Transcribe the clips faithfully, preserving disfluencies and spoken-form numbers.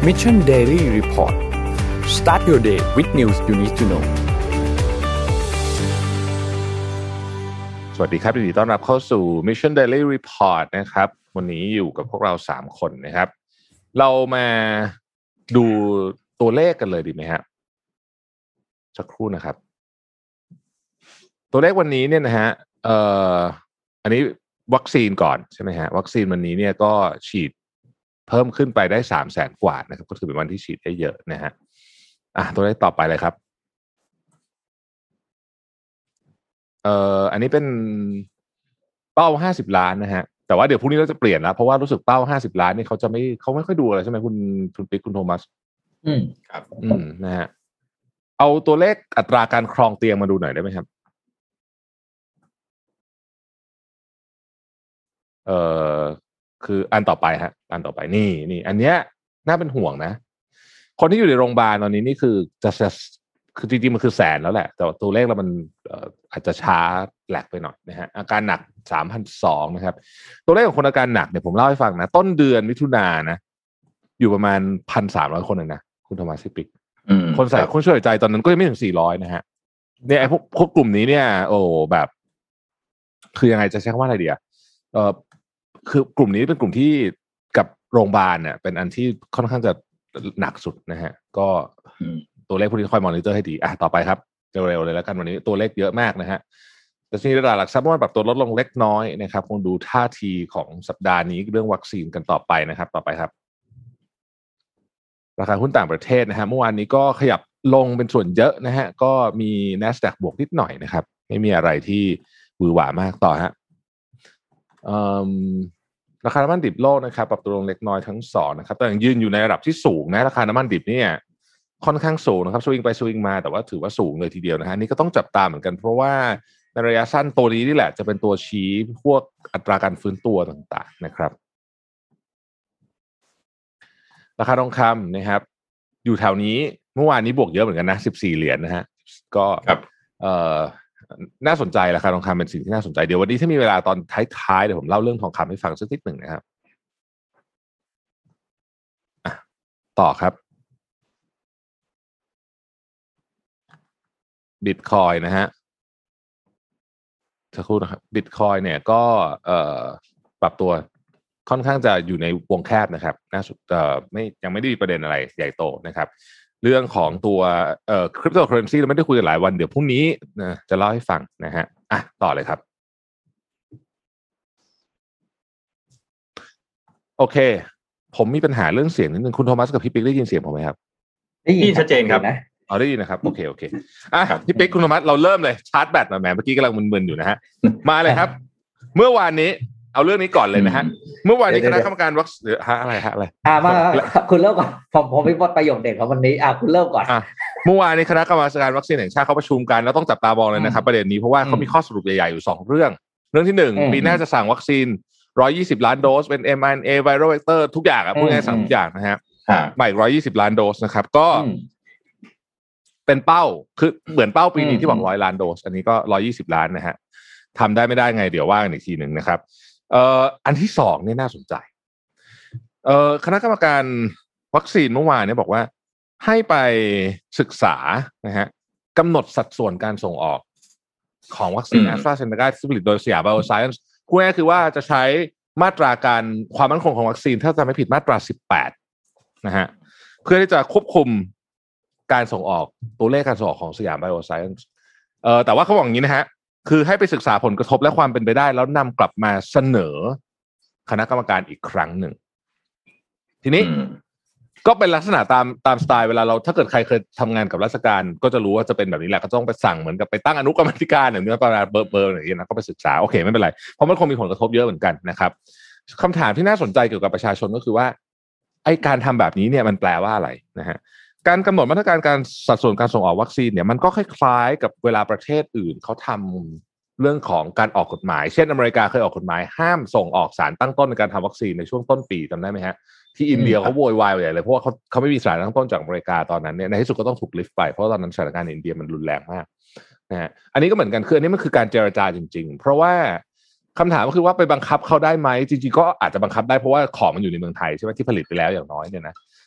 Mission Daily Report start your day with news you need to know สวัสดีครับยินดีต้อนรับเข้าสู่ Mission Daily Report นะครับวันนี้อยู่กับพวกเราสามคนนะครับเรามาดูตัวเลขกันเลยดีไหมฮะสักครู่นะครับตัวเลขวันนี้เนี่ยนะฮะเอ่ออันนี้วัคซีนก่อนใช่ไหมฮะวัคซีนวันนี้เนี่ยก็ฉีดเพิ่มขึ้นไปได้สามแสนกว่านะครับก็ถือเป็นวันที่ฉีดได้เยอะนะฮะอ่ะตัวเลขต่อไปเลยครับเอ่ออันนี้เป็นเป้าห้าสิบล้านนะฮะแต่ว่าเดี๋ยวพรุ่งนี้เราจะเปลี่ยนแล้วเพราะว่ารู้สึกเป้าห้าสิบล้านนี่เขาจะไม่เขาไม่ค่อยดูอะไรใช่ไหมคุณคุณปิ๊กคุณโทมัสอืมครับอืมนะฮะเอาตัวเลขอัตราการครองเตียงมาดูหน่อยได้ไหมครับเอ่อคืออันต่อไปฮะอันต่อไปนี่นี่อันเนี้ยน่าเป็นห่วงนะคนที่อยู่ในโรงพยาบาลตอนนี้นี่คือจะจะคือจริงๆมันคือแสนแล้วแหละแต่ตัวเลขเรามันเอ่ออาจจะช้าแหลกไปหน่อยนะฮะอาการหนัก สามพันสองร้อย นะครับตัวเลขของคนอาการหนักเนี่ยผมเล่าให้ฟังนะต้นเดือนมิถุนายนนะอยู่ประมาณ หนึ่งพันสามร้อย คนเองนะคุณโทมัสซิปิกคนใส่คนช่วยหายใจตอนนั้นก็ยังไม่ถึงสี่ร้อยนะฮะเนี่ยไอ้พวกพวกกลุ่มนี้เนี่ยโอ้แบบคือยังไงจะใช้คำว่าอะไรดีอ่ะเอ่อคือกลุ่มนี้เป็นกลุ่มที่กับโรงพยาบาลเนี่ยเป็นอันที่ค่อนข้างจะหนักสุดนะฮะก็ตัวเลขพวกนี้คอยมอนิเตอร์ให้ดีอ่ะต่อไปครับเร็วๆเลยแล้วกันวันนี้ตัวเลขเยอะมากนะฮะแต่ทีนี้ตลาดหลักทรัพย์เมื่อวานปรับตัวลดลงเล็กน้อยนะครับคงดูท่าทีของสัปดาห์นี้เรื่องวัคซีนกันต่อไปนะครับต่อไปครับราคาหุ้นต่างประเทศนะฮะเมื่อวานนี้ก็ขยับลงเป็นส่วนเยอะนะฮะก็มี NASDAQ บวกนิดหน่อยนะครับไม่มีอะไรที่หวือหวามากต่อฮะราคาน้ำมันดิบโลกนะครับปรับตัวลงเล็กน้อยทั้งสองนะครับแต่ยังยืนอยู่ในระดับที่สูงนะราคาน้ำมันดิบเนี่ยค่อนข้างสูงนะครับสวิงไปสวิงมาแต่ว่าถือว่าสูงเลยทีเดียวนะฮะนี่ก็ต้องจับตาเหมือนกันเพราะว่าในระยะสั้นตัวนี้นี่แหละจะเป็นตัวชี้พวกอัตราการฟื้นตัวต่างๆนะครับราคาทองคำนะครับอยู่แถวนี้เมื่อวานนี้บวกเยอะเหมือนกันนะสิบสี่เหรียญนะฮะก็เอ่อน่าสนใจราคาทองคำเป็นสิ่งที่น่าสนใจเดี๋ยววันนี้ถ้ามีเวลาตอนท้ายๆเดี๋ยวผมเล่าเรื่องทองคำให้ฟังสักนิดหนึ่งนะครับต่อครับบิตคอยน์นะฮะสักครู่นะครับบิตคอยน์เนี่ยก็เอ่อปรับตัวค่อนข้างจะอยู่ในวงแคบนะครับน่าสุดเอ่อไม่ยังไม่ได้มีประเด็นอะไรใหญ่โตนะครับเรื่องของตัวเอ่อคริปโตเคอเรนซีเราไม่ได้คุยกันหลายวันเดี๋ยวพรุ่งนี้นะจะเล่าให้ฟังนะฮะอ่ะต่อเลยครับโอเคผมมีปัญหาเรื่องเสียงนิดนึงคุณโทมัสกับพี่ปิ๊กได้ยินเสียงผมไหมครับได้ยินชัดเจนครับนะอ๋อได้ยินนะครับโอเคโอเคอ่ะพี่ปิ๊กคุณโทมัสเราเริ่มเลยชาร์จแบตมาแหมเมื่อกี้กำลังมึนๆอยู่นะฮะมาเลยครับเมื่อวานนี้เอาเรื่องนี้ก่อนเลยนะฮะเมื่อวานนี้คณะกรรมการวัคซีนฮะอะไรฮะอะไรอ่ามาคุณเริ่มก่อนผมผมมีประโยคเด็ดของวันนี้อ่ะคุณเริ่มก่อนอ่ะเมื่อวานนี้คณะกรรมการวัคซีนแห่งชาติเขาประชุมกันแล้วต้องจับตามองเลยนะครับประเด็นนี้เพราะว่าเขามีข้อสรุปใหญ่ๆอยู่สองเรื่องเรื่องที่หนึ่งปีหน้าจะสั่งวัคซีนหนึ่งร้อยยี่สิบล้านโดสเป็น เอ็ม อาร์ เอ็น เอ viral vector ทุกอย่างอ่ะพูดง่ายๆสั่งทุกอย่างนะฮะมาอีกหนึ่งร้อยยี่สิบล้านโดสนะครับก็เป็นเป้าคือเหมือนเป้าปีนี้ที่บอกหนึ่งร้อยล้านโดสอันนี้ก็หนึ่งร้อยยี่สิบล้านนะฮะทำได้ไม่ได้ไงเดี๋ยวว่ากันอีกทีหนึ่งนะครับเอ่ออันที่สองเนี่ยน่าสนใจเอ่อคณะกรรมการวัคซีนเมื่อวานเนี่ยบอกว่าให้ไปศึกษานะฮะกำหนดสัดส่วนการส่งออกของวัคซีน AstraZeneca ที่ผลิตโดยสยามไบโอไซเอนซ์พูดง่ายๆคือว่าจะใช้มาตราการความมั่นคงของวัคซีนถ้าจะไม่ผิดมาตราสิบแปดนะฮะเพื่อที่จะควบคุมการส่งออกตัวเลขการส่งออกของสยามไบโอไซเอนซ์เอ่อแต่ว่าเขาบอกอย่างนี้นะฮะคือให้ไปศึกษาผลกระทบและความเป็นไปได้แล้วนำกลับมาเสนอคณะกรรมการอีกครั้งหนึ่งทีนี้ก็เป็นลักษณะตามตามสไตล์เวลาเราถ้าเกิดใครเคยทำงานกับราชการก็จะรู้ว่าจะเป็นแบบนี้แหละก็ต้องไปสั่งเหมือนกับไปตั้งอนุกรรมการอย่างนี้ประมาณเบอร์เบอร์อย่างนี้นะก็ไปศึกษาโอเคไม่เป็นไรเพราะมันคงมีผลกระทบเยอะเหมือนกันนะครับคำถามที่น่าสนใจเกี่ยวกับประชาชนก็คือว่าไอ้การทำแบบนี้เนี่ยมันแปลว่าอะไรนะฮะการกำหนดมาตรการการสัดส่วนการส่งออกวัคซีนเนี่ยมันก็คล้ายๆกับเวลาประเทศอื่นเขาทำเรื่องของการออกกฎหมายเช่นอเมริกาเคยออกกฎหมายห้ามส่งออกสารตั้งต้นในการทำวัคซีนในช่วงต้นปีจำได้ไหมฮะที่อินเดียเขาโวยวายใหญ่เลยเพราะว่าเขาเขาไม่มีสารตั้งต้นจากอเมริกาตอนนั้นเนี่ยในที่สุดก็ต้องถูกลิฟต์ไปเพราะตอนนั้นสถานการณ์ในอินเดียมันรุนแรงมากนะฮะอันนี้ก็เหมือนกันคืออันนี้มันคือการเจรจาจริงๆเพราะว่าคำถามก็คือว่าไปบังคับเขาได้ไหมจริงๆก็อาจจะบังคับได้เพราะว่าของมันอยู่ในเมืองไทยใช่ไหมที่ผลิตไปแล้วอย่างน้อยเนี่ยนะ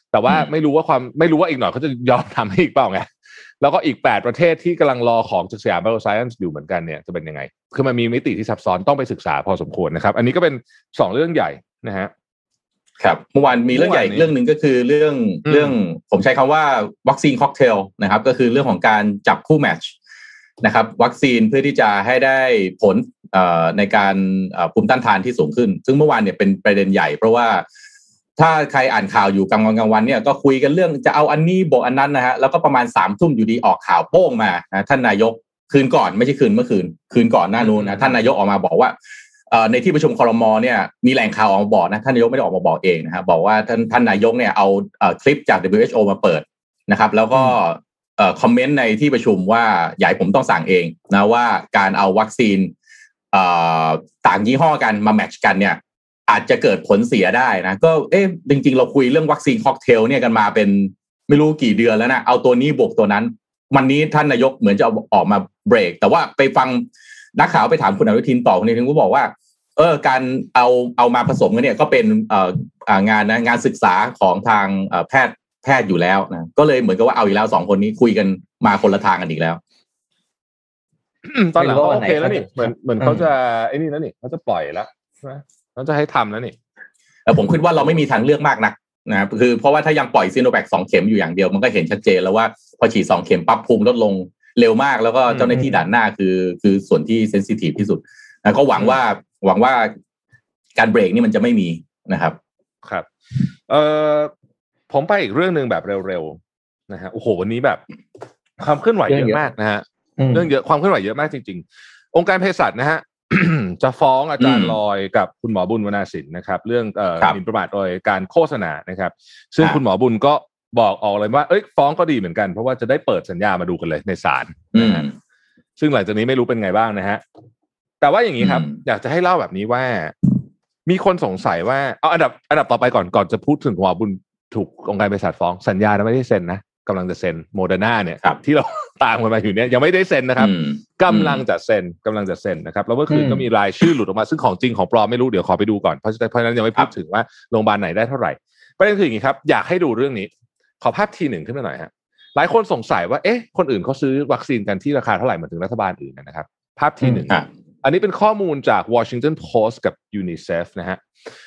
แต่ว่าไม่รู้ว่าความไม่รู้ว่าอีกหน่อยเขาจะยอมทำให้อีกเปล่าไงแล้วก็อีกแปดประเทศที่กำลังรอของจากสยาม Bioscience อยู่เหมือนกันเนี่ยจะเป็นยังไงคือมันมีมิติที่ซับซ้อนต้องไปศึกษาพอสมควรนะครับอันนี้ก็เป็นสองเรื่องใหญ่นะฮะครับเมื่อวานมีเรื่องใหญ่เรื่องนึงก็คือเรื่องเรื่องผมใช้คำว่าวัคซีนค็อกเทลนะครับก็คือเรื่องของการจับคู่แมทช์นะครับวัคซีนเพื่อที่จะให้ได้ผลในการภูมิต้านทานที่สูงขึ้นซึ่งเมื่อวานเนี่ยเป็นประเด็นใหญ่เพราะว่าถ้าใครอ่านข่าวอยู่กลางวันกลางวันเนี่ยก็คุยกันเรื่องจะเอาอันนี้บอกอันนั้นนะฮะแล้วก็ประมาณสามทุ่มอยู่ดีออกข่าวโป้งมานะท่านนายกคืนก่อนไม่ใช่คืนเมื่อคืนคืนก่อนหน้านู้นนะท่านนายกออกมาบอกว่าในที่ประชุมครม.เนี่ยมีแหล่งข่าวออกมาบอกนะท่านนายกไม่ได้ออกมาบอกเองนะฮะบอกว่าท่านท่านนายกเนี่ยเอาคลิปจาก ดับเบิลยู เอช โอ มาเปิดนะครับแล้วก็คอมเมนต์ในที่ประชุมว่าอย่าให้ผมต้องสั่งเองนะว่าการเอาวัคซีนต่างยี่ห้อกันมาแมทช์กันเนี่ยอาจจะเกิดผลเสียได้นะก็เอ๊ะจริงๆเราคุยเรื่องวัคซีนค็อกเทลเนี่ยกันมาเป็นไม่รู้กี่เดือนแล้วนะเอาตัวนี้บวกตัวนั้นวันนี้ท่านนายกเหมือนจะออกมาเบรกแต่ว่าไปฟังนักข่าวไปถามคุณอนุทินต่อคุณอนุทินก็บอกว่าเออการเอาเอามาผสมกันเนี่ยก็เป็นเอ่องานนะงานศึกษาของทางแพทย์แพทย์อยู่แล้วนะก็เลยเหมือนกับว่าเอาอีกแล้วสองคนนี้คุยกันมาคนละทางกันอีกแล้วตอนหลังโอเคแล้วนี่เหมือนเหมือนเขาจะไอ้นี่แล้วนี่เขาจะปล่อยแล้วนะเขาจะให้ทำแล้วนี่แต่ผมคิดว่าเราไม่มีทางเลือกมากนักนะคือเพราะว่าถ้ายังปล่อยซิโนแวคสองเข็มอยู่อย่างเดียวมันก็เห็นชัดเจนแล้วว่าพอฉีดสองเข็มปั๊บภูมิลดลงเร็วมากแล้วก็เจ้าหน้าที่ด่านหน้าคือคือส่วนที่เซนซิทีฟที่สุดนะก็หวังว่าหวังว่าการเบรกนี่มันจะไม่มีนะครับครับเอ่อผมไปอีกเรื่องนึงแบบเร็วๆนะฮะโอ้โหวันนี้แบบความเคลื่อนไหวเยอะมากนะฮะเรื่องเยอะความเคลื่อนไหวเยอะมากจริงๆองค์การเภสัชนะฮะ จะฟ้องอาจารย์ลอยกับคุณหมอบุญวนาสินนะครับเรื่องเอ่อหมิ่นประมาทโดยการโฆษณานะครับซึ่งคุณหมอบุญก็บอกออกเลยว่าเอ้ยฟ้องก็ดีเหมือนกันเพราะว่าจะได้เปิดสัญญามาดูกันเลยในศาลนะฮะซึ่งหลังจากนี้ไม่รู้เป็นไงบ้างนะฮะแต่ว่าอย่างนี้ครับอยากจะให้เล่าแบบนี้ว่ามีคนสงสัยว่าเอาอันดับอันดับต่อไปก่อนก่อนจะพูดถึงหมอบุญถูกองค์การเภสัชฟ้องสัญญาไม่ได้เซ็นนะกำลังจะเซ็นโมเดอร์นาเนี่ยที่เราตามกันมาอยู่เนี่ยยังไม่ได้เซ็นนะครับกำลังจะเซ็นกำลังจะเซ็นนะครับแล้วเมื่อคืนก็มีรายชื่อหลุดออกมาซึ่งของจริงของปลอมไม่รู้เดี๋ยวขอไปดูก่อนเพราะเพราะฉะนั้นยังไม่พูดถึงว่าโรงพยาบาลไหนได้เท่าไหร่ประเด็นคืออย่างนี้ครับอยากให้ดูเรื่องนี้ขอภาพทีหนึ่งขึ้นมาหน่อยฮะหลายคนสงสัยว่าเอ๊ะคนอื่นเขาซื้อวัคซีนกันที่ราคาเท่าไหร่เหมือนถึงรัฐบาลอื่นนะครับภาพทีหนึ่งอันนี้เป็นข้อมูลจาก Washington Post กับ UNICEF นะฮะ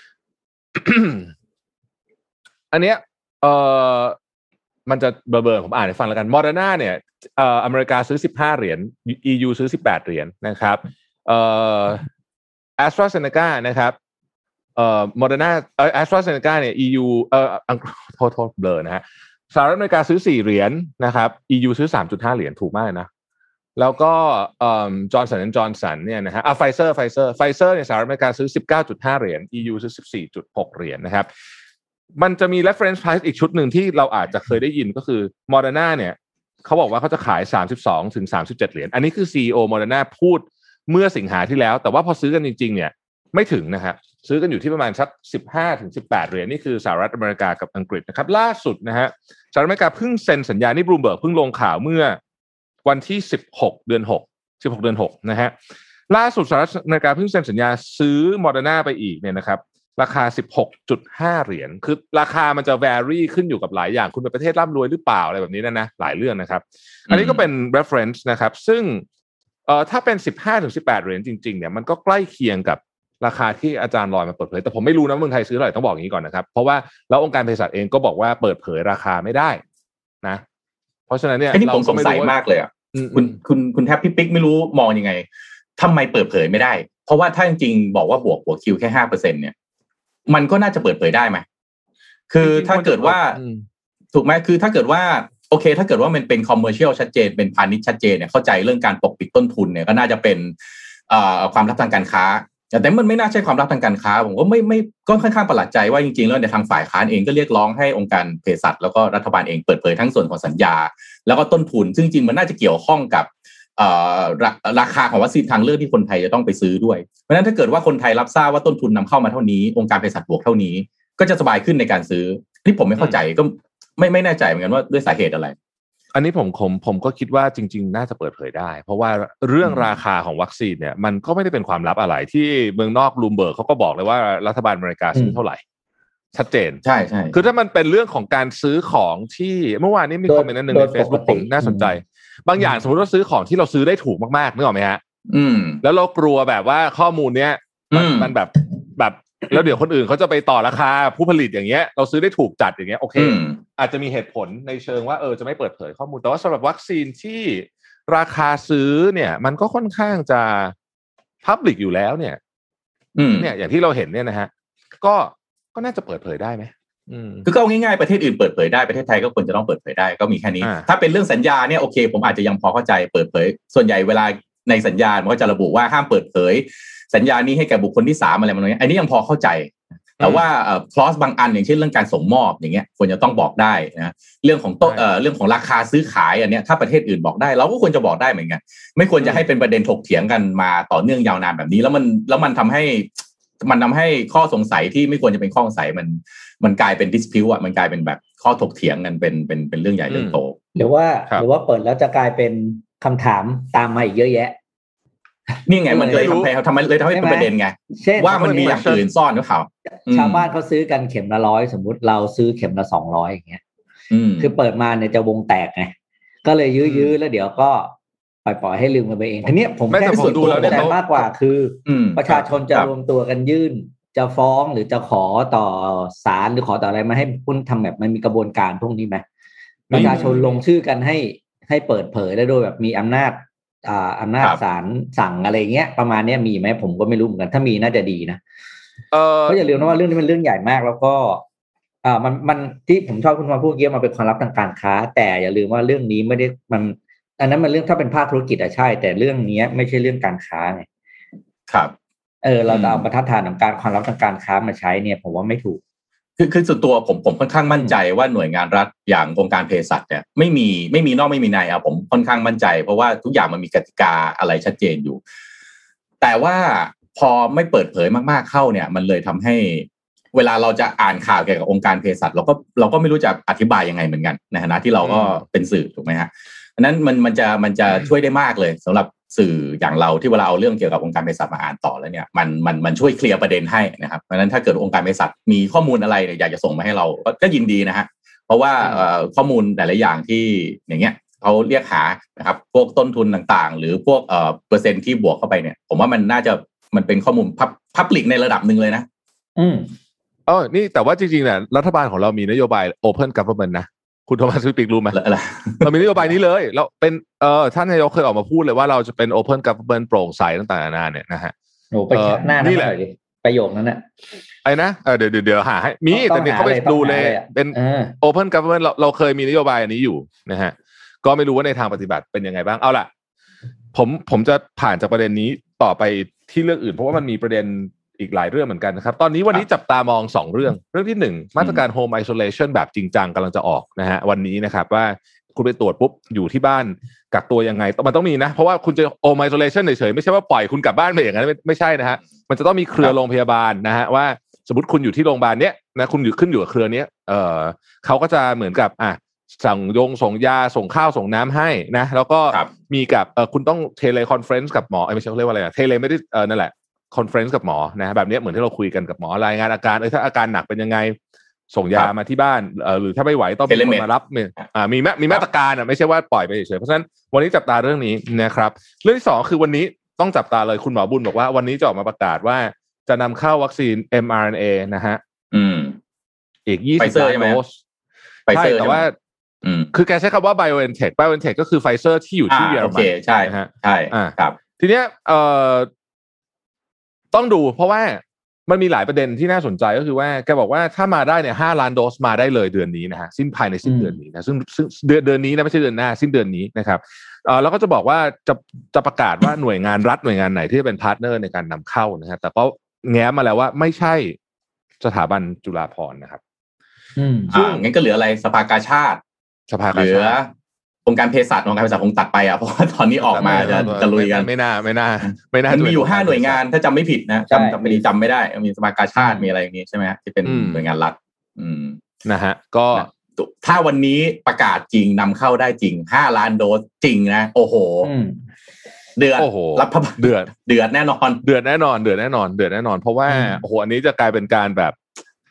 อันเนี้ยเอ่อมันจะเบอร์ๆผมอ่านให้ฟังแล้วกัน Moderna เนี่ยเอ่ออเมริกาซื้อสิบห้าเหรียญ อี ยู ซื้อสิบแปดเหรียญนะครับเอ่อ AstraZeneca นะครับเอ่อ Moderna เอ่อ AstraZeneca เนี่ย อี ยู เอ่อโทษโทษเบลอนะฮะสหรัฐอเมริกาซื้อสี่เหรียญนะครับ อี ยู ซื้อ สามจุดห้า เหรียญถูกมากนะแล้วก็เอ่อ Johnson แอนด์ Johnson เนี่ยนะฮะอ่ะ Pfizer Pfizer Pfizer เนี่ยสหรัฐอเมริกาซื้อ สิบเก้าจุดห้า เหรียญ อี ยู ซื้อ สิบสี่จุดหก เหรียญนะครับมันจะมี reference price อีกชุดหนึ่งที่เราอาจจะเคยได้ยินก็คือ Moderna เนี่ยเขาบอกว่าเขาจะขายสามสิบสองถึงสามสิบเจ็ดเหรียญอันนี้คือ ซี อี โอ Moderna พูดเมื่อสิงหาที่แล้วแต่ว่าพอซื้อกันจริงๆเนี่ยไม่ถึงนะครับซื้อกันอยู่ที่ประมาณสักสิบห้าถึงสิบแปดเหรียญนี่คือสหรัฐอเมริกากับอังกฤษนะครับล่าสุดนะฮะสหรัฐอเมริกาเพิ่งเซ็นสัญญานี่ Bloomberg เพิ่งลงข่าวเมื่อวันที่สิบหกเดือนหก สิบหกเดือนหกนะฮะล่าสุดสหรัฐอเมริกาเพิ่งเซ็นสัญญาซื้อ Moderna ไปอีกเนี่ยนะครับราคา สิบหกจุดห้า เหรียญคือราคามันจะ vary ขึ้นอยู่กับหลายอย่างคุณเป็นประเทศร่ำรวยหรือเปล่าอะไรแบบนี้นะนะหลายเรื่องนะครับอันนี้ก็เป็น reference นะครับซึ่งเอ่อถ้าเป็น สิบห้าถึงสิบแปด เหรียญจริงๆเนี่ยมันก็ใกล้เคียงกับราคาที่อาจารย์ลอยมาเปิดเผยแต่ผมไม่รู้นะเมืองไทยซื้อเท่าไหร่ต้องบอกอย่างนี้ก่อนนะครับเพราะว่าแล้วองค์การเภสัชเองก็บอกว่าเปิดเผยราคาไม่ได้นะเพราะฉะนั้นเนี่ยอันนี้ผมสงสัยมากเลยอ่ะคุณคุณคุณแทบพี่ปิ๊กไม่รู้มองยังไงทำไมเปิดเผยไม่ได้เพราะว่าถ้าจริงๆบอกว่าบวกบวกคิวแค่ ห้าเปอร์เซ็นต์ เนี่ยมันก็น่าจะเปิดเผยได้ไหมคือถ้าเกิดว่าถูกไหมคือถ้าเกิดว่าโอเคถ้าเกิดว่ามันเป็นคอมเมอร์เชียลชัดเจนเป็นพาณิชย์ชัดเจนเนี่ยเข้าใจเรื่องการปกปิดต้นทุนเนี่ยก็น่าจะเป็นความลับทางการค้าแต่มันไม่น่าใช่ความลับทางการค้าผมก็ไม่ไม่ก็ค่อนข้างประหลาดใจว่าจริงๆแล้วในทางฝ่ายค้านเองก็เรียกร้องให้องค์การเภสัชแล้วก็รัฐบาลเองเปิดเผยทั้งส่วนของสัญญาแล้วก็ต้นทุนซึ่งจริงมันน่าจะเกี่ยวข้องกับราคาของวัคซีนทางเลือกที่คนไทยจะต้องไปซื้อด้วยเพราะฉะนั้นถ้าเกิดว่าคนไทยรับทราบว่าต้นทุนนำเข้ามาเท่านี้องค์การเภสัชบวกเท่านี้ก็จะสบายขึ้นในการซื้อที่ผมไม่เข้าใจก็ไม่ไม่แน่ใจเหมือนกันว่าด้วยสาเหตุอะไรอันนี้ผมผมผมก็คิดว่าจริงๆน่าจะเปิดเผยได้เพราะว่าเรื่องราคาของวัคซีนเนี่ยมันก็ไม่ได้เป็นความลับอะไรที่เมืองนอกบลูมเบิร์กเขาก็บอกเลยว่ารัฐบาลอเมริกาซื้อเท่าไหร่ชัดเจนใช่ใช่คือถ้ามันเป็นเรื่องของการซื้อของที่เมื่อวานนี้มีคอมเมนต์นึงใน Facebook ผมน่าสนใจบางอย่างสมมติว่าซื้อของที่เราซื้อได้ถูกมากๆนึกออกไหมฮะอืมแล้วเรากลัวแบบว่าข้อมูลเนี้ยมันมันแบบแบบแล้วเดี๋ยวคนอื่นเขาจะไปต่อราคาผู้ผลิตอย่างเงี้ยเราซื้อได้ถูกจัดอย่างเงี้ยโอเคอาจจะมีเหตุผลในเชิงว่าเออจะไม่เปิดเผยข้อมูลแต่ว่าสำหรับวัคซีนที่ราคาซื้อเนี่ยมันก็ค่อนข้างจะ public อยู่แล้วเนี่ยเนี่ยอย่างที่เราเห็นเนี่ยนะฮะก็ก็น่าจะเปิดเผยได้ไหมคือก็เอาง่ายๆประเทศอื่นเปิดเผยได้ประเทศไทยก็ควรจะต้องเปิดเผยได้ก็มีแค่นี้ถ้าเป็นเรื่องสัญญาเนี่ยโอเคผมอาจจะยังพอเข้าใจเปิดเผยส่วนใหญ่เวลาในสัญญามันก็จะระบุว่าห้ามเปิดเผยสัญญานี้ให้แก่บุคคลที่สามอะไรมันอย่างเงี้ยอันนี้ยังพอเข้าใจแต่ว่าเอ่อ clause บางอันอย่างเช่นเรื่องการส่งมอบอย่างเงี้ยควรจะต้องบอกได้นะเรื่องของโต๊ะเอ่อเรื่องของราคาซื้อขายอันเนี้ยถ้าประเทศอื่นบอกได้เราก็ควรจะบอกได้เหมือนกันไม่ควรจะให้เป็นประเด็นถกเถียงกันมาต่อเนื่องยาวนานแบบนี้แล้วมันแล้วมันทำให้มันทำให้ข้อสงสัยที่ไม่ควรจะเป็นข้อสงสัยมันมันกลายเป็น dispute อ่ะมันกลายเป็นแบบข้อถกเถียงกันเป็นเป็นเป็นเรื่องใหญ่เรื่องโตหรือว่าหรือว่าเปิดแล้วจะกลายเป็นคำถามตามมาอีกเยอะแยะนี่ไงมันเลยทำให้เขาทำเลยทำให้เป็นประเด็นไงว่ามันมีอย่างอื่นซ่อนหรือเปล่าชาวบ้านเขาซื้อกันเข็มละร้อยสมมุติเราซื้อเข็มละสองร้อยอย่างเงี้ยคือเปิดมาเนี่ยจะวงแตกไงก็เลยยื้อๆแล้วเดี๋ยวก็ปล่อยๆให้ลืมกันไปเองทีนี้ผมแค่ส่วนตัวแต่มากกว่าคือประชาชนจะรวมตัวกันยื่นจะฟ้องหรือจะขอต่อศาลหรือขอต่ออะไรมาให้คุณทำแบบมันมีกระบวนการพวกนี้ไหมประชาชนลงชื่อกันให้ให้เปิดเผยได้โดยแบบมีอำนาจอ่าอำนาจศาลสั่งอะไรเงี้ยประมาณนี้มีไหมผมก็ไม่รู้เหมือนกันถ้ามีน่าจะดีนะเออเพราะอย่าลืมนะว่าเรื่องนี้เป็นเรื่องใหญ่มากแล้วก็อ่ามันมันที่ผมชอบคุณมาพูดเกี่ยวมาเป็นความลับทางการค้าแต่อย่าลืมว่าเรื่องนี้ไม่ได้มันอันนั้นมันเรื่องถ้าเป็นภาคธุรกิจอะใช่แต่เรื่องนี้ไม่ใช่เรื่องการค้าไงครับเออเราเอาบรรทัดฐานของการความลับทางการค้ามาใช้เนี่ยผมว่าไม่ถูกคือคือส่วนตัวผมผมค่อนข้างมั่นใจว่าหน่วยงานรัฐอย่างองค์การเภสัชเนี่ยไม่มีไม่มีนอกไม่มีในอ่ะผมค่อนข้างมั่นใจเพราะว่าทุกอย่างมันมีกติกาอะไรชัดเจนอยู่แต่ว่าพอไม่เปิดเผยมากๆเข้าเนี่ยมันเลยทำให้เวลาเราจะอ่านข่าวเกี่ยวกับองค์การเภสัชเราก็เราก็ไม่รู้จะอธิบายยังไงเหมือนกันในฐานะที่เราก็เป็นสื่อถูกไหมฮะอันนั้นมันมันจะมันจะช่วยได้มากเลยสำหรับสื่ออย่างเราที่เวลาเอาเรื่องเกี่ยวกับองค์การเภสัชมาอ่านต่อแล้วเนี่ยมันมันมันช่วยเคลียร์ประเด็นให้นะครับเพราะฉะนั้นถ้าเกิดองค์การเภสัชมีข้อมูลอะไรเนี่ยอยากจะส่งมาให้เราก็ยินดีนะฮะเพราะว่าข้อมูลแต่ละอย่างที่อย่างเงี้ยเขาเรียกหานะครับพวกต้นทุนต่างๆหรือพวกเอ่อเปอร์เซ็นต์ที่บวกเข้าไปเนี่ยผมว่ามันน่าจะมันเป็นข้อมูลพับลิกในระดับหนึ่งเลยนะอืมเออนี่แต่ว่าจริงๆเนี่ยรัฐบาลของเรามีนโยบาย Open Government นะคุณโทมัสวิปิกรู้ไหมเรามีนโยบายนี้เลยเราเป็นเออท่านนายกเคยออกมาพูดเลยว่าเราจะเป็น Open Government โปร่งใสต่างๆนานาเนี่ยนะฮะโอ้ไปชักหน้านี่แหละประโยคนั้นน่ะไอ้นะเออเดี๋ยวเดี๋ยวหาให้มีแต่เนี่ยเขาไปดูเลยเป็น Open Government เราเราเคยมีนโยบายอันนี้อยู่นะฮะก็ไม่รู้ว่าในทางปฏิบัติเป็นยังไงบ้างเอาล่ะผมผมจะผ่านจากประเด็นนี้ต่อไปที่เรื่องอื่นเพราะว่ามันมีประเด็นอีกหลายเรื่องเหมือนกันนะครับตอนนี้วันนี้จับตามองสองเรื่องเรื่องที่หนึ่งมาตรการ Home Isolation แบบจริงจังกำลังจะออกนะฮะวันนี้นะครับว่าคุณไปตรวจปุ๊บอยู่ที่บ้านกักตัวยังไงมันต้องมีนะเพราะว่าคุณจะ Home Isolation เฉยๆไม่ใช่ว่าปล่อยคุณกลับบ้านไปอย่างนั้นไม่ใช่นะฮะมันจะต้องมีเครือโรงพยาบาลนะฮะว่าสมมติคุณอยู่ที่โรงพยาบาลเนี้ยนะคุณอยู่ขึ้นอยู่กับเครือเนี้ยเออเขาก็จะเหมือนกับอ่ะสั่งยงส่งยาส่งข้าวส่งน้ำให้นะแล้วก็มีกับเออคุณต้องเทเลคอนเฟรนซ์กับหมอไม่ใช่เขาเรียกว่าอะไรอะเทเลไม่ได้เออนั่นแหละคอนเฟรนซ์กับหมอนะแบบนี้เหมือนที่เราคุยกันกับหมอรายงานอาการเออถ้าอาการหนักเป็นยังไงส่งยามาที่บ้านเออหรือถ้าไม่ไหวต้องมีคนมารับมีอ่ามีแมมีมาตรการอ่ะไม่ใช่ว่าปล่อยไปเฉยๆเพราะฉะนั้นวันนี้จับตาเรื่องนี้นะครับเรื่องที่สองคือวันนี้ต้องจับตาเลยคุณหมอบุญบอกว่าวันนี้จะออกมาประกาศว่าจะนำเข้าวัคซีน เอ็ม อาร์ เอ็น เอ นะฮะอืมอีกยี่สิบล้านโดสใช่แต่ว่าคือแกใช้คำว่า BioNTech BioNTech ก็คือไฟเซอร์ที่อยู่ที่เยอรมันใช่ฮะใช่ครับทีเนี้ยเอ่อต้องดูเพราะว่ามันมีหลายประเด็นที่น่าสนใจก็คือว่าแกบอกว่าถ้ามาได้เนี่ยห้าล้านโดสมาได้เลยเดือนนี้นะฮะสิ้นภายในสิ้นเดือนนี้นะซึ่งซึ่งเดือนเดือนนี้นะไม่ใช่เดือนหน้าสิ้นเดือนนี้นะครับเอ่อแล้วก็จะบอกว่าจะจะประกาศว่าหน่วยงานรัฐหน่วยงานไหนที่จะเป็นพาร์ทเนอร์ในการนำเข้านะฮะแต่ก็แง้มมาแล้วว่าไม่ใช่สถาบันจุฬาภรณ์นะครับอืมซึ่งงั้นก็เหลืออะไรสภากาชาดสภากาชาดองค์การเภสัชองค์การเภสัชคงตัดไปอ่ะเพราะว่าตอนนี้ออกมาจะจะลุยกันไม่น่าไม่น่าไม่น่ามันมีอยู่ห้าหน่วยงานถ้าจำไม่ผิดนะจำจำไม่ดีจำไม่ได้มีสภากาชาดมีอะไรอย่างนี้ใช่ไหมที่เป็นหน่วยงานรัฐอืมนะฮะก็ถ้าวันนี้ประกาศจริงนำเข้าได้จริงห้าล้านโดสจริงนะโอ้โหเดือดรับเดือดเดือดแน่นอนเดือดแน่นอนเดือดแน่นอนเดือดแน่นอนเพราะว่าโอ้โหอันนี้จะกลายเป็นการแบบ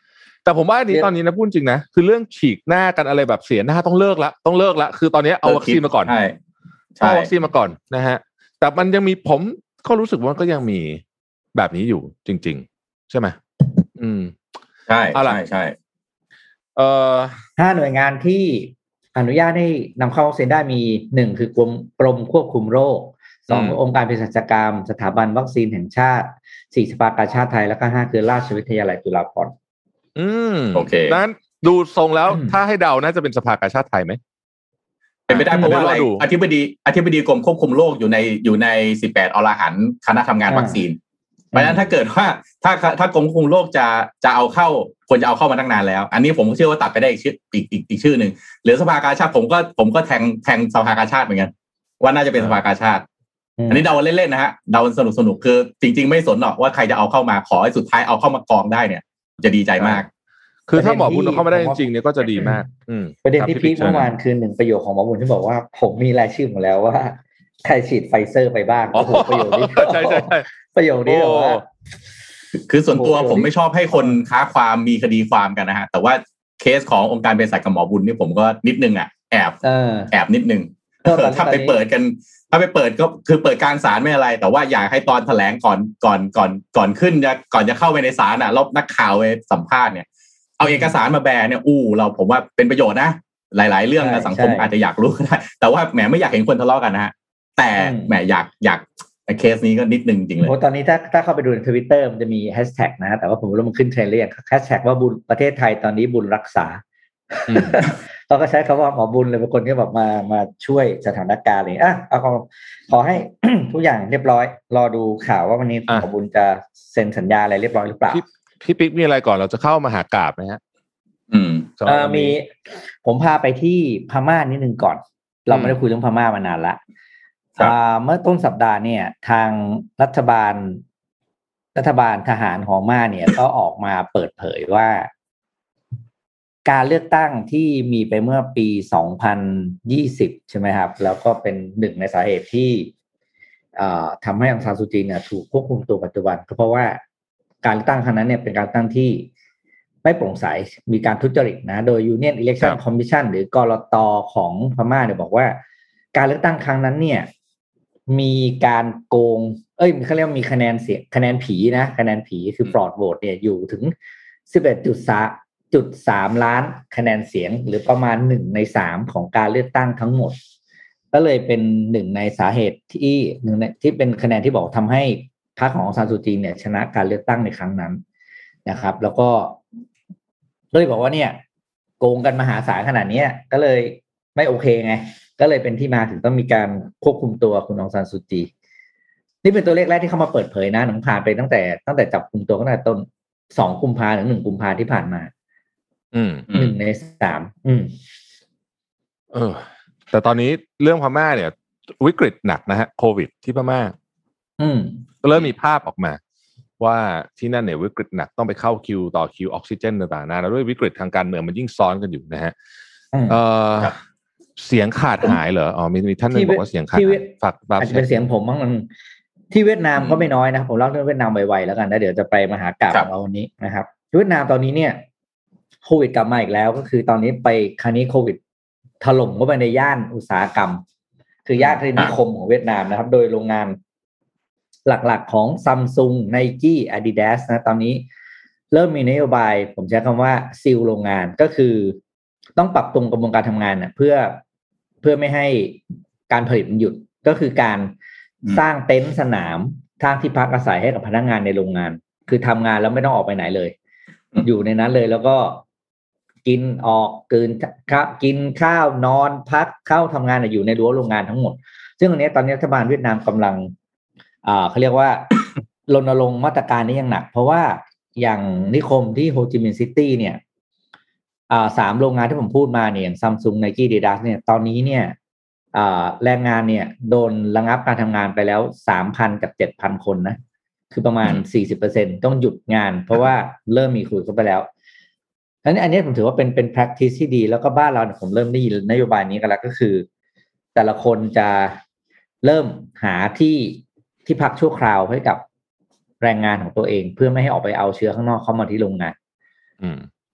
แต่ผมว่าอันนี้ตอนนี้นะพูดจริงนะคือเรื่องฉีกหน้ากันอะไรแบบเสียหน้าต้องเลิกละต้องเลิกละคือตอนนี้เอาวัคซีนมาก่อนใช่เอาวัคซีนมาก่อนนะฮะแต่มันยังมีผมก็รู้สึกว่าก็ยังมีแบบนี้อยู่จริงๆใช่ไหมอืมใช่ใช่ใช่เอ่อห้าหน่วยงานที่อนุญาตให้นำเข้าวัคซีนได้มีหนึ่งคือกรมกรมควบคุมโรคสององค์การเภสัชกรรมสถาบันวัคซีนแห่งชาติสี่สภากาชาดไทยแล้วก็ห้าคือราชวิทยาลัยจุฬาภรณ์อืมโอเคนั้นดูทรงแล้วถ้าให้เดาน่าจะเป็นสภากาชาดไทยไหมเป็นไม่ได้เพราะว่าอะไรอธิบดีอธิบดีกรมควบคุมโรคอยู่ในอยู่ในสิบแปดอรหันต์คณะทำงานวัคซีนเพราะฉะนั้นถ้าเกิดว่าถ้าถ้ากรมควบคุมโรคจะจะเอาเข้าควรจะเอาเข้ามาตั้งนานแล้วอันนี้ผมเชื่อว่าตัดไปได้อีกชื่ออีกอีกอีกชื่อหนึ่งหรือสภากาชาดผมก็ผมก็แทงแทงสภากาชาดเหมือนกันว่าน่าจะเป็นสภากาชาดอันนี้เดาเล่นๆนะฮะเดาสนุกสนุกคือจริงๆไม่สนหรอกว่าใครจะเอาเข้ามาขอให้สุดท้ายเอาเข้ามากองได้เนี่ยจะดีใจมากคือถ้าหมอบุญเอาเข้ามาได้จริงๆเนี่ยก็จะดีมากประเด็นที่พีคเมื่อวานคือหนึ่งประโยคของหมอบุญที่บอกว่าผมมีรายชื่อหมดแล้วว่าใครฉีดไฟเซอร์ไปบ้างโอ้โหประโยคนี้ใช่ใช่ประโยคนี้แบบว่าคือส่วนตัวผมไม่ชอบให้คนค้าความมีคดีความกันนะฮะแต่ว่าเคสขององค์การเภสัชกับหมอบุญนี่ผมก็นิดนึงอ่ะแอบแอบนิดนึงถ้าไปเปิดกันถ้าไปเปิดก็คือเปิดกลางศาลไม่อะไรแต่ว่าอยากให้ตอนแถลงก่อนก่อนก่อนก่อนขึ้นจะก่อนจะเข้าไปในศาลอ่ะรอบนักข่าวไปสัมภาษณ์เนี่ยเอาเอกสารมาแบนเนี่ยอู้เราผมว่าเป็นประโยชน์นะหลายๆเรื่องสังคมอาจจะอยากรู้ก็ได้แต่ว่าแหมไม่อยากเห็นคนทะเลาะกันนะฮะแต่แหมอยากอยากเคสนี้ก็นิดนึงจริงเลยโอ้ตอนนี้ถ้าถ้าเข้าไปดูใน Twitter มันจะมีแฮชแท็กนะแต่ว่าผมรู้มันขึ้นเทรนด์หรือยังแฮชแท็กว่าบุญประเทศไทยตอนนี้บุญรักษาเราก็ใช้คำว่าหมอบุญเลยเป็นคนที่แบบมามาช่วยสถานการณ์เลยอ่ะเอาขอให้ ทุกอย่างเรียบร้อยรอดูข่าวว่าวันนี้หมอบุญจะเซ็นสัญญาอะไรเรียบร้อยหรือเปล่าพี่ปิ๊กมีอะไรก่อนเราจะเข้ามหากาพย์ไหมฮะอืมเอ่อมีผมพาไปที่พม่านิดนึงก่อนเราไม่ได้คุยเรื่องพม่ามานานละเมื่อต้นสัปดาห์เนี่ยทางรัฐบาลรัฐบาลทหารของม่าเนี่ยก็ออกมาเปิดเผยว่าการเลือกตั้งที่มีไปเมื่อปีสองพันยี่สิบใช่ไหมครับแล้วก็เป็นหนึ่งในสาเหตุที่ทำให้องซานซูจีเนี่ยถูกควบคุมตัวปัจจุบันก็เพราะว่าการเลือกตั้งครั้งนั้นเนี่ยเป็นการตั้งที่ไม่โปร่งใสมีการทุจริตนะโดย Union Election Commission หรือกลต.ของพม่าเนี่ยบอกว่าการเลือกตั้งครั้งนั้นเนี่ยมีการโกงเอ้ยเขาเรียกว่ามีคะแนนเสียงคะแนนผีนะคะแนนผีคือ fraud vote เนี่ยอยู่ถึง สิบเอ็ดจุดสาม ล้านคะแนนเสียงหรือประมาณหนึ่งในสามของการเลือกตั้งทั้งหมดก็เลยเป็นหนึ่งในสาเหตุที่หนึ่งในที่เป็นคะแนนที่บอกทำให้พรรคขององซานซูจีเนี่ยชนะการเลือกตั้งในครั้งนั้นนะครับแล้วก็เลยบอกว่าเนี่ยโกงกันมหาศาลขนาดนี้ก็เลยไม่โอเคไงก็เลยเป็นที่มาถึงต้องมีการควบคุมตัวคุณองซานซูจีนี่เป็นตัวเลขแรกที่เข้ามาเปิดเผยนะหนังผ่านไปตั้งแต่ตั้งแต่จับกุมตัวตั้งแต่ต้นสองกุมภาพันธ์ถึงหนึ่งกุมภาพันธ์ที่ผ่านมาอืมหนึ่งในสามอืมเออแต่ตอนนี้เรื่องพม่าเนี่ยวิกฤตหนักนะฮะโควิดที่พม่าอืมเริ่มมีภาพออกมาว่าที่นั่นเนี่ยวิกฤตหนักต้องไปเข้าคิวต่อคิวออกซิเจนต่างๆนะแล้วด้วยวิกฤตทางการเมืองมันยิ่งซ้อนกันอยู่นะฮะเออเสียงขาดหายเหรออ๋อมีมีท่านนึงบอกว่าเสียงขาดฝากอาจจะเป็นเสียงผมมั้งมันที่เวียดนามก็ไม่น้อยนะผมเล่าเรื่องเวียดนามไวๆแล้วกันนะเดี๋ยวจะไปมหากาพย์ของเราวันนี้นะครับเวียดนามตอนนี้เนี่ยโควิดกลับมาอีกแล้วก็คือตอนนี้ไปครั้งนี้โควิดถล่มเข้าไปในย่านอุตสาหกรรมคือย่านนิคมของเวียดนามนะครับโดยโรงงานหลักๆของ Samsung Nike Adidas นะตอนนี้เริ่มมีนโยบายผมใช้คำว่าซีลโรงงานก็คือต้องปรับปรุงกระบวนการทำงานนะเพื่อเพื่อไม่ให้การผลิตมันหยุดก็คือการสร้างเต็นท์สนามสร้างที่พักอาศัยให้กับพนักงานในโรงงานคือทำงานแล้วไม่ต้องออกไปไหนเลยอยู่ในนั้นเลยแล้วก็กินออกกินข้าวกินข้าวนอนพักเข้าทำงานอยู่ในรั้วโรงงานทั้งหมดซึ่งอันนี้ตอนนี้รัฐบาลเวียดนามกำลังอ่าเขาเรียกว่ารณรงค์มาตรการนี้อย่างหนักเพราะว่าอย่างนิคมที่โฮจิมินห์ซิตี้เนี่ยอ่าสามโรงงานที่ผมพูดมาเนี่ยอย่าง Samsung Nike Adidas เนี่ยตอนนี้เนี่ยอ่าแรงงานเนี่ยโดนระงับการทำงานไปแล้ว สามพัน กับ เจ็ดพัน คนนะคือประมาณ สี่สิบเปอร์เซ็นต์ ต้องหยุดงานเพราะว่าเริ่มมีคุยกันไปแล้วอันนี้อันนี้ผมถือว่าเป็นเป็น practice ที่ดีแล้วก็บ้านเราเนี่ยผมเริ่มได้ยินนโยบายนี้กันแล้วก็คือแต่ละคนจะเริ่มหาที่ที่พักชั่วคราวให้กับแรงงานของตัวเองเพื่อไม่ให้ออกไปเอาเชื้อข้างนอกเข้ามาที่โรงงาน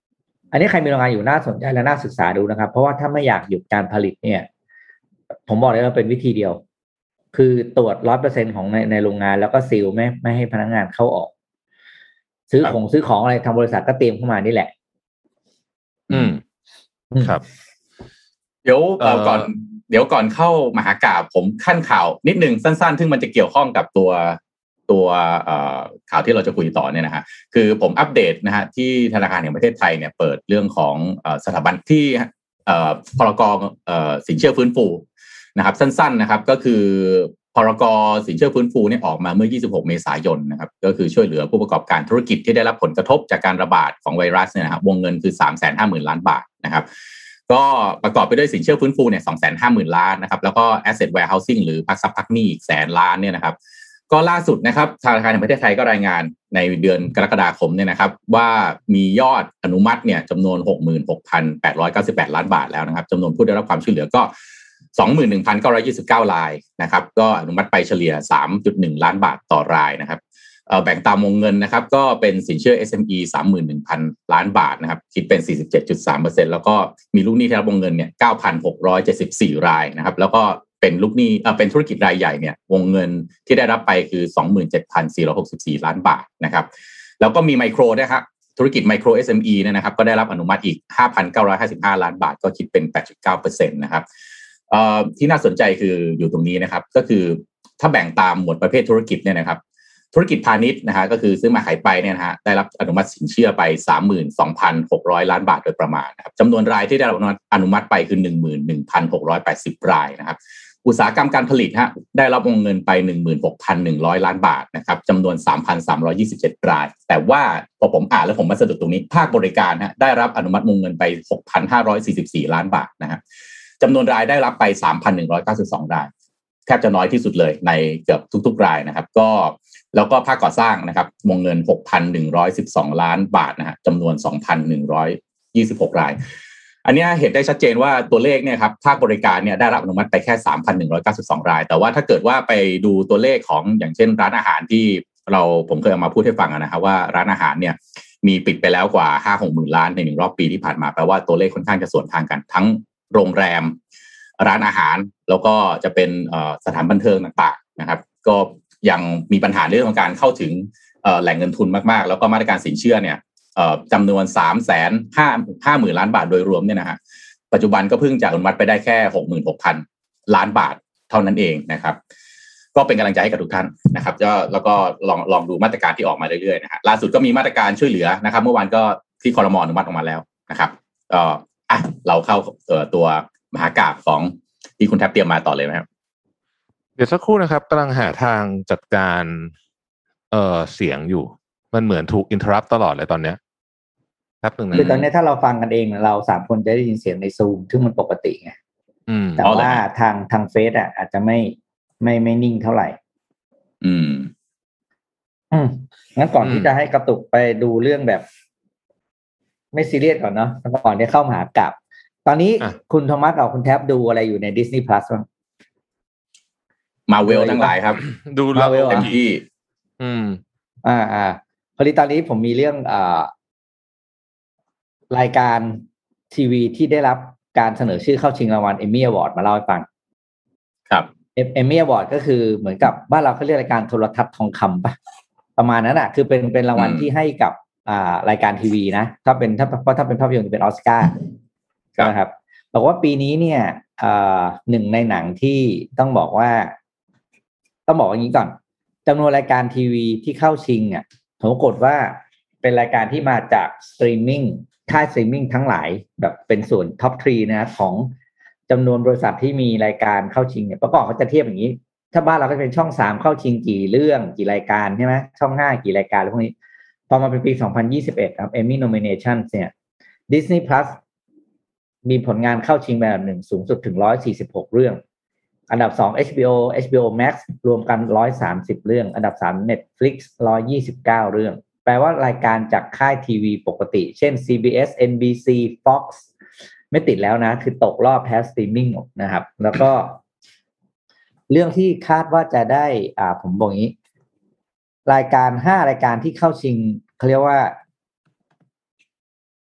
อันนี้ใครมีโรงงานอยู่น่าสนใจและน่าศึกษาดูนะครับเพราะว่าถ้าไม่อยากหยุดการผลิตเนี่ยผมบอกเลยว่าเป็นวิธีเดียวคือตรวจ ร้อยเปอร์เซ็นต์ ของในในโรงงานแล้วก็ซีลไม่ไม่ให้พนักงานเข้าออกซื้อของซื้อของอะไรทางบริษัทก็เตรียมเข้ามานี่แหละอืมครับเดี๋ยวเอ่อก่อนเดี๋ยวก่อนเข้ามหากาพย์ผมขั้นข่าวนิดนึงสั้นๆซึ่งมันจะเกี่ยวข้องกับตัวตัวข่าวที่เราจะคุยต่อเนี่ยนะฮะคือผมอัปเดตนะฮะที่ธนาคารแห่งประเทศไทยเนี่ยเปิดเรื่องของสถาบันที่พรกสินเชื่อฟื้นฟูนะครับสั้นๆนะครับก็คือพรกสินเชื่อฟื้นฟูเนี่ยออกมาเมื่อยี่สิบหกเมษายนนะครับก็คือช่วยเหลือผู้ประกอบการธุรกิจที่ได้รับผลกระทบจากการระบาดของไวรัสเนี่ยนะครับวงเงินคือ สามแสนห้าหมื่น ล้านบาทนะครับก็ประกอบไปด้วยสินเชื่อฟื้นฟูเนี่ย สองแสนห้าหมื่น ล้านนะครับแล้วก็ asset warehousing หรือพักทรัพย์พักหนี้อีกแสนล้านเนี่ยนะครับก็ล่าสุดนะครับธนาคารแห่งประเทศไทยก็รายงานในเดือนกรกฎาคมเนี่ยนะครับว่ามียอดอนุมัติเนี่ยจำนวน หกหมื่นหกพันแปดร้อยเก้าสิบแปด ล้านบาทแล้วนะครับจำนวนผู้ได้รับความช่วยเหลือก็ สองหมื่นหนึ่งพันเก้าร้อยยี่สิบเก้า รายนะครับก็อนุมัติไปเฉลี่ย สามจุดหนึ่ง ล้านบาทต่อรายนะครับแบ่งตามวงเงินนะครับก็เป็นสินเชื่อ เอส เอ็ม อี สามหมื่นหนึ่งพัน ล้านบาทนะครับคิดเป็น สี่สิบเจ็ดจุดสามเปอร์เซ็นต์ แล้วก็มีลูกหนี้ที่รับวงเงินเนี่ย เก้าพันหกร้อยเจ็ดสิบสี่ รายนะครับแล้วก็เป็นลูกหนี้เอ่อเป็นธุรกิจรายใหญ่เนี่ยวงเงินที่ได้รับไปคือ สองหมื่นเจ็ดพันสี่ร้อยหกสิบสี่ ล้านบาทนะครับแล้วก็มีไมโครด้วยครับธุรกิจไมโคร เอส เอ็ม อี เนี่ยนะครับก็ได้รับอนุมัติอีก ห้าพันเก้าร้อยห้าสิบห้า ล้านบาทก็คิดเป็น แปดจุดเก้าเปอร์เซ็นต์ นะครับเอ่อที่น่าสนใจคืออยู่ตรงนี้นะครับก็คือถ้าแบ่งตามหมวดประเภทธุรกิจเนี่ยนะครับธุรกิจพาณิชย์นะฮะก็คือซื้อมาขายไปเนี่ยนะฮะได้รับอนุมัติสินเชื่อไป สามหมื่นสองพันหกร้อย ล้านบาทโดยประมาณนะครับจำนวนรายที่ได้รับอนุมัติไปคือ หนึ่งหมื่นหนึ่งพันหกร้อยแปดสิบ รายนะครับอุตสาหกรรมการผลิตฮะได้รับวงเงินไป หนึ่งหมื่นหกพันหนึ่งร้อย ล้านบาทนะครับจำนวน สามพันสามร้อยยี่สิบเจ็ด รายแต่ว่าพอผมอ่านแล้วผมมาสะดุดตรงนี้ภาคบริการฮะได้รับอนุมัติวงเงินไป หกพันห้าร้อยสี่สิบสี่ ล้านบาทนะครับจำนวนรายได้รับไป สามพันหนึ่งร้อยเก้าสิบสอง รายแทบจะน้อยที่สุดเลยในเกือบทุกๆรายนะครับก็แล้วก็ภาคก่อสร้างนะครับวงเงิน หกพันหนึ่งร้อยสิบสอง ล้านบาทนะฮะจำนวน สองพันหนึ่งร้อยยี่สิบหก รายอันนี้เห็นได้ชัดเจนว่าตัวเลขเนี่ยครับภาคบริการเนี่ยได้รับอนุมัติไปแค่ สามพันหนึ่งร้อยเก้าสิบสอง รายแต่ว่าถ้าเกิดว่าไปดูตัวเลขของอย่างเช่นร้านอาหารที่เราผมเคยเอามาพูดให้ฟังนะครับว่าร้านอาหารเนี่ยมีปิดไปแล้วกว่า ห้าหกหมื่น ล้านในหนึ่งรอบปีที่ผ่านมาแปลว่าตัวเลขค่อนข้างจะสวนทางกันทั้งโรงแรมร้านอาหารแล้วก็จะเป็นสถานบันเทิงต่างๆนะครับก็ยังมีปัญหาเรื่องของการเข้าถึงแหล่งเงินทุนมากๆแล้วก็มาตรการสินเชื่อเนี่ยจำนวน สามแสนห้าหมื่น ล้านบาทโดยรวมเนี่ยนะฮะปัจจุบันก็เพิ่งจะอนุมัติไปได้แค่ หกหมื่นหกพัน ล้านบาทเท่านั้นเองนะครับก็เป็นกำลังใจให้กับทุกท่านนะครับแล้วก็ลองลองดูมาตรการที่ออกมาเรื่อยๆนะฮะล่าสุดก็มีมาตรการช่วยเหลือนะครับเมื่อวานก็ที่ครม.อนุมัติออกมาแล้วนะครับเอ่ออ่ะเราเข้าตัวมหากาพย์ของที่คุณแทบเตรียมมาต่อเลยไหมครับเดี๋ยวสักครู่นะครับกำลังหาทางจัดการเอ่อเสียงอยู่มันเหมือนถูกอินเทอร์รัปตลอดเลยตอนเนี้ยครับนึงนะคือตอนนี้ถ้าเราฟังกันเองเราสามคนจะได้ยินเสียงในซูมซึ่งมันปกติไงแต่ว่าทางทางเฟซอ่ะอาจจะไม่ไม่ไม่นิ่งเท่าไหร่อืมอืมงั้นก่อนที่จะให้กระตุกไปดูเรื่องแบบไม่ซีเรียสก่อนเนาะก่อนที่เข้ามหากาพย์ตอนนี้คุณโทมัสกับคุณแท็บดูอะไรอยู่ใน Disney Plus บ้างมาเวลทั้งหลายครับดูแล้วเต็มที่อืมอ่าอ่าพอดีตอนนี้ผมมีเรื่องอ่ารายการทีวีที่ได้รับการเสนอชื่อเข้าชิงรางวัล Emmy Award มาเล่าให้ฟังครับ Emmy Award ก็คือเหมือนกับบ้านเราเขาเรียกรายการโทรทัศน์ทองคำป่ะประมาณนั้นอ่ะคือเป็นเป็นรางวัลที่ให้กับอ่ารายการทีวีนะถ้าเป็นถ้าเพราะถ้าเป็นภาพยนตร์จะเป็นออสการ์นะครับบอกว่าปีนี้เนี่ยอ่าหนึ่งในหนังที่ต้องบอกว่าต้องบอกอย่างนี้ก่อนจำนวนรายการทีวีที่เข้าชิงอ่ะปรากฏว่าเป็นรายการที่มาจากสตรีมมิ่งค่ายสตรีมมิ่งทั้งหลายแบบเป็นส่วนท็อปสามนะของจำนวนบริษัทที่มีรายการเข้าชิงเนี่ยประกอบเขาจะเทียบอย่างนี้ถ้าบ้านเราก็จะเป็นช่องสามเข้าชิงกี่เรื่องกี่รายการใช่ไหมช่องห้ากี่รายการอะไรพวกนี้พอมาเป็นปีสองพันยี่สิบเอ็ดครับ Emmy Nominations เนี่ย Disney Plus มีผลงานเข้าชิงแบบหนึ่งสูงสุดถึงหนึ่งร้อยสี่สิบหกเรื่องอันดับสอง เอช บี โอ เอช บี โอ Max รวมกันหนึ่งร้อยสามสิบเรื่องอันดับสาม Netflix หนึ่งร้อยยี่สิบเก้าเรื่องแปลว่ารายการจากค่ายทีวีปกติเช่น ซี บี เอส เอ็น บี ซี Fox ไม่ติดแล้วนะคือตกรอบแพ้สตรีมมิ่งนะครับแล้วก็เรื่องที่คาดว่าจะได้อ่าผมบอกงี้รายการห้ารายการที่เข้าชิงเขาเรียกว่า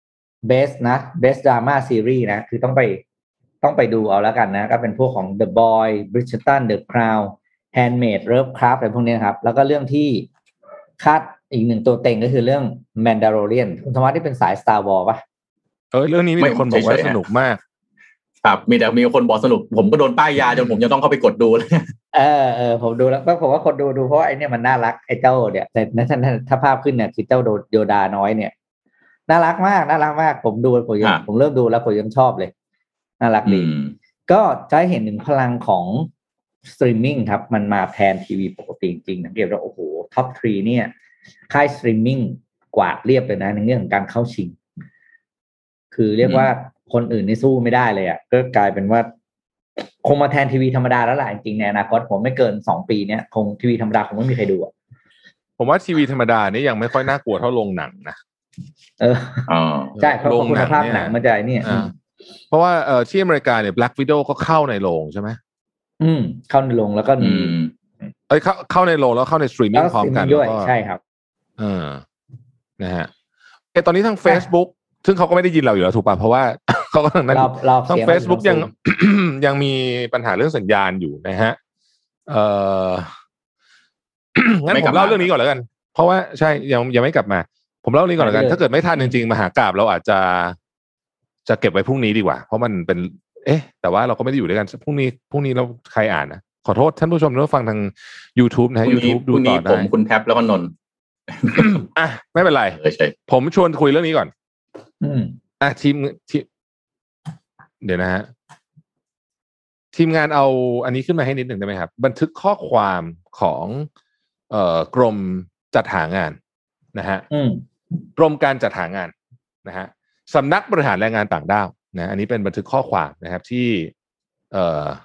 best นะ best drama series นะคือต้องไปต้องไปดูเอาแล้วกันนะก็เป็นพวกของ The Boy Bridgerton The Crown Handmaid Lovecraft อะไรพวกนี้ครับแล้วก็เรื่องที่คาดอีกหนึ่งตัวเต็งก็คือเรื่อง Mandalorian คุณธรรมะที่เป็นสาย Star Wars ป่ะเออเรื่องนี้มีแต่คนบอกว่าสนุกมากครับมีแต่มีคนบอกสนุกผมก็โดนป้ายยาจนผมจะต้องเข้าไปกดดูเลยเออเออผมดูแล้วก็ผมว่าคนดูดูเพราะว่าไอ้นี่มันน่ารักไอ้เจ้าเนี่ยแต่ถ้าถ้าภาพขึ้นเนี่ยคือเจ้าโยดาน้อยเนี่ยน่ารักมากน่ารักมากผมดูผมยังผมเริ่มดูแล้วผมยังชอบเลยน่ารักดีก็จะเห็นถึงพลังของสตรีมมิ่งครับมันมาแทนทีวีปกติจริงๆนะเรียกว่าโอ้โหท็อปสามเนี่ยค่ายสตรีมมิ่งกวาดเรียบเลยนะในเรื่องของการเข้าชิงคือเรียกว่าคนอื่นนี่สู้ไม่ได้เลยอ่ะก็กลายเป็นว่าคงมาแทนทีวีธรรมดาแล้วล่ะจริงๆในอนาคตผมไม่เกินสองปีเนี้ยคงทีวีธรรมดาคงไม่มีใครดูอ่ะผมว่าทีวีธรรมดานี่ยังไม่ค่อยน่ากลัวเท่าโรงหนังนะเออใช่เพราะคุณภาพหนังมันจะเนี่ยเพราะว่าเอ่อที่อเมริกาเนี่ย Black Widow ก็เข้าในโรงใช่ไหมอืมเข้าในโรงแล้วก็มีเอ้ยเข้าเข้าในโรงแล้วเข้าในสตรีมมิ่งพร้อมกันด้วยใช่ครับเออนะฮะไอ้ตอนนี้ทาง Facebook ซึ่งเขาก็ไม่ได้ยินเราอยู่แล้วถูกป่ะเพราะว่าเขาก็ทางนั้นทาง Facebook ยังยังมีปัญหาเรื่องสัญญาณอยู่นะฮะเอ่องั้นผมเล่าเรื่องนี้ก่อนแล้วกันเพราะว่าใช่ยังยังไม่กลับมาผมเล่าเรื่องนี้ก่อนแล้วกันถ้าเกิดไม่ทันจริงๆมหากาพย์เราอาจจะจะเก็บไว้พรุ่งนี้ดีกว่าเพราะมันเป็นเอ๊ะแต่ว่าเราก็ไม่ได้อยู่ด้วยกันพรุ่งนี้พรุ่งนี้เราใครอ่านนะขอโทษท่านผู้ชมที่ฟังทาง YouTube นะฮะ YouTube ดูต่อได้ผมคุณแท็บแล้วก็นนท์อ่ะไม่เป็นไรผมชวนคุยเรื่องนี้ก่อนอืมอ่ะทีมทีเดี๋ยวนะฮะทีมงานเอาอันนี้ขึ้นมาให้นิดหนึ่งได้ไหมครับบันทึกข้อความของเอ่อกรมจัดหางานนะฮะกรมการจัดหางานนะฮะสำนักบริหารแรงงานต่างด้าวนะอันนี้เป็นบันทึกข้อความนะครับที่เอ่อ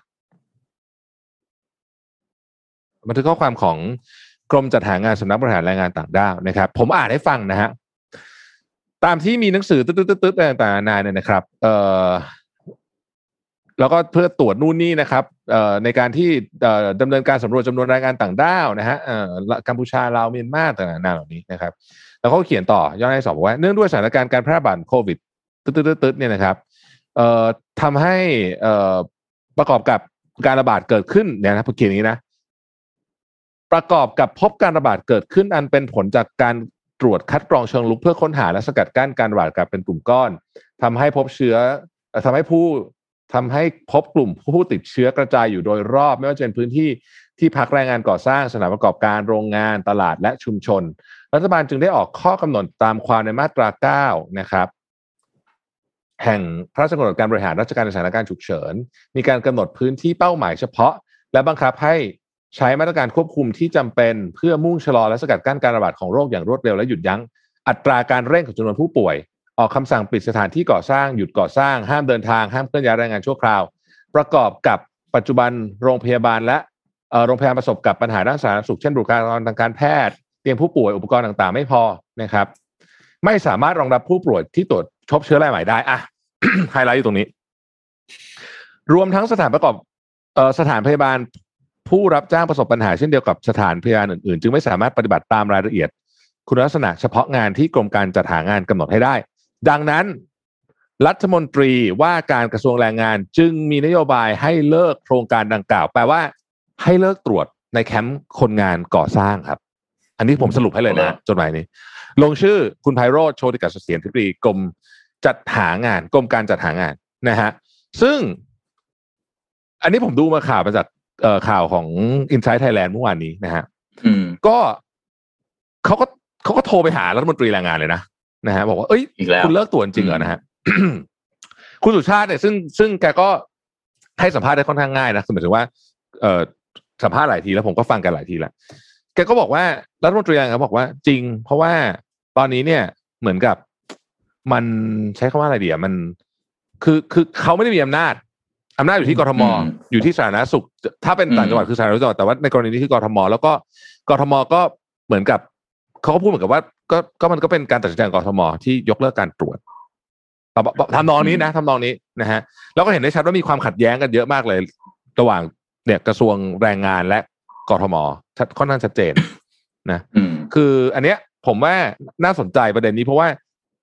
บันทึกข้อความของกรมจัดหางานสำนักบริหารแรงงานต่างด้าวนะครับผมอ่านให้ฟังนะฮะตามที่มีหนังสือตึ๊ดๆๆต่างๆนานาเนี่ยนะครับเอ่อแล้วก็เพื่อตรวจนู่นนี่นะครับเอ่อในการที่เอ่อดำเนินการสำรวจจำนวนแรงงานต่างด้าวนะฮะเอ่อกัมพูชาลาวเมียนมาต่างๆนานาเหล่านี้นะครับแล้วเขาเขียนต่อย่อให้สอบบอกว่าเนื่องด้วยสถานการณ์การแพร่ระบาดโควิดตึ๊ดๆๆเนี่ยนะครับเอ่อทำให้เอ่อประกอบกับการระบาดเกิดขึ้นเนี่ยนะเขียนอย่างนี้นะประกอบกับพบการระบาดเกิดขึ้นอันเป็นผลจากการตรวจคัดกรองเชิงลุกเพื่อค้นหาและสกัดกั้นการระบาดการเป็นกลุ่มก้อนทำให้พบเชื้อทำให้ผู้ทำให้พบกลุ่มผู้ติดเชื้อกระจายอยู่โดยรอบไม่ว่าจะเป็นพื้นที่ที่พักแรงงานก่อสร้างสถานประกอบการโรงงานตลาดและชุมชนรัฐบาลจึงได้ออกข้อกำหนดตามความในมาตราเก้านะครับแห่งพระราชกำหนดการบริหารราชการในสถานการณ์ฉุกเฉินมีการกำหนดพื้นที่เป้าหมายเฉพาะและบังคับให้ใช้มาตรการควบคุมที่จำเป็นเพื่อมุ่งชะลอและสกัดกั้นการระบาดของโรคอย่างรวดเร็วและหยุดยั้งอัตราการเร่งของจำนวนผู้ป่วยออกคำสั่งปิดสถานที่ก่อสร้างหยุดก่อสร้างห้ามเดินทางห้ามเคลื่อนย้ายแรงงานชั่วคราวประกอบกับปัจจุบันโรงพยาบาลและโรงพยาบาลประสบกับปัญหาด้านสาธารณสุขเช่นบุคลากรทางการแพทย์เตียงผู้ป่วยอุปกรณ์ต่างๆไม่พอนะครับไม่สามารถรองรับผู้ป่วยที่ตรวจพบเชื้อรายใหม่ได้อ่ะ ไฮไลท์อยู่ตรงนี้รวมทั้งสถานประกอบสถานพยาบาลผู้รับจ้างประสบปัญหาเช่นเดียวกับสถานพยาบาลอื่นๆจึงไม่สามารถปฏิบัติตามรายละเอียดคุณลักษณะเฉพาะงานที่กรมการจัดหางานกำหนดให้ได้ดังนั้นรัฐมนตรีว่าการกระทรวงแรงงานจึงมีนโยบายให้เลิกโครงการดังกล่าวแปลว่าให้เลิกตรวจในแคมป์คนงานก่อสร้างครับอันนี้ผมสรุปให้เลยนะจดหมายนี้ลงชื่อคุณไพโรจน์โชติกัสเสถียรอธิบดีกรมจัดหางานกรมการจัดหางานนะฮะซึ่งอันนี้ผมดูมาข่าวมาจากเอ่อข่าวของ Inside Thailand เมื่อวานนี้นะฮะก็เขาก็เขาก็โทรไปหารัฐมนตรีแรงงานเลยนะนะฮะบอกว่าเอ้ยคุณเลิกตรวจจริงเหรอนะฮะ คุณสุชาติเนี่ยซึ่งซึ่งแกก็ให้สัมภาษณ์ได้ค่อนข้างง่ายนะคือหมายถึงว่าเอ่อสัมภาษณ์หลายทีแล้วผมก็ฟังกันหลายทีแล้วแกก็บอกว่ารัฐมนตรีแรงงานบอกว่าจริงเพราะว่าตอนนี้เนี่ยเหมือนกับมันใช้คำว่าอะไรดีอ่ะมันคือคือเขาไม่ได้มีอำนาจอำนาจอยู่ที่กทมอยู่ที่สาธารณสุขถ้าเป็นต่างจังหวัดคือสาธารณสุขแต่ว่าในกรณีนี้คือกทมแล้วก็กทมก็เหมือนกับเขาก็พูดเหมือนกับว่าก็ก็มันก็เป็นการตัดสินใจของกทมที่ยกเลิกการตรวจทำนองนี้นะทำนองนี้นะฮะแล้วก็เห็นได้ชัดว่ามีความขัดแย้งกันเยอะมากเลยระหว่างเนี่ยกระทรวงแรงงานและกทมค่อนข้างชัดเจนนะคืออันเนี้ยผมว่าน่าสนใจประเด็นนี้เพราะว่า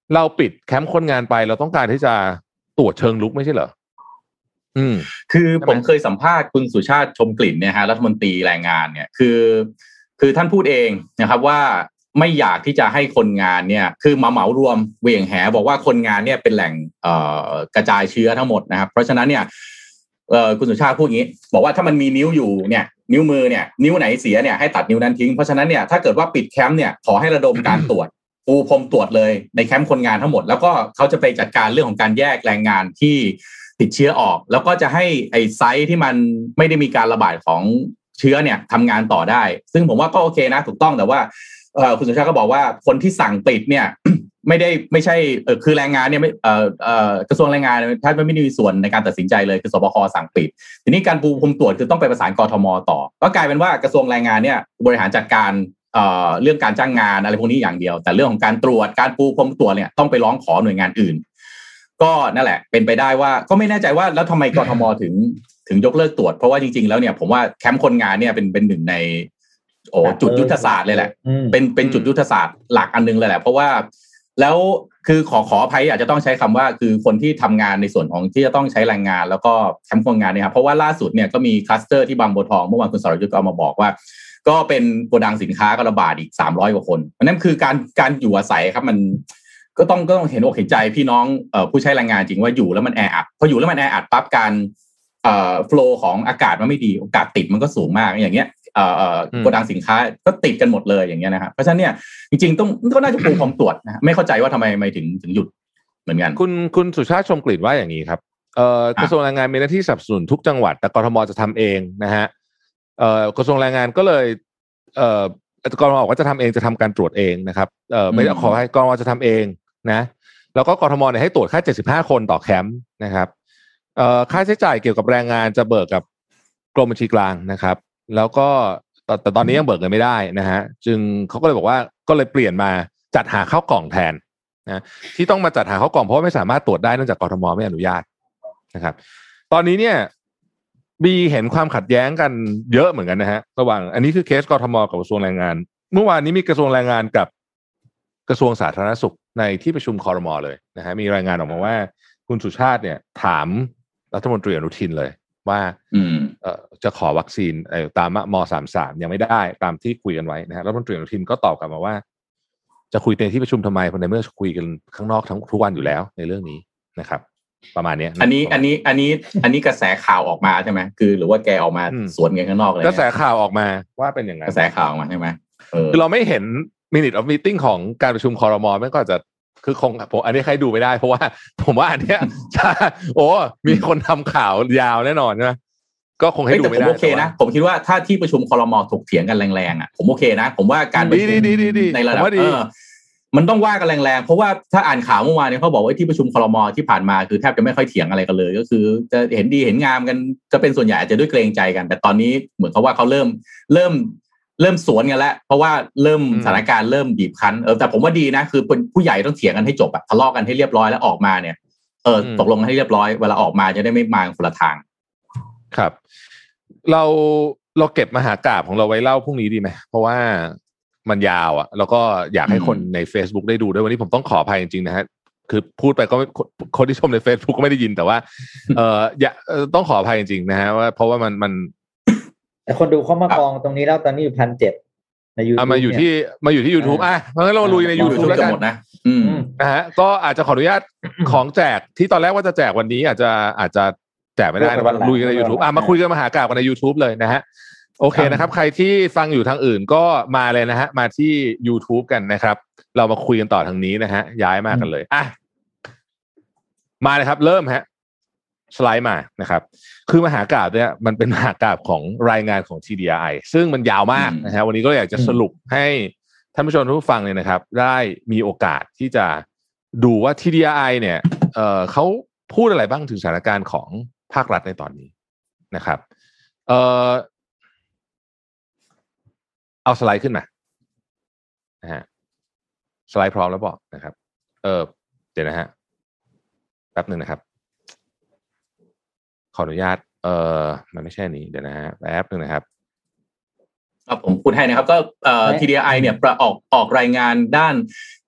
เราปิดแคมป์คนงานไปเราต้องการที่จะตรวจเชิงลุกไม่ใช่เหรออืมคือผมเคยสัมภาษณ์คุณสุชาติชมกลิ่นเนี่ยฮะรัฐมนตรีแรงงานเนี่ยคือคือท่านพูดเองนะครับว่าไม่อยากที่จะให้คนงานเนี่ยคือมาเหมารวมเหวี่ยงแหบอกว่าคนงานเนี่ยเป็นแหล่งเอ่อกระจายเชื้อทั้งหมดนะครับเพราะฉะนั้นเนี่ยเอ่อคุณสุชาติพูดอย่างนี้บอกว่าถ้ามันมีนิ้วอยู่เนี่ยนิ้วมือเนี่ยนิ้วไหนเสียเนี่ยให้ตัดนิ้วนั้นทิ้งเพราะฉะนั้นเนี่ยถ้าเกิดว่าปิดแคมป์เนี่ยขอให้ระดมการตรวจปูพรมตรวจเลยในแคมป์คนงานทั้งหมดแล้วก็เขาจะไปจัดการเรื่องของการแยกแรงงานที่ติดเชื้อออกแล้วก็จะให้ไอ้ไซต์ที่มันไม่ได้มีการระบาดของเชื้อเนี่ยทำงานต่อได้ซึ่งผมว่าก็โอเคนะถูกต้องแต่ว่าเอ่อคุณสุชาติก็บอกว่าคนที่สั่งปิดเนี่ย ไม่ได้ไม่ใช่เออคือแรงงานเนี่ยไม่เอ่อเอ่อกระทรวงแรงงานท่านไม่ได้มีส่วนในการตัดสินใจเลยคือสบคสั่งปิดทีนี้การปูพรมตรวจคือต้องไปประสานกทมต่อก็กลายเป็นว่ากระทรวงแรงงานเนี่ยบริหารจัดการเอ่อเรื่องการจ้างงานอะไรพวกนี้อย่างเดียวแต่เรื่องของการตรวจการปูพรมตรวจเนี่ยต้องไปร้องขอหน่วยงานอื่นก็นั่นแหละเป็นไปได้ว่าก็ไม่แน่ใจว่าแล้วทำไมกทมถึงถึงยกเลิกตรวจเพราะว่าจริงๆแล้วเนี่ยผมว่าแคมป์คนงานเนี่ยเป็นเป็นหนึ่งในโอ้จุดยุทธศาสตร์เลยแหละเป็นเป็นจุดยุทธศาสตร์หลักอันนึงเลยแหละเพราะว่าแล้วคือขอขออภัยอาจจะต้องใช้คำว่าคือคนที่ทำงานในส่วนของที่จะต้องใช้แรงงานแล้วก็แคมป์คนงานเนี่ยครับเพราะว่าล่าสุดเนี่ยก็มีคลัสเตอร์ที่บางบัวทองเมื่อวานคุณสรยุทธ์ก็มาบอกว่าก็เป็นโกดังสินค้าก็ระบาดอีกสามร้อยกว่าคนเพราะนั้นคือการการอยู่อาศัยครับมันก็ต้องก็ต้องเห็นอกเห็นใจพี่น้องเอ่อผู้ใช้แรงงานจริงว่าอยู่แล้วมันแออัดพออยู่แล้วมันแออัดปั๊บการเอ่อโฟลว์ของอากาศมันไม่ดีโอกาสติดมันก็สูงมากอย่างเงี้ยเอ่อเอ่อโกดังสินค้าก็ติดกันหมดเลยอย่างเงี้ยนะครับเพราะฉะนั้นเนี่ยจริงๆต้องก็น่าจะปูพรมตรวจนะไม่เข้าใจว่าทำไมไม่ถึงถึงหยุดเหมือนกันคุณคุณสุชาติชมกลิ่นว่าอย่างนี้ครับเอ่อกระทรวงแรงงานมีหน้าที่สนับสนุนทุกจังหวัดแต่กทมจะทำเองนะฮะเอ่อกระทรวงแรงงานก็เลยเอ่อกทมบอกว่าจะทำเองจะทำการตรวจเองนะครับเอ่อไม่ได้ขอให้กทมจะทำเองนะแล้วก็กทมเนี่ยให้ตรวจแค่เจ็ดสิบห้าคนต่อแคมป์นะครับเอ่อค่าใช้จ่ายเกี่ยวกับแรงงานจะเบิกกับกรมบัญชีกลางนะครับแล้วก็แต่ตอนนี้ยังเบิกเงินไม่ได้นะฮะจึงเขาก็เลยบอกว่าก็เลยเปลี่ยนมาจัดหาข้าวกล่องแทนนะที่ต้องมาจัดหาข้าวกล่องเพราะว่าไม่สามารถตรวจได้เนื่องจากกทมไม่อนุญาตนะครับตอนนี้เนี่ยมีเห็นความขัดแย้งกันเยอะเหมือนกันนะฮะระหว่างอันนี้คือเคสกทมกับกระทรวงแรงงานเมื่อวานนี้มีกระทรวงแรงงานกับกระทรวงสาธารณสุขในที่ประชุมครม.เลยนะฮะมีรายงานออกมาว่าคุณสุชาติเนี่ยถามรัฐมนตรีอนุทินเลยว่าเอ่อจะขอวัคซีนตามม.สามสิบสามยังไม่ได้ตามที่คุยกันไว้นะฮะรัฐมนตรีอนุทินก็ตอบกลับมาว่าจะคุยในที่ประชุมทำไมเพราะในเมื่อคุยกันข้างนอกทั้งทุกวันอยู่แล้วในเรื่องนี้นะครับประมาณนี้อันนี้อันนี้อันนี้อันนี้กระแสข่าวออกมาใช่ไหมคือหรือว่าแกออกมาสวนกันข้างนอกเลยกระแสข่าวออกมาว่าเป็นอย่างไรกระแสข่าวออกมาใช่ไหมคือเราไม่เห็น minute of meeting ของการประชุมครม.มันก็จะคือคงผมอันนี้ใครดูไม่ได้เพราะว่าผมว่าอันเนี้ยจะโอ้มีคนทำข่าวยาวแน่นอนใช่ไหมก็คงให้ดูไม่ได้ผมโอเคนะผมคิดว่าถ้าที่ประชุมครม.ถกเถียงกันแรงๆอ่ะผมโอเคนะผมว่าการประชุมในระดับเออมันต้องว่ากันแรงๆเพราะว่าถ้าอ่านข่าวเมื่อวานเนี่ยเขาบอกว่าที่ประชุมครม.ที่ผ่านมาคือแทบจะไม่ค่อยเถียงอะไรกันเลยก็คือจะเห็นดีเห็นงามกันจะเป็นส่วนใหญ่อาจจะด้วยเกรงใจกันแต่ตอนนี้เหมือนเขาว่าเขาเริ่มเริ่มเริ่มสวนกันแล้วเพราะว่าเริ่มสถานการณ์เริ่มบีบคั้นเออแต่ผมว่าดีนะคือผู้ใหญ่ต้องเถียงกันให้จบอะทะเลาะกันให้เรียบร้อยแล้วออกมาเนี่ยเออตกลงให้เรียบร้อยเวลาออกมาจะได้ไม่มาคนละทางครับเราเราเก็บมหากาพย์ของเราไว้เล่าพรุ่งนี้ดีไหมเพราะว่ามันยาวอ่ะแล้วก็อยากให้คนใน Facebook ได้ดูด้วยวันนี้ผมต้องขออภัยจริงๆนะฮะคือพูดไปก็คนที่ชมใน Facebook ก็ไม่ได้ยินแต่ว่าเอออย่าต้องขออภัยจริงๆนะฮะว่าเพราะว่ามันมันแต่คนดูเข้ามากองตรงนี้แล้วตอนนี้อยู่พันเจ็ดใน YouTube มาอยู่ที่มาอยู่ที่ YouTube อ่ะเพราะงั้นเราลุยใน YouTube แล้วกันหมดนะอืมนะฮะก็อาจจะขออนุญาตของแจกที่ตอนแรกว่าจะแจกวันนี้อาจจะอาจจะแจกไม่ได้นะว่าลุยกันใน YouTube อ่ะมาคุยกันมหากาพย์กันใน YouTube เลยนะฮะโอเคนะครับใครที่ฟังอยู่ทางอื่นก็มาเลยนะฮะมาที่ YouTube กันนะครับเรามาคุยกันต่อทางนี้นะฮะย้ายมากันเลยอ่ะมาเลยครับเริ่มฮะสไลด์มานะครับคือมหากาพย์เนี่ยมันเป็นมหากาพย์ของรายงานของ ที ดี อาร์ ไอ ซึ่งมันยาวมากนะฮะวันนี้ก็อยากจะสรุปให้ท่านผู้ชมทุกฟังเนี่ยนะครับได้มีโอกาสที่จะดูว่า ที ดี อาร์ ไอ เนี่ยเอ่อเขาพูดอะไรบ้างถึงสถานการณ์ของภาครัฐในตอนนี้นะครับเอ่อเอาสไลด์ขึ้นมานะฮะสไลด์พร้อมแล้วบอกนะครับเออเดี๋ยวนะฮะแป๊บนึงนะครับขออนุญาตเออมันไม่ใช่นี้เดี๋ยวนะฮะแป๊บนึงนะครับครับผมพูดให้นะครับก็เอ่อ ที ดี อาร์ ไอ เนี่ยประออกออกรายงานด้าน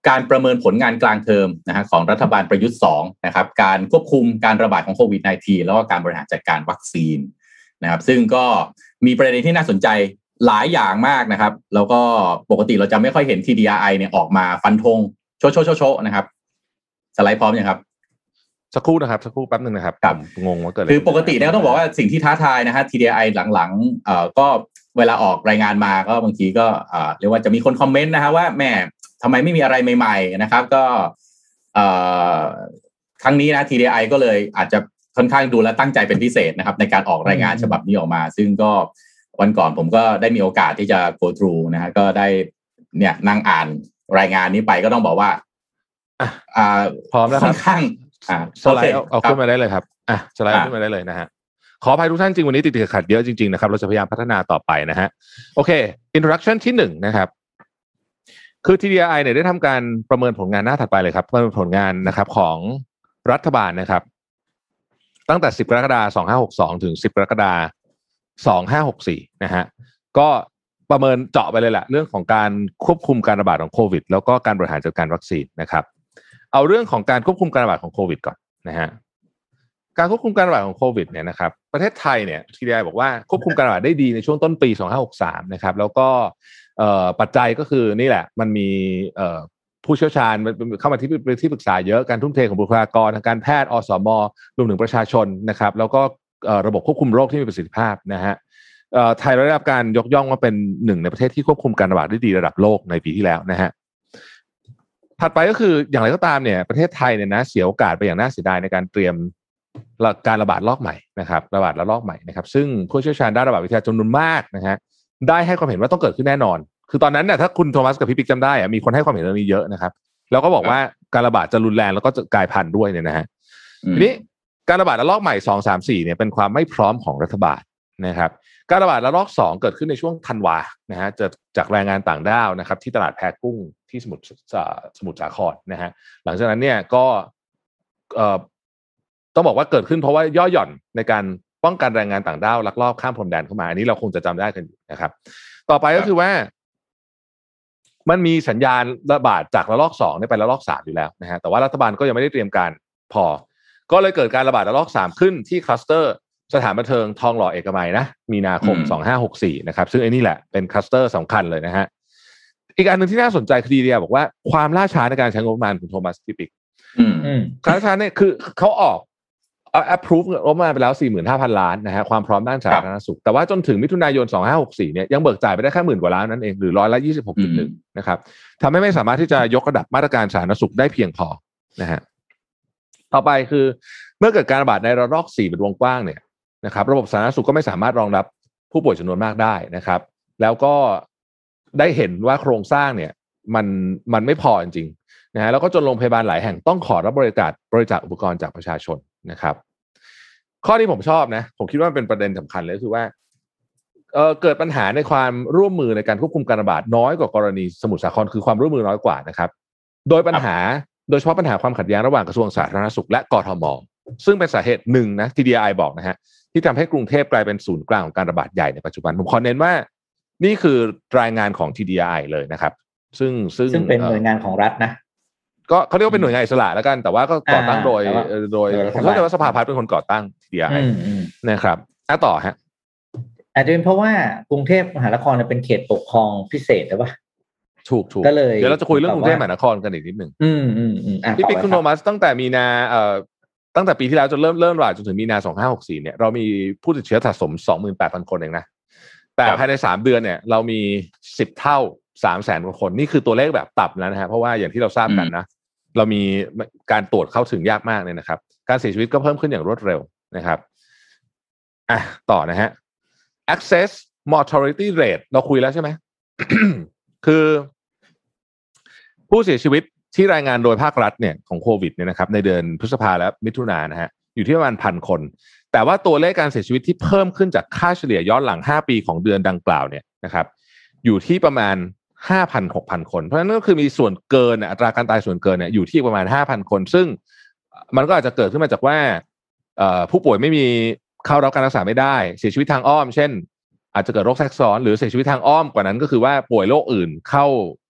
การประเมินผลงานกลางเทอมนะฮะของรัฐบาลประยุทธ์สองนะครับการควบคุมการระบาดของโควิด สิบเก้า แล้วก็การบริหารจัดการวัคซีนนะครับซึ่งก็มีประเด็นที่น่าสนใจหลายอย่างมากนะครับแล้วก็ปกติเราจะไม่ค่อยเห็น ที ดี อาร์ ไอ เนี่ยออกมาฟันธงโชว์โชว์โชว์นะครับสไลด์พร้อมยังครับสักครู่นะครับสักครู่แป๊บนึงนะครับงงว่าเกิดอะไรคือปกติแล้วต้องบอกว่าสิ่งที่ท้าทายนะฮะ ที ดี อาร์ ไอ หลังๆเอ่อก็เวลาออกรายงานมาก็บางทีก็เอ่อเรียกว่าจะมีคนคอมเมนต์นะฮะว่าแม่ทำไมไม่มีอะไรใหม่ๆนะครับก็เอ่อครั้งนี้นะ ที ดี อาร์ ไอ ก็เลยอาจจะค่อนข้างดูและตั้งใจเป็นพิเศษนะครับในการออกรายงานฉบับนี้ออกมาซึ่งก็วันก่อนผมก็ได้มีโอกาสที่จะ go through นะฮะก็ได้เนี่ยนั่งอ่านรายงานนี้ไปก็ต้องบอกว่าอ่าพร้อมแล้วครับค่อนข้างอ่าสไลด์เอาขึ้นมาได้เลยครับอ่ะสไลด์ขึ้นมาได้เลยนะฮะขออภัยทุกท่านจริงวันนี้ติดขัดเยอะจริงๆนะครับเราจะพยายามพัฒนาต่อไปนะฮะโอเค introduction ที่หนึ่งนะครับคือ ที ดี อาร์ ไอ เนี่ยได้ทำการประเมินผลงานหน้าถัดไปเลยครับประเมินผลงานนะครับของรัฐบาลนะครับตั้งแต่สิบกรกฎาคมสองพันห้าร้อยหกสิบสองถึงสิบกรกฎาคมสองพันห้าร้อยหกสิบสี่นะฮะก็ประเมินเจาะไปเลยแหละเรื่องของการควบคุมการระบาดของโควิดแล้วก็การบริหารจัดการวัคซีนนะครับเอาเรื่องของการควบคุมการระบาดของโควิดก่อนนะฮะการควบคุมการระบาดของโควิดเนี่ยนะครับประเทศไทยเนี่ย ที ดี อาร์ ไอ บอกว่าควบคุมการระบาดได้ดีในช่วงต้นปีสองพันห้าร้อยหกสิบสามนะครับแล้วก็ปัจจัยก็คือนี่แหละมันมีผู้เชี่ยวชาญเข้ามาที่ที่ปรึกษาเยอะการทุ่มเทของบุคลากรทางการแพทย์อสม.รวมถึงประชาชนนะครับแล้วก็ระบบควบคุมโรคที่มีประสิทธิภาพนะฮะไทยได้รับการยกย่องว่าเป็นหนึ่งในประเทศที่ควบคุมการระบาดได้ดีระดับโลกในปีที่แล้วนะฮะถัดไปก็คืออย่างไรก็ตามเนี่ยประเทศไทยเนี่ยนะเสียโอกาสไปอย่างน่าเสียดายในการเตรียมการระบาดรอบใหม่นะครับระบาดระลอกใหม่นะครับซึ่งผู้เชี่ยวชาญด้านระบาดวิทยาจำนวนมากนะฮะได้ให้ความเห็นว่าต้องเกิดขึ้นแน่นอนคือตอนนั้นเนี่ยถ้าคุณโทมัสกับพี่ปิ๊กจำได้อะมีคนให้ความเห็นเรื่องนี้เยอะนะครับแล้วก็บอกว่าการระบาดจะรุนแรงแล้วก็จะกลายพันธุ์ด้วยเนี่ยนะฮะทีนี้การระบาดระลอกใหม่สอง สาม สี่เนี่ยเป็นความไม่พร้อมของรัฐบาลนะครับการระบาดระลอกสองเกิดขึ้นในช่วงธันวานะฮะจะจากแรงงานต่างด้าวนะครับที่ตลาดแพกุ้งที่สมุทรสมุทรสาครนะฮะหลังจากนั้นเนี่ยก็เอ่อต้องบอกว่าเกิดขึ้นเพราะว่าย่อหย่อนในการป้องกันแรงงานต่างด้าวลักลอบข้ามพรมแดนเข้ามาอันนี้เราคงจะจำได้กันอยู่นะครับต่อไปก็คือว่ามันมีสัญญาณระบาดจากระลอกสองไประลอกสามอยู่แล้วนะฮะแต่ว่ารัฐบาลก็ยังไม่ได้เตรียมการพอก็เลยเกิดการระบาดระลอกสามขึ้นที่คลัสเตอร์สถานบันเทิงทองหล่อเอกมัยนะมีนาคมสองพันห้าร้อยหกสิบสี่นะครับซึ่งไอ้นี่แหละเป็นคลัสเตอร์สำคัญเลยนะฮะอีกอันนึงที่น่าสนใจคือดีเดียบอกว่าความล่าช้าในการใช้งบประมาณคุณโทมัสพิปิกความล่าช้าเนี่ยคือเขาออกเอา approve งบประมาณไปแล้ว สี่หมื่นห้าพัน ล้านนะฮะความพร้อมด้านสาธารณสุขแต่ว่าจนถึงมิถุนายนสองพันห้าร้อยหกสิบสี่เนี่ยยังเบิกจ่ายไปได้แค่หมื่นกว่าล้านนั่นเองหรือร้อยละยี่สิบหกจุดหนึ่งนะครับทำให้ไม่สามารถที่จะยกระดับมาตรการสาธารณสุขได้เพียงพอนะฮะต่อไปคือเมื่อเกิดการระบาดในระลอกสี่เป็นวงกว้างเนี่ยนะครับระบบสาธารณสุขก็ไม่สามารถรองรับผู้ป่วยจำนวนมากได้นะครับแล้วก็ได้เห็นว่าโครงสร้างเนี่ยมันมันไม่พอจริงๆนะฮะแล้วก็จนโรงพยาบาลหลายแห่งต้องขอรับบริจาคบริจาคอุปกรณ์จากประชาชนนะครับข้อที่ผมชอบนะผมคิดว่าเป็นประเด็นสำคัญเลยคือว่าเอ่อเกิดปัญหาในความร่วมมือในการควบคุมการระบาดน้อยกว่ากรณีสมุทรสาครคือความร่วมมือน้อยกว่านะครับโดยปัญหาโดยเฉพาะปัญหาความขัดแย้งระหว่างกระทรวงสาธารณสุขและกทม.ซึ่งเป็นสาเหตุหนึ่งนะ ที ดี อาร์ ไอ บอกนะฮะที่ทำให้กรุงเทพกลายเป็นศูนย์กลางของการระบาดใหญ่ในปัจจุบันผมขอเน้นว่านี่คือรายงานของ ที ดี อาร์ ไอ เลยนะครับซึ่งซึ่งซึ่งเป็นหน่วยงานของรัฐนะก็เขาเรียกว่าเป็นหน่วยงานอิสระแล้วกันแต่ว่าก็ก่อตั้งโดยโดยผมเข้าใจว่าสภาพัฒน์เป็นคนก่อตั้ง ที ดี อาร์ ไอ นะครับอ่ะต่อฮะอาจจะเป็นเพราะว่ากรุงเทพมหานครเป็นเขตปกครองพิเศษหรือเปล่าถูกถูกก็เลยเดี๋ยวเราจะคุยเรื่องกรุงเทพมหานครกันอีกนิดนึงอืมอืมอืมพี่ปิ๊กคุณโทมัสตั้งแต่มีนาเอ่อตั้งแต่ปีที่แล้วจนเริ่มเริ่มระบาดจนถึงมีนาสองพันห้าร้อยหกสิบสี่เนี่ยเรามีผู้ติดเชื้อสะสม สองหมื่นแปดพัน คนเองนะแต่ภายในสามเดือนเนี่ยเรามีสิบเท่า สามแสน กว่าคนนี่คือตัวเลขแบบต่ำแล้วนะฮะเพราะว่าอย่างที่เราทราบกันนะเรามีการตรวจเข้าถึงยากมากเลยนะครับการเสียชีวิตก็เพิ่มขึ้นอย่างรวดเร็วนะครับอ่ะต่อนะฮะ access mortality rate เราคุยแล้วใช่ไหม คือผู้เสียชีวิตที่รายงานโดยภาครัฐเนี่ยของโควิดเนี่ยนะครับในเดือนพฤษภาและมิถุนายนนะฮะอยู่ที่ประมาณพันคนแต่ว่าตัวเลขการเสียชีวิตที่เพิ่มขึ้นจากค่าเฉลี่ยย้อนหลังห้าปีของเดือนดังกล่าวเนี่ยนะครับอยู่ที่ประมาณ ห้าพัน หกพัน คนเพราะฉะนั้นก็คือมีส่วนเกินอัตราการตายส่วนเกินเนี่ยอยู่ที่ประมาณ ห้าพัน คนซึ่งมันก็อาจจะเกิดขึ้นมาจากว่าผู้ป่วยไม่มีเข้ารับการรักษาไม่ได้เสียชีวิตทางอ้อมเช่นอาจจะเกิดโรคแทรกซ้อนหรือเสียชีวิตทางอ้อมกว่านั้นก็คือว่าป่วยโรคอื่นเข้า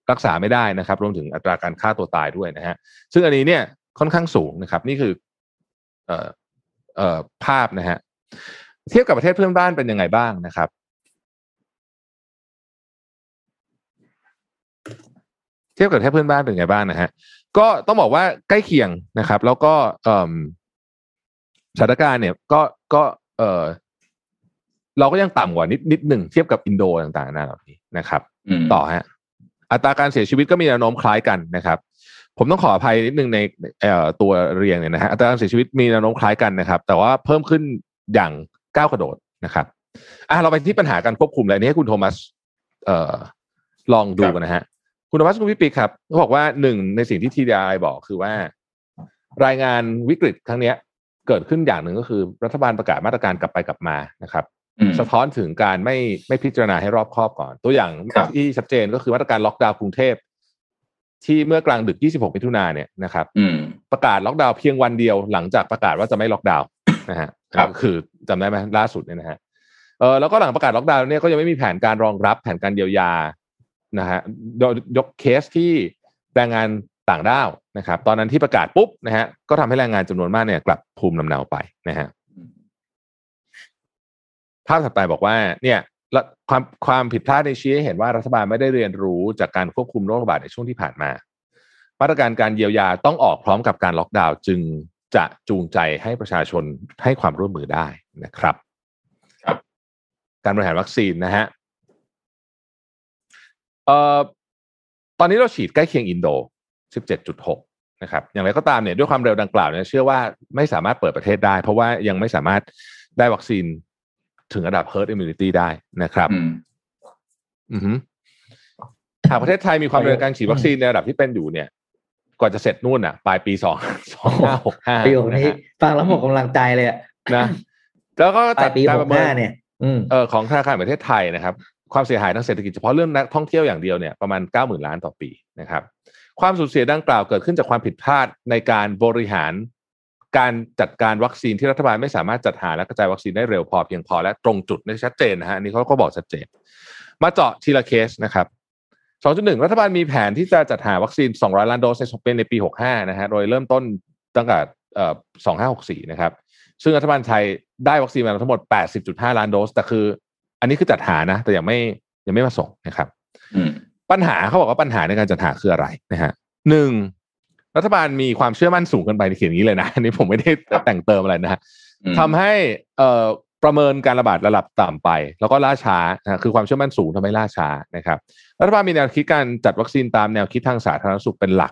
รักษาไม่ได้นะครับรวมถึงอัตราการฆ่าตัวตายด้วยนะฮะซึ่งอันนี้เนี่ยค่อนข้างสูงนะครับนี่คือเอ่อเอ่อภาพนะฮะเทียบกับประเทศเพื่อนบ้านเป็นยังไงบ้างนะครับเทียบกับประเทศเพื่อนบ้านเป็นยังไงบ้างนะฮะก็ต้องบอกว่าใกล้เคียงนะครับแล้วก็เอ่อสถานการณ์เนี่ยก็ก็เอ่อเราก็ยังต่ำกว่านิดนิดหนึ่งเทียบกับอินโดต่างๆนานาเหล่านี้นะครับต่อฮะอัตราการเสียชีวิตก็มีแนวโน้มคล้ายกันนะครับผมต้องขออภัยนิดนึงในเอ่อตัวเรียงเนี่ยนะฮะอัตราการเสียชีวิตมีแนวโน้มคล้ายกันนะครับแต่ว่าเพิ่มขึ้นอย่างก้าวกระโดดนะครับอ่ะเราไปที่ปัญหาการควบคุมเลยนี่ให้คุณโทมัสเอ่อลองดูกันนะฮะคุณโทมัสคุณพี่ปิ๊กครับเขาบอกว่าหนึ่งในสิ่งที่ ที ดี ไอ บอกคือว่ารายงานวิกฤตครั้งนี้เกิดขึ้นอย่างหนึ่งก็คือรัฐบาลประกาศมาตรการกลับไปกลับมานะครับสะท้อนถึงการไม่ไม่พิจารณาให้รอบคอบก่อนตัวอย่างที่ชัดเจนก็คือมาตรการล็อกดาวน์กรุงเทพที่เมื่อกลางดึกยี่สิบหกมิถุนายนเนี่ยนะครับประกาศล็อกดาวน์เพียงวันเดียวหลังจากประกาศว่าจะไม่ล็อกดาวน์นะฮะคือจำได้ไหมล่าสุดเนี่ยนะฮะเออแล้วก็หลังประกาศล็อกดาวน์เนี่ยก็ยังไม่มีแผนการรองรับแผนการเยียวยานะฮะยกเคสที่แรงงานต่างด้าวนะครับตอนนั้นที่ประกาศปุ๊บนะฮะก็ทำให้แรงงานจำนวนมากเนี่ยกลับภูมิลำเนาไปนะฮะภาพถัดไปบอกว่าเนี่ยความความผิดพลาดในชี้ให้เห็นว่ารัฐบาลไม่ได้เรียนรู้จากการควบคุมโรคระบาดในช่วงที่ผ่านมามาตรการการเยียวยาต้องออกพร้อมกับการล็อกดาวน์จึงจะจูงใจให้ประชาชนให้ความร่วมมือได้นะครับครับการบริหารวัคซีนนะฮะเอ่อตอนนี้เราฉีดใกล้เคียงอินโด สิบเจ็ดจุดหก นะครับอย่างไรก็ตามเนี่ยด้วยความเร็วดังกล่าวเนี่ยเชื่อว่าไม่สามารถเปิดประเทศได้เพราะว่ายังไม่สามารถได้วัคซีนถึงระดับ herd immunity ได้นะครับอือฮึหากประเทศไทยมีความเร็วในการฉีดวัคซีนในระดับที่เป็นอยู่เนี่ยก่อนจะเสร็จนู่นอ่ะปลายปีสอง สองห้าหกห้าประโยคนี้ฟังแล้วหมดกำลังใจเลยนะแล้วก็จัดการประเมินเนี่ยเออของธนาคารแห่งประเทศไทยนะครับความเสียหายทางเศรษฐกิจเฉพาะเรื่องนักท่องเที่ยวอย่างเดียวเนี่ยประมาณ เก้าหมื่น ล้านต่อปีนะครับความสูญเสียดังกล่าวเกิดขึ้นจากความผิดพลาดในการบริหารการจัดการวัคซีนที่รัฐบาลไม่สามารถจัดหาและกระจายวัคซีนได้เร็วพอเพียงพอและตรงจุดได้ชัดเจนนะฮะอันนี้เขาก็บอกชัดเจนมาเจาะทีละเคสนะครับ สองจุดหนึ่ง รัฐบาลมีแผนที่จะจัดหาวัคซีนสองร้อยล้านโดสในปีหกสิบห้านะฮะโดยเริ่มต้นตั้งแต่เอ่อสองพันห้าร้อยหกสิบสี่นะครับซึ่งรัฐบาลไทยได้วัคซีนมาทั้งหมด แปดสิบจุดห้า ล้านโดสแต่คืออันนี้คือจัดหานะแต่ยังไม่ยังไม่มาส่งนะครับปัญหาเขาบอกว่าปัญหาในการจัดหาคืออะไรนะฮะหนึ่งรัฐบาลมีความเชื่อมั่นสูงเกินไปในเขียนนี้เลยนะอันนี้ผมไม่ได้แต่งเติมอะไรนะฮะทำให้เอ่อประเมินการระบาดระดับต่ำไปแล้วก็ล่าช้านะคือความเชื่อมั่นสูงทำให้ล่าช้านะครับรัฐบาลมีแนวคิดการจัดวัคซีนตามแนวคิดทางสาธารณสุขเป็นหลัก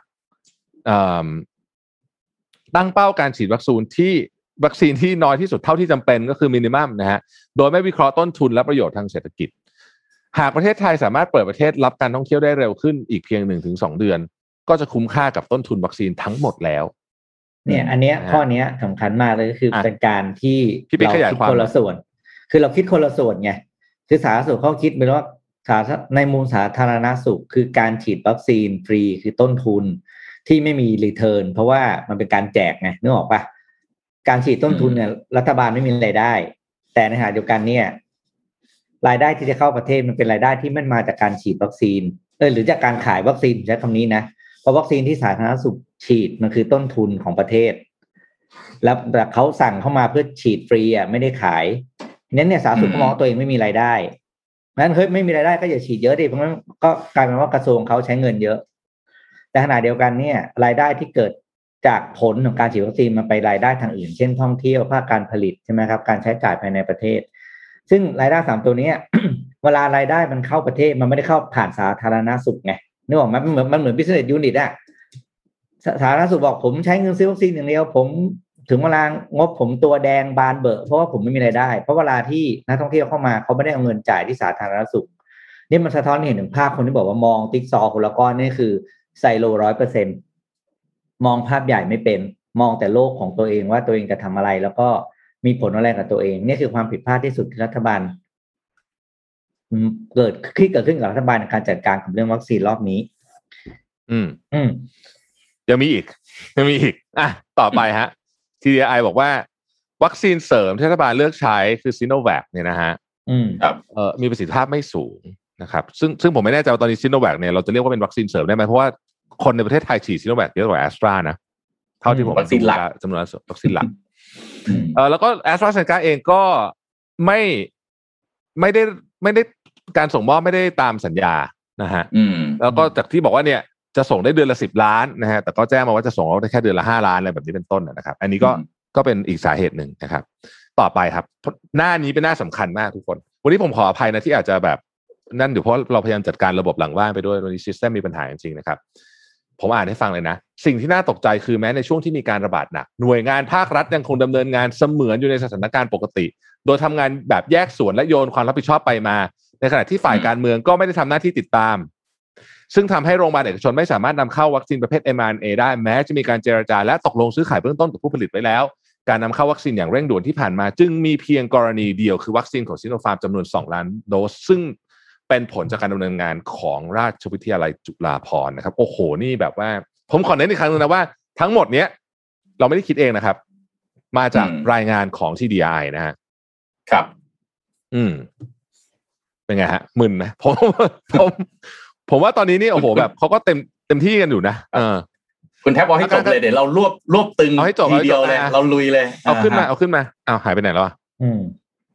ตั้งเป้าการฉีดวัคซีนที่วัคซีนที่น้อยที่สุดเท่าที่จำเป็นก็คือมินิมัมนะฮะโดยไม่วิเคราะห์ต้นทุนและประโยชน์ทางเศรษฐกิจหากประเทศไทยสามารถเปิดประเทศรับการท่องเที่ยวได้เร็วขึ้นอีกเพียง หนึ่งถึงสอง เดือนก็จะคุ้มค่ากับต้นทุนวัคซีนทั้งหมดแล้วเนี่ยอันเนี้ยข้อเนี้ยสำคัญมากเลยก็คือเป็นการที่เราคิดคนละส่วนคือเราคิดคนละส่วนไงคือสาธารณสุขเขาคิดเป็นว่าในมุมสาธารณสุขคือการฉีดวัคซีนฟรีคือต้นทุนที่ไม่มีรีเทิร์นเพราะว่ามันเป็นการแจกไงนึกออกปะการฉีดต้นทุนเนี่ยรัฐบาลไม่มีรายได้แต่ในขณะเดียวกันเนี่ยรายได้ที่จะเข้าประเทศมันเป็นรายได้ที่มันมาจากการฉีดวัคซีนเออหรือจากการขายวัคซีนใช้คำนี้นะเพราะวัคซีนที่สาธารณสุขฉีดมันคือต้นทุนของประเทศแล้วแต่เขาสั่งเข้ามาเพื่อฉีดฟรีอ่ะไม่ได้ขายนั้นเนี่ยสาธารณสุขมองตัวเองไม่มีรายได้งั้นเฮ้ยไม่มีรายได้ก็อย่าฉีดเยอะดิเพราะงั้นก็กลายเป็นว่ากระทรวงเขาใช้เงินเยอะแต่ขณะเดียวกันเนี่ยรายได้ที่เกิดจากผลของการฉีดวัคซีนมันไปรายได้ทางอื่นเช่นท่องเที่ยวภาคการผลิตใช่ไหมครับการใช้จ่ายภายในประเทศซึ่งรายได้สามตัวนี้ เวลารายได้มันเข้าประเทศมันไม่ได้เข้าผ่านสาธารณสุขไงนึกออกไหมมันเหมือนมันเหมือน business unit อะสาธารณสุขบอกผมใช้เงินซื้อวัคซีนอย่างเดียวผมถึงเวลางบผมตัวแดงบานเบอร์เพราะว่าผมไม่มีรายได้เพราะเวลาที่นักท่องเที่ยวเข้ามาเขาไม่ได้เอาเงินจ่ายที่สาธารณสุขนี่มันสะท้อนเห็นถึงภาพคนที่บอกว่ามองติ๊กซอว์คนละก้อนนี่คือไซโล ร้อยเปอร์เซ็นต์ มองภาพใหญ่ไม่เป็นมองแต่โลกของตัวเองว่าตัวเองจะทำอะไรแล้วก็มีผลอะไรกับตัวเองนี่คือความผิดพลาดที่สุดที่รัฐบาลเกิดที่เกิดขึ้นกับรัฐบาลในการจัดการกับเรื่องวัคซีนรอบนี้อืมอืมยังมีอีกยังมีอีกอ่ะต่อไปฮะ ที ดี ไอ บอกว่าวัคซีนเสริมที่รัฐบาลเลือกใช้คือซิโนแวคเนี่ยนะฮะอืมครับเอ่อมีประสิทธิภาพไม่สูงนะครับซึ่งซึ่งผมไม่แน่ใจว่าตอนนี้ซิโนแวคเนี่ยเราจะเรียกว่าเป็นวัคซีนเสริมได้ไหมเพราะว่าคนในประเทศไทยฉีดซิโนแวคเยอะกว่าแอสตรานะเท่าที่ผมวัคซีนหลักจำนวนวัคซีนหลักเออแล้วก็แอสตราเซเนกาเองก็ไม่ไม่ได้ไม่ได้การส่งมอบไม่ได้ตามสัญญานะฮะแล้วก็จากที่บอกว่าเนี่ยจะส่งได้เดือนละสิบล้านนะฮะแต่ก็แจ้งมาว่าจะส่งได้แค่เดือนละห้าล้านอะไรแบบนี้เป็นต้นนะครับอันนี้ก็ก็เป็นอีกสาเหตุหนึ่งนะครับต่อไปครับหน้านี้เป็นหน้าสำคัญมากทุกคนวันนี้ผมขออภัยนะที่อาจจะแบบนั่นอยู่เพราะเราพยายามจัดการระบบหลังบ้านไปด้วยวันนี้ซิสเต็มมีปัญหาจริงๆนะครับผมอ่านให้ฟังเลยนะสิ่งที่น่าตกใจคือแม้ในช่วงที่มีการระบาดหนักหน่วยงานภาครัฐยังคงดำเนินงานเสมือนอยู่ในสถานการณ์ปกติโดยทำงานแบบแยกส่วนและโยนความรับผิดชอบไปมาในขณะที่ฝ่ายการเมืองก็ไม่ได้ทำหน้าที่ติดตามซึ่งทำให้โรงพยาบาลเอกชนไม่สามารถนำเข้าวัคซีนประเภท เอ็ม อาร์ เอ็น เอ ได้แม้จะมีการเจรจาและตกลงซื้อขายเบื้องต้นกับผู้ผลิตไว้แล้วการนำเข้าวัคซีนอย่างเร่งด่วนที่ผ่านมาจึงมีเพียงกรณีเดียวคือวัคซีนของซิโนฟาร์มจำนวนสองล้านโดสซึ่งเป็นผลจากการดำเนินงานของราชวิทยาลัยจุฬาภรณ์นะครับโอ้โหนี่แบบว่าผมขอเน้นอีกครั้งนึงนะว่าทั้งหมดเนี้ยเราไม่ได้คิดเองนะครับมาจากรายงานของ ที ดี ไอ นะฮะครับอืมเป็นไงฮะมึนไหมผมผมผมว่าตอนนี้นี่โอ้โหแบบเขาก็เต็มเต็มที่กันอยู่นะเออคุณแทบเอาให้จบเลยเดี๋ยวเรารวบรวบตึงทีเดียวเลยเราลุยเลยเอาขึ้นมาเอาขึ้นมาอ้าวหายไปไหนแล้วอ่ะอืม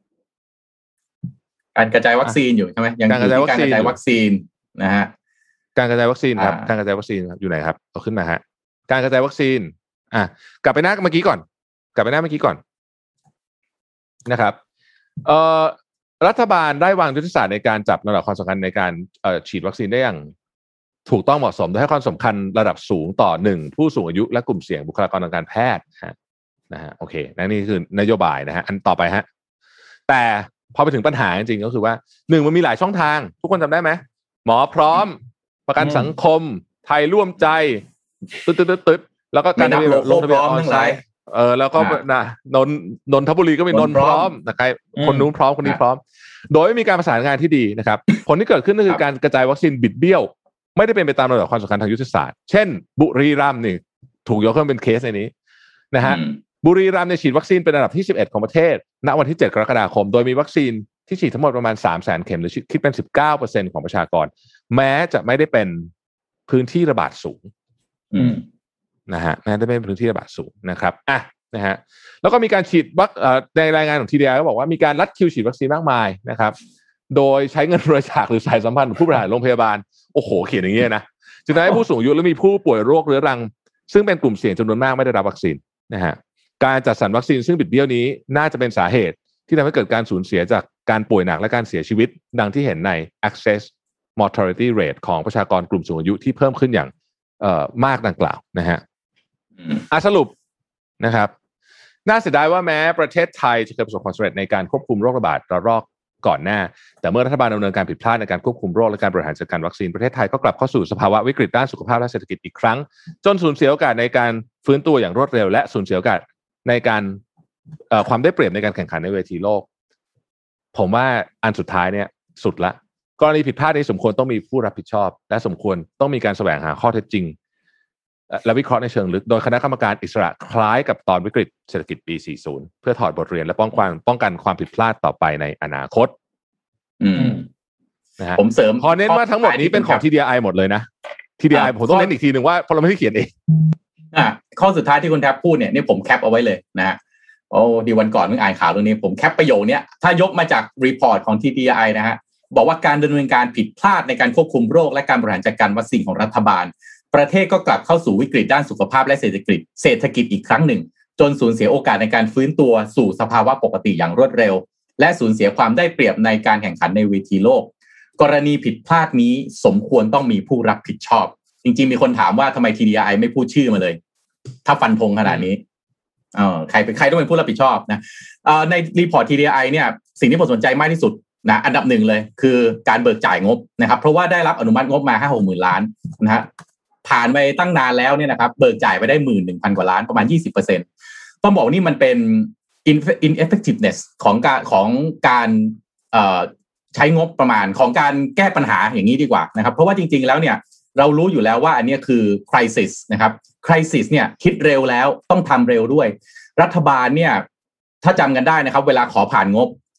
การกระจายวัคซีนอยู่ใช่ไหมยังอยู่ที่การกระจายวัคซีนนะฮะการกระจายวัคซีนครับการกระจายวัคซีนอยู่ไหนครับเอาขึ้นมาฮะการกระจายวัคซีนอ่ะกลับไปหน้าเมื่อกี้ก่อนกลับไปหน้าเมื่อกี้ก่อนนะครับเอ่อรัฐบาลได้วางยุทธศาสตร์ในการจับระดับความสำคัญในการเอ่อฉีดวัคซีนได้อย่างถูกต้องเหมาะสมโดยให้ความสำคัญระดับสูงต่อหนึ่งผู้สูงอายุและกลุ่มเสี่ยงบุคลากรทางการแพทย์ฮะนะฮะโอเคนั่นนี่คือนโยบายนะฮะอันต่อไปฮะแต่พอไปถึงปัญหาจริงๆก็คือว่าหนึ่งมันมีหลายช่องทางทุกคนจำได้ไหมหมอพร้อมประกันสังคมไทยร่วมใจตึ๊ดตึ๊ดตึ๊ดแล้วก็การลงทะเบียนออนไลน์เออแล้วก็นะนนนนทบุรีก็มีนนพร้อมนะครับคนนู้นพร้อมคนนี้พร้อมโดยไม่มีการประสานงานที่ดีนะครับผลที่เกิดขึ้นก็คือการกระจายวัคซีนบิดเบี้ยวไม่ได้เป็นไปตามระดับความสำคัญทางยุทธศาสตร์เช่นบุรีรัมย์นี่ถูกยกขึ้นเป็นเคสในนี้นะฮะบุรีรัมย์เนี่ยฉีดวัคซีนเป็นอันดับที่สิบเอ็ดของประเทศณวันที่เจ็ดกรกฎาคมโดยมีวัคซีนที่ฉีดทั้งหมดประมาณ สามแสน เข็มหรือคิดเป็น สิบเก้าเปอร์เซ็นต์ ของประชากรแม้จะไม่ได้เป็นพื้นที่ระบาดสูงนะฮะแม้จะไม่เป็นพื้นที่ระบาดสูงนะครับอ่ะนะฮะแล้วก็มีการฉีดวัคในรายงานของ ที ดี ไอ ก็บอกว่ามีการรัดคิวฉีดวัคซีนมากมายนะครับโดยใช้เงินบริจาคหรือสายสัมพันธ์กับผู้บริหารโรงพยาบาลโอ้โหเขียนอย่างนี้นะจึงทำให้ผู้สูงอายุและมีผู้ป่วยโรคเรื้อรังซึ่งเป็นกลุ่มเสี่ยงจำนวนมากไม่ได้รับวัคซีนนะฮะการจัดสรรวัคซีนซึ่งบิดเบี้ยวนี้น่าจะเป็นสาเหตุที่ทำให้เกิดการสูญเสียจากการป่วยหนักและการเสียชีวิตดังที่เห็นใน access mortality rate ของประชากรกลุ่มสูงอายุที่เพิ่มขึ้นอย่างเอ่อมากดังกล่าวนะฮะอ่ะสรุปนะครับน่าเสียดายว่าแม้ประเทศไทยจะเคยประสบความสำเร็จในการควบคุมโรคระบาดระลอกก่อนหน้าแต่เมื่อรัฐบาลดำเนินการผิดพลาดในการควบคุมโรคและการบริหารจัดการวัคซีนประเทศไทยก็กลับเข้าสู่สภาวะวิกฤตด้านสุขภาพและเศรษฐกิจอีกครั้งจนสูญเสียโอกาสในการฟื้นตัวอย่างรวดเร็วและสูญเสียโอกาสในการเอ่อความได้เปรียบในการแข่งขันในเวทีโลกผมว่าอันสุดท้ายเนี่ยสุดละกรณีผิดพลาดนี้สมควรต้องมีผู้รับผิดชอบและสมควรต้องมีการแสวงหาข้อเท็จจริงและวิเคราะห์ในเชิงลึกโดยคณะกรรมการอิสระคล้ายกับตอนวิกฤตเศรษฐกิจปี สี่สิบ เพื่อถอดบทเรียนและป้องกันป้องกันความผิดพลาดต่อไปในอนาคตอืมนะฮะผมเสริมพอเน้นว่าทั้งหมดนี้เป็นของ ที ดี ไอ หมดเลยนะ ที ดี ไอ ผมต้องเน้นอีกทีนึงว่าเพราะเราไม่ได้เขียนเองอ่ะข้อสุดท้ายที่คุณแทบพูดเนี่ยนี่ผมแคปเอาไว้เลยนะฮะโอ้ดีวันก่อนเพิ่งอ่านข่าวเรื่องนี้ผมแคปประโยคนี้ถ้ายกมาจากรีพอร์ตของ ที ดี ไอ นะฮะบอกว่าการดำเนินการผิดพลาดในการควบคุมโรคและการบริหารจัดการวัคซีนของรัฐบาลประเทศก็กลับเข้าสู่วิกฤตด้านสุขภาพและเศรษฐกิจเศรษฐกิจอีกครั้งหนึ่งจนสูญเสียโอกาสในการฟื้นตัวสู่สภาวะปกติอย่างรวดเร็วและสูญเสียความได้เปรียบในการแข่งขันในเวทีโลกกรณีผิดพลาดนี้สมควรต้องมีผู้รับผิดชอบจริงๆมีคนถามว่าทำไม ที ดี ไอ ไม่พูดชื่อมาเลยถ้าฟันธงขนาดนี้เออใครเป็นใครต้องเป็นผู้รับผิดชอบนะเอ่อในรีพอร์ต ที ดี ไอ เนี่ยสิ่งที่ผมสนใจมากที่สุดนะอันดับหนึ่งเลยคือการเบิกจ่ายงบนะครับเพราะว่าได้รับอนุมัติงบมา ห้าหกหมื่นล้านนะฮะผ่านไปตั้งนานแล้วเนี่ยนะครับเบิกจ่ายไปได้ หนึ่งหมื่นหนึ่งพัน กว่าล้านประมาณ ยี่สิบเปอร์เซ็นต์ ต้องบอกนี่มันเป็น ineffectiveness ของการของการเอ่อใช้งบประมาณของการแก้ปัญหาอย่างนี้ดีกว่านะครับเพราะว่าจริงๆแล้วเนี่ยเรารู้อยู่แล้วว่าอันนี้คือ crisis นะครับ crisis เนี่ยคิดเร็วแล้วต้องทำเร็วด้วยรัฐบาลเนี่ยถ้าจำกันได้นะครับเวลาขอผ่านงบ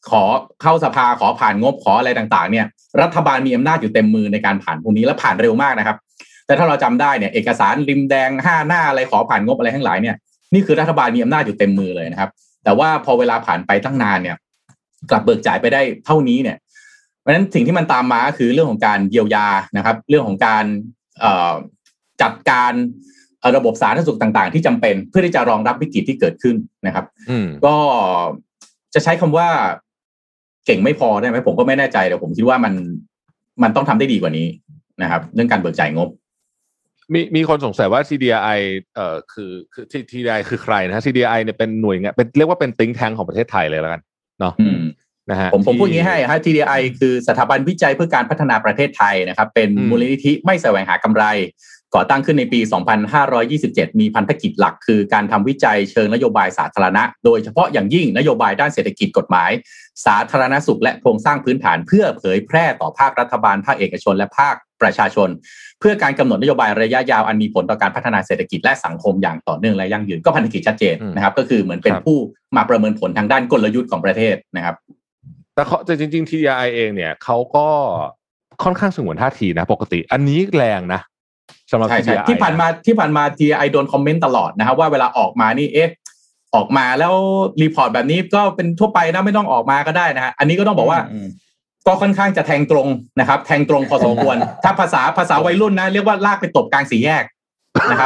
ขอเข้าสภาขอผ่านงบขออะไรต่างๆเนี่ยรัฐบาลมีอำนาจอยู่เต็มมือในการผ่านพวกนี้และผ่านเร็วมากนะครับแต่ถ้าเราจำได้เนี่ยเอกสารริมแดงห้าหน้าอะไรขอผ่านงบอะไรทั้งหลายเนี่ยนี่คือรัฐบาลมีอำนาจอยู่เต็มมือเลยนะครับแต่ว่าพอเวลาผ่านไปตั้งนานเนี่ยกลับเบิกจ่ายไปได้เท่านี้เนี่ยเพราะฉะนั้นสิ่งที่มันตามมาคือเรื่องของการเยียวยานะครับเรื่องของการจัดการระบบสาธารณสุขต่างๆที่จำเป็นเพื่อที่จะรองรับวิกฤตที่เกิดขึ้นนะครับก็จะใช้คำว่าเก่งไม่พอได้ไหมผมก็ไม่แน่ใจแต่ผมคิดว่ามันมันต้องทำได้ดีกว่านี้นะครับเรื่องการเบิกจ่ายงบมีมีคนสงสัยว่า ซี ดี ไอ เอ่อคือคือ ซี ดี ไอ คือใครนะ ซี ดี ไอ เนี่ยเป็นหน่วยงานเป็นเรียกว่าเป็น think tank ของประเทศไทยเลยแล้วกันเนาะนะฮะผมผมพูดงี้ให้ฮะ ซี ดี ไอ คือสถาบันวิจัยเพื่อการพัฒนาประเทศไทยนะครับเป็นมูลนิธิไม่แสวงหากำไรก่อตั้งขึ้นในปีสองพันห้าร้อยยี่สิบเจ็ดมีพันธกิจหลักคือการทำวิจัยเชิงนโยบายสาธารณะโดยเฉพาะอย่างยิ่งนโยบายด้านเศรษฐกิจกฎหมายสาธารณสุขและโครงสร้างพื้นฐานเพื่อเผยแพร่ต่อภาครัฐบาลภาคเอกชนและภาคประชาชนเพื่อการกำหนดนโยบายระยะยาวอันมีผลต่อการพัฒนาเศรษฐกิจและสังคมอย่างต่อเนื่องและยั่งยืนก็พันธกิจชัดเจนนะครับก็คือเหมือนเป็นผู้มาประเมินผลทางด้านกลยุทธ์ของประเทศนะครับแต่เขาจริงๆ ที ดี ไอ เองเนี่ยเขาก็ค่อนข้างสงวนท่าทีนะปกติอันนี้แรงนะสำหรับที ดี ไอ ที่ผ่านมาที่ผ่านมา ที ดี ไอ โดนคอมเมนต์ตลอดนะครับว่าเวลาออกมานี่เอ๊ะออกมาแล้วรีพอร์ตแบบนี้ก็เป็นทั่วไปนะไม่ต้องออกมาก็ได้นะฮะอันนี้ก็ต้องบอกว่าก็ค่อนข้างจะแทงตรงนะครับแทงตรงพอสมควรถ้าภาษาภาษาวัยรุ่นนะเรียกว่าลากไปตบกลางสี่แยกนะครับ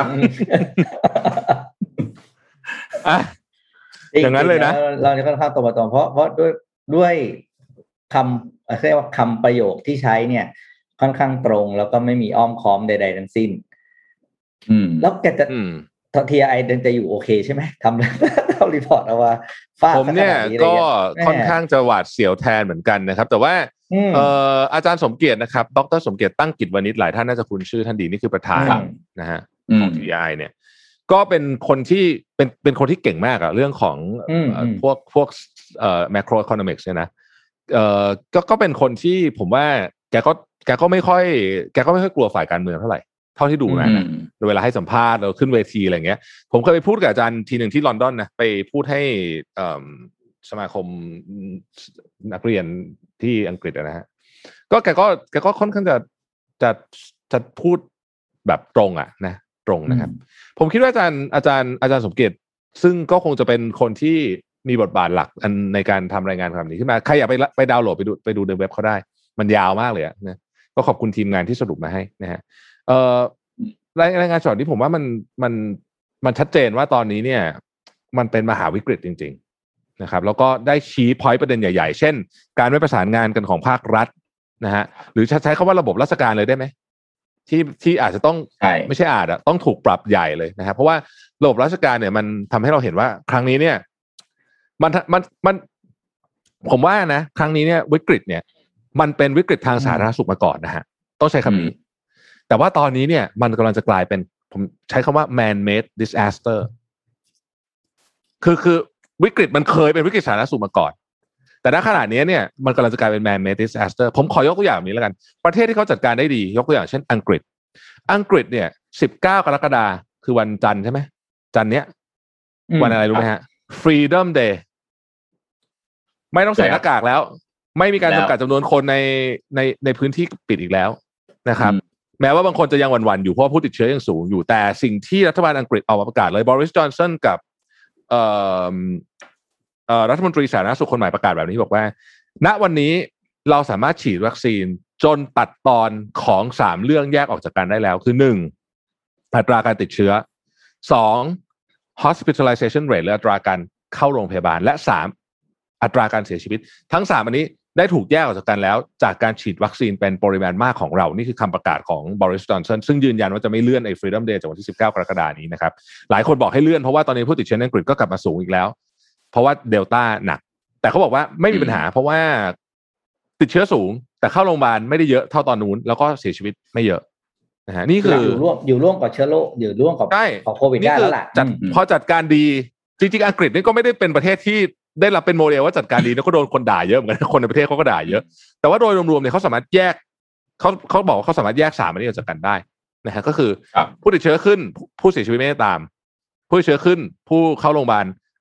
อย่างนั้นเลยนะเราจะค่อนข้างตรงไปตรงเพราะเพราะด้วยด้วยคำเรียกว่าคำประโยคที่ใช้เนี่ยค่อนข้างตรงแล้วก็ไม่มีอ้อมค้อมใดๆทั้งสิ้นแล้วแกจะที ไอ เดินจะอยู่โอเคใช่ไหมทำเท่ารีพอร์ตเอาว่าผมเนี่ยก็ค่อนข้างจะหวาดเสียวแทนเหมือนกันนะครับแต่ว่าเอ่ออาจารย์สมเกียรตินะครับดร.สมเกียรติตั้งกิจวณิชหลายท่านน่าจะคุ้นชื่อท่านดีนี่คือประธานนะฮะของ ที ไอ เนี่ยก็เป็นคนที่เป็นเป็นคนที่เก่งมากอะเรื่องของพวกพวกเอ่อ macro economics เนี่ยนะเอ่อก็ก็เป็นคนที่ผมว่าแกก็แกก็ไม่ค่อยแกก็ไม่ค่อยกลัวฝ่ายการเมืองเท่าไหร่เท่าที่ดูนะเวลาให้สัมภาษณ์เราขึ้นเวทีอะไรเงี้ยผมเคยไปพูดกับอาจารย์ทีหนึ่งที่ลอนดอนนะไปพูดให้สมาคมนักเรียนที่อังกฤษนะฮะก็แกก็แกก็ค่อนข้างจะจะจะพูดแบบตรงอ่ะนะตรงนะครับผมคิดว่าอาจารย์อาจารย์อาจารย์สมเกียรติซึ่งก็คงจะเป็นคนที่มีบทบาทหลักอันในการทำรายงานแบบนี้ขึ้นมาใครอยากไปไปดาวน์โหลดไปดูไปดูในเว็บเขาได้มันยาวมากเลยนะก็ขอบคุณทีมงานที่สรุปมาให้นะฮะเอ่อรายงานฉบับนี้ผมว่ามันมันมันชัดเจนว่าตอนนี้เนี่ยมันเป็นมหาวิกฤตจริงๆนะครับแล้วก็ได้ชี้พอยต์ประเด็นใหญ่ๆเช่นการไม่ประสานงานกันของภาครัฐนะฮะหรือใช้คำว่าระบบราชการเลยได้ไหมที่ที่อาจจะต้องไม่ใช่อาจอะต้องถูกปรับใหญ่เลยนะครับเพราะว่าระบบราชการเนี่ยมันทำให้เราเห็นว่าครั้งนี้เนี่ยมันมันมันผมว่านะครั้งนี้เนี่ยวิกฤตเนี่ยมันเป็นวิกฤตทางสาธารณสุขมาก่อนนะฮะต้องใช้คำนี้แต่ว่าตอนนี้เนี่ยมันกำลังจะกลายเป็นผมใช้คำว่า man made disaster คือคือวิกฤตมันเคยเป็นวิกฤตสาธารณสุขมาก่อนแต่ณขณะนี้เนี่ยมันกำลังจะกลายเป็น man made disaster ผมขอยกตัวอย่างนี้แล้วกันประเทศที่เขาจัดการได้ดียกตัวอย่างเช่นอังกฤษอังกฤษเนี่ยสิบเก้ากรกฎาคมคือวันจันทร์ใช่ไหมจันทร์เนี้ยวันอะไรรู้ไหมฮะ freedom day ไม่ต้องใส่หน้ากากแล้วไม่มีการจำกัดจำนวนคนในในในพื้นที่ปิดอีกแล้วนะครับแม้ว่าบางคนจะยังหวั่นๆอยู่เพราะผู้ติดเชื้อยังสูงอยู่แต่สิ่งที่รัฐบาลอังกฤษออกมาประกาศเลยบริส จอนสันกับเอ่อเอ่อรัฐมนตรีสาธารณสุขคนใหม่ประกาศแบบนี้บอกว่าณวันนี้เราสามารถฉีดวัคซีนจนตัดตอนของสามเรื่องแยกออกจากกันได้แล้วคือหนึ่งอัตราการติดเชื้อสอง hospitalization rate หรืออัตราการเข้าโรงพยาบาลและสามอัตราการเสียชีวิตทั้งสามอันนี้ได้ถูกแยกออกจากกันแล้วจากการฉีดวัคซีนเป็นปริมาณมากของเรานี่คือคำประกาศของบริส จอนสันซึ่งยืนยันว่าจะไม่เลื่อนไอ้ Freedom Day จากวันที่สิบเก้ากรกฎาคมนี้นะครับหลายคนบอกให้เลื่อนเพราะว่าตอนนี้ผู้ติดเชื้อในอังกฤษก็กลับมาสูงอีกแล้วเพราะว่าเดลต้าหนักแต่เขาบอกว่าไม่มีปัญหาเพราะว่าติดเชื้อสูงแต่เข้าโรงพยาบาลไม่ได้เยอะเท่าตอนนู้นแล้วก็เสียชีวิตไม่เยอะนะฮะนี่คืออยู่ร่วมอยู่ร่วมกับเชื้อโรคอยู่ร่วมกับโควิดได้แล้วล่ะจัดพอจัดการดีจริงๆอังกฤษนี่ก็ไม่ได้เป็นประเทศที่ได้รับเป็นโมเดลว่าจัดการดีแล้วก็โดนคนด่าเยอะเหมือนกันคนในประเทศเขาก็ด่าเยอะแต่ว่าโดยรวมๆเนี่ยเขาสามารถแยกเขาเขาบอกว่าเขาสามารถแยกสามอันนี้ออกจากกันได้นะฮะก็คือผู้ติดเชื้อขึ้นผู้เสียชีวิตไม่ได้ตามผู้ติดเชื้อขึ้นผู้เข้าโรงพยาบาล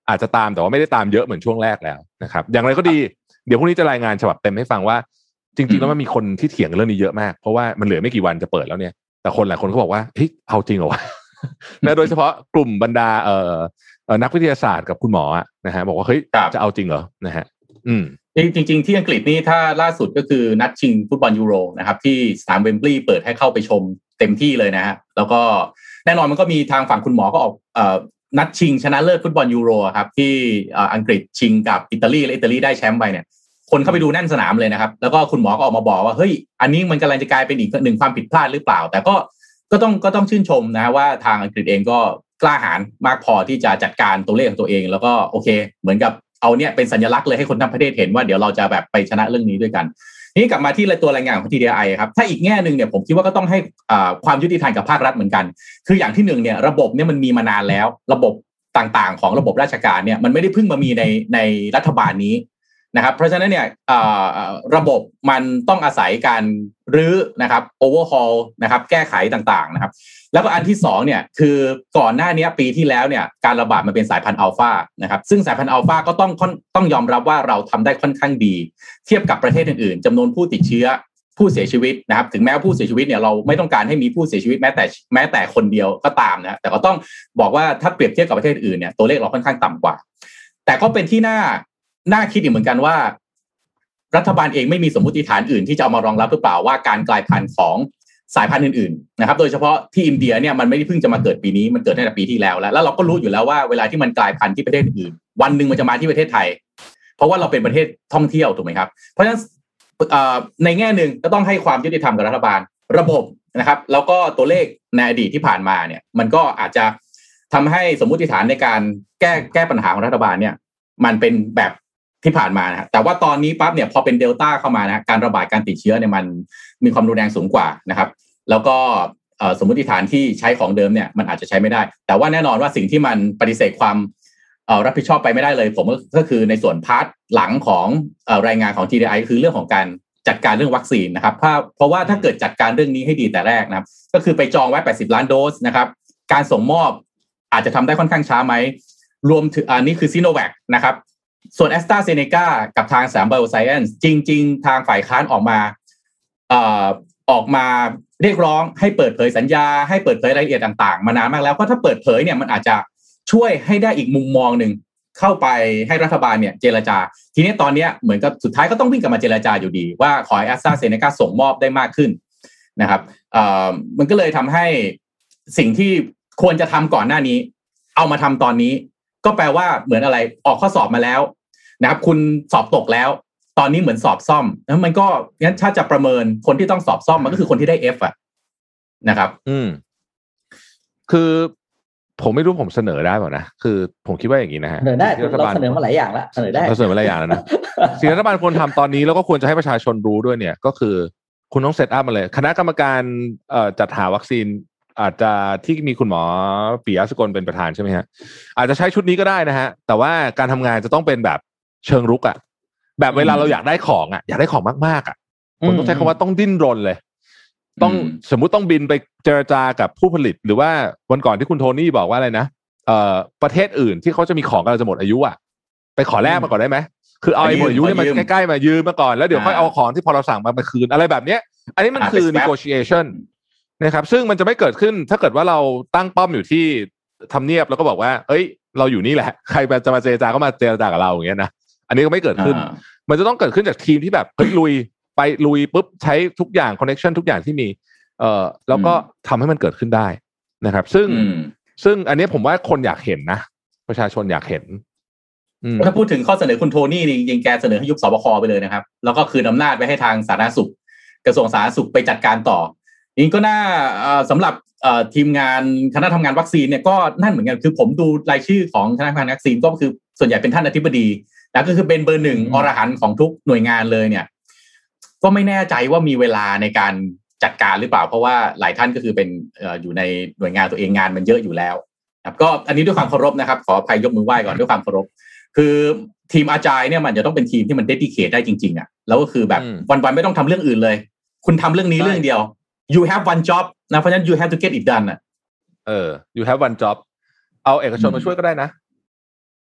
อาจจะตามแต่ว่าไม่ได้ตามเยอะเหมือนช่วงแรกแล้วนะครับอย่างไรก็ดีเดี๋ยวพรุ่งนี้จะรายงานฉบับเต็มให้ฟังว่าจริงๆแล้วมันมีคนที่เถียงเรื่องนี้เยอะมากเพราะว่ามันเหลือไม่กี่วันจะเปิดแล้วเนี่ยแต่คนหลายคนก็บอกว่าเฮ้ยเอาจริงเหรอวะนะโดยเฉพาะกลุ่มบรรดาเอ่อนักวิทยาศาสตร์กับคุณหมอนะฮะบอกว่าเฮ้ยจะเอาจริงเหรอนะฮะอืมจริงๆที่อังกฤษนี่ถ้าล่าสุดก็คือนัดชิงฟุตบอลยูโรนะครับที่สนามเวมบลีย์เปิดให้เข้าไปชมเต็มที่เลยนะฮะแล้วก็แน่นอนมันก็มีทางฝั่งคุณหมอก็ออกเอ่อนัดชิงชนะเลิศฟุตบอลยูโรครับที่อังกฤษชิงกับอิตาลีและอิตาลีได้แชมป์ไปเนี่ยคนเข้าไปดูแน่นสนามเลยนะครับแล้วก็คุณหมอก็ออกมาบอกว่าเฮ้ยอันนี้มันกำลังจะกลายเป็นอีกหนึ่งความผิดพลาดหรือเปล่าแต่ก็ก็ต้องก็ต้องชื่นชมนะว่าทางอังกฤษเองก็กล้าหาญมากพอที่จะจัดการตัวเลขของตัวเองแล้วก็โอเคเหมือนกับเอาเนี่ยเป็นสัญลักษณ์เลยให้คนทั้งประเทศเห็นว่าเดี๋ยวเราจะแบบไปชนะเรื่องนี้ด้วยกันนี่กลับมาที่ตัวรายงานของ ที ดี ไอ ครับถ้าอีกแง่นึงเนี่ยผมคิดว่าก็ต้องให้ความยุติธรรมกับภาครัฐเหมือนกันคืออย่างที่หนึ่งเนี่ยระบบเนี่ยมันมีมานานแล้วระบบต่างๆของระบบราชการเนี่ยมันไม่ได้เพิ่งมามีในในรัฐบาลนี้นะครับเพราะฉะนั้นเนี่ยระบบมันต้องอาศัยการรื้อนะครับ overhaul นะครับแก้ไขต่างๆนะครับแล้วก็อันที่สองเนี่ยคือก่อนหน้านี้ปีที่แล้วเนี่ยการระบาดมันเป็นสายพันธุ์อัลฟานะครับซึ่งสายพันธุ์อัลฟาก็ต้องต้องยอมรับว่าเราทำได้ค่อนข้างดีเทียบกับประเทศอื่นๆจำนวนผู้ติดเชื้อผู้เสียชีวิตนะครับถึงแม้ว่าผู้เสียชีวิตเนี่ยเราไม่ต้องการให้มีผู้เสียชีวิตแม้แต่แม้แต่คนเดียวก็ตามนะแต่ก็ต้องบอกว่าถ้าเปรียบเทียบกับประเทศอื่นเนี่ยตัวเลขเราค่อนข้างต่ำกว่าแต่ก็เป็นที่น่าน่าคิดอีกเหมือนกันว่ารัฐบาลเองไม่มีสมมติฐานอื่นที่จะเอามารองรับหรือเปล่าว่าการกลายพันธุ์ของสายพันธุ์อื่นๆนะครับโดยเฉพาะที่อินเดียเนี่ยมันไม่ได้เพิ่งจะมาเกิดปีนี้มันเกิดตั้งแต่ปีที่แล้วแล้วแล้วเราก็รู้อยู่แล้วว่าเวลาที่มันกลายพันธุ์ที่ประเทศอื่นวันนึงมันจะมาที่ประเทศไทยเพราะว่าเราเป็นประเทศท่องเที่ยวถูกไหมครับเพราะฉะนั้นในแง่นึงก็ต้องให้ความยุติธรรมกับรัฐบาลระบบนะครับแล้วก็ตัวเลขในอดีตที่ผ่านมาเนี่ยมันก็อาจจะทำให้สมมุติฐานในการแก้แก้ปัญหาของรัฐบาลเนี่ยมันเป็นแบบที่ผ่านมานะแต่ว่าตอนนี้ปั๊บเนี่ยพอเป็นเดลต้าเข้ามานะการระบาดการติดเชื้อเนี่ยมันมีความรุนแรงสูงกว่านะครับแล้วก็สมมติฐานที่ใช้ของเดิมเนี่ยมันอาจจะใช้ไม่ได้แต่ว่าแน่นอนว่าสิ่งที่มันปฏิเสธความรับผิดชอบไปไม่ได้เลยผมก็คือในส่วนพาร์ทหลังของรายงานของ ที ดี ไอ ก็คือเรื่องของการจัดการเรื่องวัคซีนนะครับเพราะว่าถ้าเกิดจัดการเรื่องนี้ให้ดีแต่แรกนะครับก็คือไปจองไว้แปดสิบล้านโดสนะครับการส่งมอบอาจจะทำได้ค่อนข้างช้าไหมรวมถึงอันนี้คือซิโนแวคนะครับส่วน AstraZeneca กับทางสาม Bioscience จริงๆทางฝ่ายค้านออกมาเอ่อออกมาเรียกร้องให้เปิดเผยสัญญาให้เปิดเผยรายละเอียดต่างๆมานานมากแล้วก็ถ้าเปิดเผยเนี่ยมันอาจจะช่วยให้ได้อีกมุมมองหนึ่งเข้าไปให้รัฐบาลเนี่ยเจรจาทีนี้ตอนนี้เหมือนกับสุดท้ายก็ต้องวิ่งกลับมาเจรจาอยู่ดีว่าขอให้ AstraZeneca ส่งมอบได้มากขึ้นนะครับเอ่อมันก็เลยทำให้สิ่งที่ควรจะทำก่อนหน้านี้เอามาทำตอนนี้ก็แปลว่าเหมือนอะไรออกข้อสอบมาแล้วนะครับคุณสอบตกแล้วตอนนี้เหมือนสอบซ่อมแล้วมันก็งั้นถ้าจะประเมินคนที่ต้องสอบซ่อมมันก็คือคนที่ได้ F อ่ะนะครับอืมคือผมไม่รู้ผมเสนอได้เปล่านะคือผมคิดว่าอย่างนี้นะฮะเสนอได้เราเสนอมาหลายอย่างแล้วเสนอได้เราเสนอมาหลายอย่างแล้วนะสิ่งรัฐบาลควรทำตอนนี้แล้วก็ควรจะให้ประชาชนรู้ด้วยเนี่ยก็คือคุณต้องเซตอัพมาเลยคณะกรรมการเอ่อจัดหาวัคซีนอาจจะที่มีคุณหมอปิยะสกลเป็นประธานใช่ไหมฮะอาจจะใช้ชุดนี้ก็ได้นะฮะแต่ว่าการทำงานจะต้องเป็นแบบเชิงรุกอ่ะแบบเวลาเราอยากได้ของอ่ะอยากได้ของมากๆอ่ะผมต้องใช้คำว่าต้องดิ้นรนเลยต้องสมมุติต้องบินไปเจรจากับผู้ผลิตหรือว่าวันก่อนที่คุณโทนี่บอกว่าอะไรนะเอ่อประเทศอื่นที่เขาจะมีของกำลังจะหมดอายุอ่ะไปขอแลกมาก่อนได้ไหมคือเอาไอ้หมดอายุเนี่ยมาใกล้ๆมายืมมาก่อนแล้วเดี๋ยวค่อยเอาของที่พอเราสั่งมาไปคืนอะไรแบบเนี้ยอันนี้มันคือ negotiation นะครับซึ่งมันจะไม่เกิดขึ้นถ้าเกิดว่าเราตั้งป้อมอยู่ที่ทำเนียบแล้วก็บอกว่าเอ้ยเราอยู่นี่แหละใครจะมาเจรจาก็มาเจรจากับเราอย่างเงี้ยนะอันนี้ก็ไม่เกิดขึ้นมันจะต้องเกิดขึ้นจากทีมที่แบบเฮ้ยลุยไปลุยปุ๊บใช้ทุกอย่างคอนเนคชั่นทุกอย่างที่มีเอ่อแล้วก็ทำให้มันเกิดขึ้นได้นะครับซึ่งซึ่งอันนี้ผมว่าคนอยากเห็นนะประชาชนอยากเห็นถ้าพูดถึงข้อเสนอคุณโทนี่นี่ยิงแกเสนอให้ยุบสบคไปเลยนะครับแล้วก็คืนอำนาจไปให้ทางสาธารณสุขกระทรวงสาธารณสุขไปจัดการต่อนี่ก็น่าสำหรับทีมงานคณะทำงานวัคซีนเนี่ยก็นั่นเหมือนกันคือผมดูรายชื่อของคณะทำงานวัคซีนก็คือส่วนใหญ่เป็นท่านอธิบดีแล้วก็คือเป็นเบอร์หนึ่งอรหันต์ของทุกหน่วยงานเลยเนี่ยก็ไม่แน่ใจว่ามีเวลาในการจัดการหรือเปล่าเพราะว่าหลายท่านก็คือเป็นอยู่ในหน่วยงานตัวเองงานมันเยอะอยู่แล้วครับก็อันนี้ด้วยความเคารพนะครับขออภัยยกมือไหว้ก่อนด้วยความเคารพคือทีมอาจารย์เนี่ยมันจะต้องเป็นทีมที่มันเดดิเคทได้จริงๆอ่ะแล้วก็คือแบบวันๆไม่ต้องทำเรื่องอื่นเลยคุณทำเรื่องนี้เรื่องเดียว you have one job นะเพราะฉะนั้น you have to get it done อ่ะเออ you have one job เอาเอกชนมาช่วยก็ได้นะ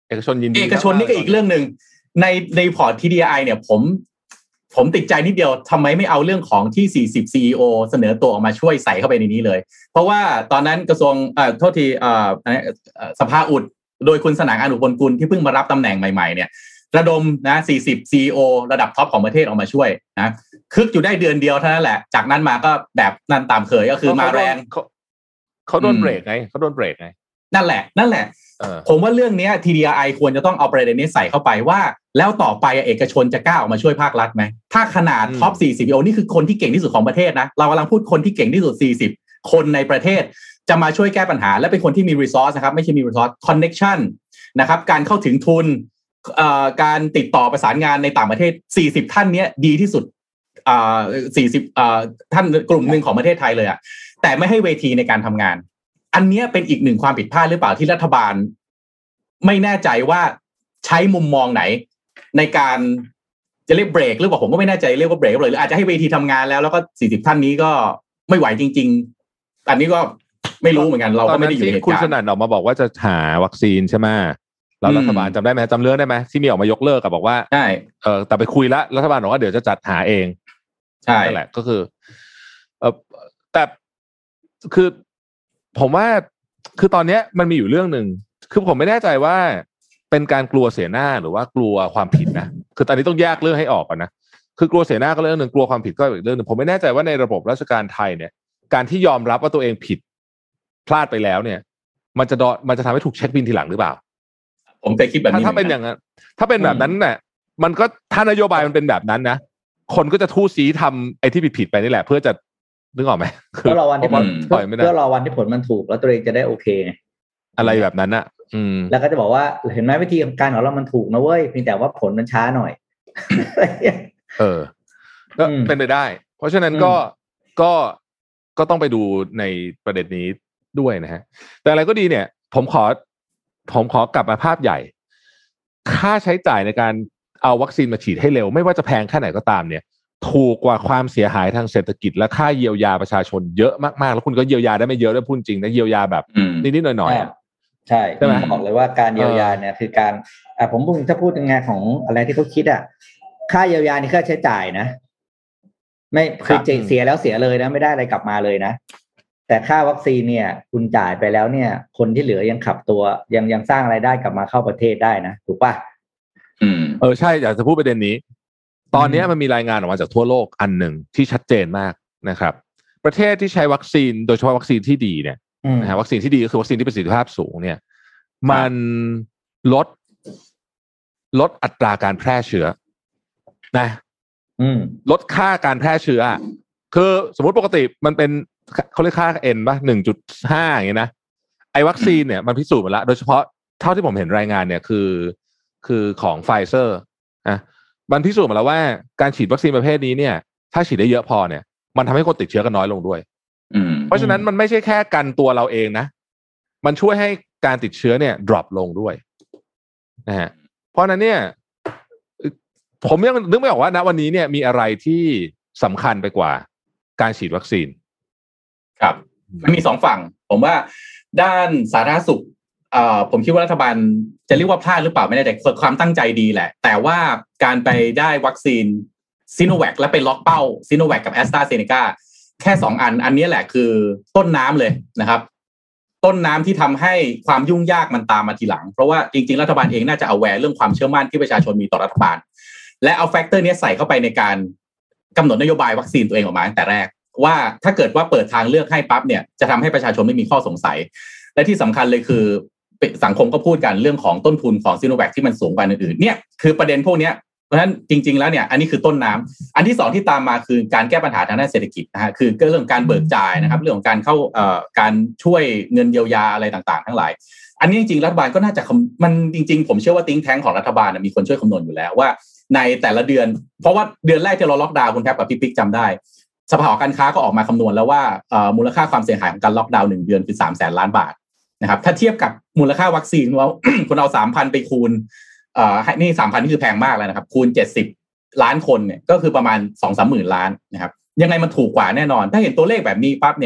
เอกชนยินดีเอกชนนี่ก็อีกเรื่องนึงในในพอร์ต ที ดี ไอ เนี่ยผมผมติดใจนิดเดียวทำไมไม่เอาเรื่องของที่สี่สิบ ซี อี โอ เสนอตัวออกมาช่วยใส่เข้าไปในนี้เลยเพราะว่าตอนนั้นกระทรวงเอ่อโทษทีเอ่อสภาอุดโดยคุณสนานอนุพลกุลที่เพิ่งมารับตำแหน่งใหม่ๆเนี่ยระดมนะสี่สิบ ซี อี โอ ระดับท็อปของประเทศออกมาช่วยนะคึกอยู่ได้เดือนเดียวเท่านั้นแหละจากนั้นมาก็แบบนั่นตามเคยก็คือมาแรงเขาโดนเบรกไงเขาโดนเบรกไงนั่นแหละนั่นแหละผมว่าเรื่องนี้ ที ดี ไอ ควรจะต้องเอาประเด็นนี้ใส่เข้าไปว่าแล้วต่อไปเอกชนจะกล้าออกมาช่วยภาครัฐไหมถ้าขนาดท็อปสี่สิบ ซี อี โอ นี่คือคนที่เก่งที่สุดของประเทศนะเรากำลังพูดคนที่เก่งที่สุดสี่สิบคนในประเทศจะมาช่วยแก้ปัญหาและเป็นคนที่มี resource นะครับไม่ใช่มี resource connection นะครับการเข้าถึงทุนการติดต่อประสานงานในต่างประเทศสี่สิบท่านนี้ดีที่สุดสี่สิบท่านกลุ่มหนึ่งของประเทศไทยเลยอะแต่ไม่ให้เวทีในการทำงานอันนี้เป็นอีกหนึ่งความผิดพลาดหรือเปล่าที่รัฐบาลไม่แน่ใจว่าใช้มุมมองไหนในการจะเรียกเบรกหรือเปล่าผมก็ไม่แน่ใจเรียกว่าเบรกเลยหรืออาจจะให้เวทีทำงานแล้วแล้วก็สี่สิบท่านนี้ก็ไม่ไหวจริงๆอันนี้ก็ไม่รู้เหมือนกันเราก็ไม่ได้อยู่ในเหตุการณ์คุณสนั่นออกมาบอกว่าจะหาวัคซีนใช่ไหมแล้วรัฐบาลจำได้ไหมจำเรื่องได้ไหมที่มีออกมายกเลิกกับบอกว่าใช่เออแต่ไปคุยแล้วรัฐบาลบอกว่าเดี๋ยวจะจัดหาเองใช่นั่นแหละก็คือเออแต่คือผมว่าคือตอนนี้มันมีอยู่เรื่องหนึ่งคือผมไม่แน่ใจว่าเป็นการกลัวเสียหน้าหรือว่ากลัวความผิดนะคือตอนนี้ต้องแยกเรื่องให้ออกก่อนนะคือกลัวเสียหน้าก็เรื่องหนึ่งกลัวความผิดก็อีกเรื่องหนึ่งผมไม่แน่ใจว่าในระบบราชการไทยเนี่ยการที่ยอมรับว่าตัวเองผิดพลาดไปแล้วเนี่ยมันจะมันจะทำให้ถูกเช็คบินทีหลังหรือเปล่าผมเคยคิดแบบนี้ถ้าเป็นอย่างนั้นถ้าเป็นแบบนั้นเนี่ยมันก็ถ้านโยบายมันเป็นแบบนั้นนะคนก็จะทู่ซี้ทำไอ้ที่ผิดๆไปนี่แหละเพื่อจะนึกออกไหมคือรอวันที่ผลเพื่อรอวันที่ผลมันถูกแล้วตัวเองจะได้โอเคไงอะไรแบบนั้นอ่ะอืมแล้วก็จะบอกว่าเห็นไหมวิธีการของเรามันถูกนะเว้ยเพียงแต่ว่าผลมันช้าหน่อยเออก็เป็นไปได้เพราะฉะนั้นก็ก็ก็ต้องไปดูในประเด็นนี้ด้วยนะฮะแต่อะไรก็ดีเนี่ยผมขอผมขอกลับมาภาพใหญ่ค่าใช้จ่ายในการเอาวัคซีนมาฉีดให้เร็วไม่ว่าจะแพงแค่ไหนก็ตามเนี่ยถูกกว่าความเสียหายทางเศรษฐกิจและค่าเยียวยาประชาชนเยอะมากๆแล้วคุณก็เยียวยาได้ไม่เยอะด้วยพูดจริงนะเยียวยาแบบนิดๆหน่อยๆใช่ใช่ไหมบอกเลยว่าการเยียวยาเนี่ยคือการอ่าผมพูดถ้าพูดในงานของอะไรที่เขาคิดอ่ะค่าเยียวยานี่ค่าใช้จ่ายนะไม่คือเสียแล้วเสียเลยนะไม่ได้อะไรกลับมาเลยนะแต่ค่าวัคซีนเนี่ยคุณจ่ายไปแล้วเนี่ยคนที่เหลือยังขับตัวยังยังสร้างรายได้กลับมาเข้าประเทศได้นะถูกป่ะอืมเออใช่อยากจะพูดประเด็นนี้ตอนนี้มันมีรายงานออกมาจากทั่วโลกอันหนึ่งที่ชัดเจนมากนะครับประเทศที่ใช้วัคซีนโดยเฉพาะวัคซีนที่ดีเนี่ยนะฮะวัคซีนที่ดีก็คือวัคซีนที่ประสิทธิภาพสูงเนี่ยมันลดลดอัตราการแพร่เชื้อนะลดค่าการแพร่เชื้อคือสมมติปกติมันเป็นเขาเรียกค่า N ป่ะ หนึ่งจุดห้า อย่างเงี้ยนะไอ้วัคซีนเนี่ยมันพิสูจน์มาแล้วโดยเฉพาะเท่าที่ผมเห็นรายงานเนี่ยคือคือของไฟเซอร์นะมันพิสูจน์มาแล้วว่าการฉีดวัคซีนประเภทนี้เนี่ยถ้าฉีดได้เยอะพอเนี่ยมันทำให้คนติดเชื้อกันน้อยลงด้วยเพราะฉะนั้นมันไม่ใช่แค่กันตัวเราเองนะมันช่วยให้การติดเชื้อเนี่ย drop ลงด้วยนะฮะเพราะนั้นเนี่ยผมยังนึกไม่ออกว่าณวันนี้เนี่ยมีอะไรที่สำคัญไปกว่าการฉีดวัคซีนครับมันมีสองฝั่งผมว่าด้านสาธารณสุขเอ่อผมคิดว่ารัฐบาลจะเรียกว่าพลาดหรือเปล่าไม่แน่ใจความตั้งใจดีแหละแต่ว่าการไปได้วัคซีนซิโนแวคและไปล็อกเป้าซิโนแวคกับแอสตราเซเนกาแค่สองอันอันนี้แหละคือต้นน้ำเลยนะครับต้นน้ำที่ทำให้ความยุ่งยากมันตามมาทีหลังเพราะว่าจริงๆรัฐบาลเองน่าจะเอาแวร์เรื่องความเชื่อมั่นที่ประชาชนมีต่อรัฐบาลและเอาแฟกเตอร์นี้ใส่เข้าไปในการกำหนดนโยบายวัคซีนตัวเองออกมาตั้งแต่แรกว่าถ้าเกิดว่าเปิดทางเลือกให้ปั๊บเนี่ยจะทำให้ประชาชนไม่มีข้อสงสัยและที่สำคัญเลยคือสังคมก็พูดกันเรื่องของต้นทุนของซิโนแวคที่มันสูงกว่าอื่นๆเนี่ยคือประเด็นพวกนี้เพราะฉะนั้นจริงๆแล้วเนี่ยอันนี้คือต้นน้ำอันที่สองที่ตามมาคือการแก้ปัญหาทางด้านเศรษฐกิจนะฮะคือเรื่องการเบิกจ่ายนะครับเรื่องของการเข้าเอ่อการช่วยเงินเยียวยาอะไรต่างๆทั้งหลายอันนี้จริงๆรัฐบาลก็น่าจะมันจริงๆผมเชื่อว่าthink tankของรัฐบาลมีคนช่วยคำนวณอยู่แล้วว่าในแต่ละเดือนเพราะว่าเดือนแรกที่เราล็อกดาวน์คุณแทบกับพี่ปิ๊กจำได้สภาหอการค้าก็ออกมาคำนวณแล้วว่ามูลค่าความเสียหายของการล็อกดาวน์หนึ่งเดือนคือสามแสนล้านบาทนะครับถ้าเทียบกับมูลค่าวัคซีนว่าคุณเอา สามพัน ไปคูณเอ่อนี่ สามพัน นี่คือแพงมากแล้วนะครับคูณเจ็ดสิบล้านคนเนี่ยก็คือประมาณ สองถึงสามหมื่น ล้านนะครับยังไงมันถูกกว่าแน่นอนถ้าเห็นตัวเลขแบบนี้ปั๊บเนี่ย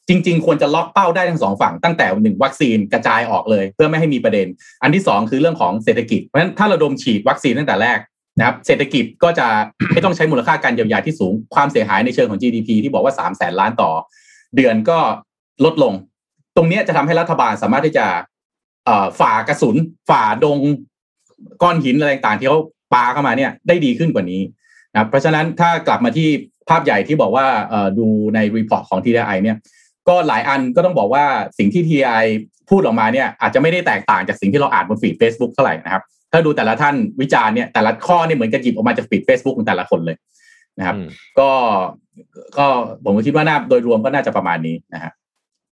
จริงๆควรจะล็อกเป้าได้ทั้งสองฝั่งตั้งแต่หนึ่งวัคซีนกระจายออกเลยเพื่อไม่ให้มีประเด็นอันที่สองคือเรื่องของเศรษฐกิจเพราะฉะนั้นถ้าระดมฉีดวัคซีนตั้งแต่แรกนะครับเศรษฐกิจก็จะไม่ต้องใช้มูลค่าการเยียวยาที่สูงความเสียหายในเชิงของ จี ดี พี ที่บอกว่าสามแสนล้านต่อเดือนก็ลดลงตรงนี้จะทำให้รัฐบาลสามารถที่จะฝ่ากระสุนฝ่าดงก้อนหินอะไรต่างๆที่เขาปาเข้ามาเนี่ยได้ดีขึ้นกว่านี้นะเพราะฉะนั้นถ้ากลับมาที่ภาพใหญ่ที่บอกว่าดูในรีพอร์ตของ ที ดี ไอ เนี่ยก็หลายอันก็ต้องบอกว่าสิ่งที่ ที ดี ไอ พูดออกมาเนี่ยอาจจะไม่ได้แตกต่างจากสิ่งที่เราอ่านบนฟีด Facebook เท่าไหร่นะครับถ้าดูแต่ละท่านวิจารณ์เนี่ยแต่ละข้อเนี่ยเหมือนกับหยิบออกมาจากฟีด Facebook ของแต่ละคนเลยนะครับก็ก็ผมคิดว่าน่าโดยรวมก็น่าจะประมาณนี้นะฮะ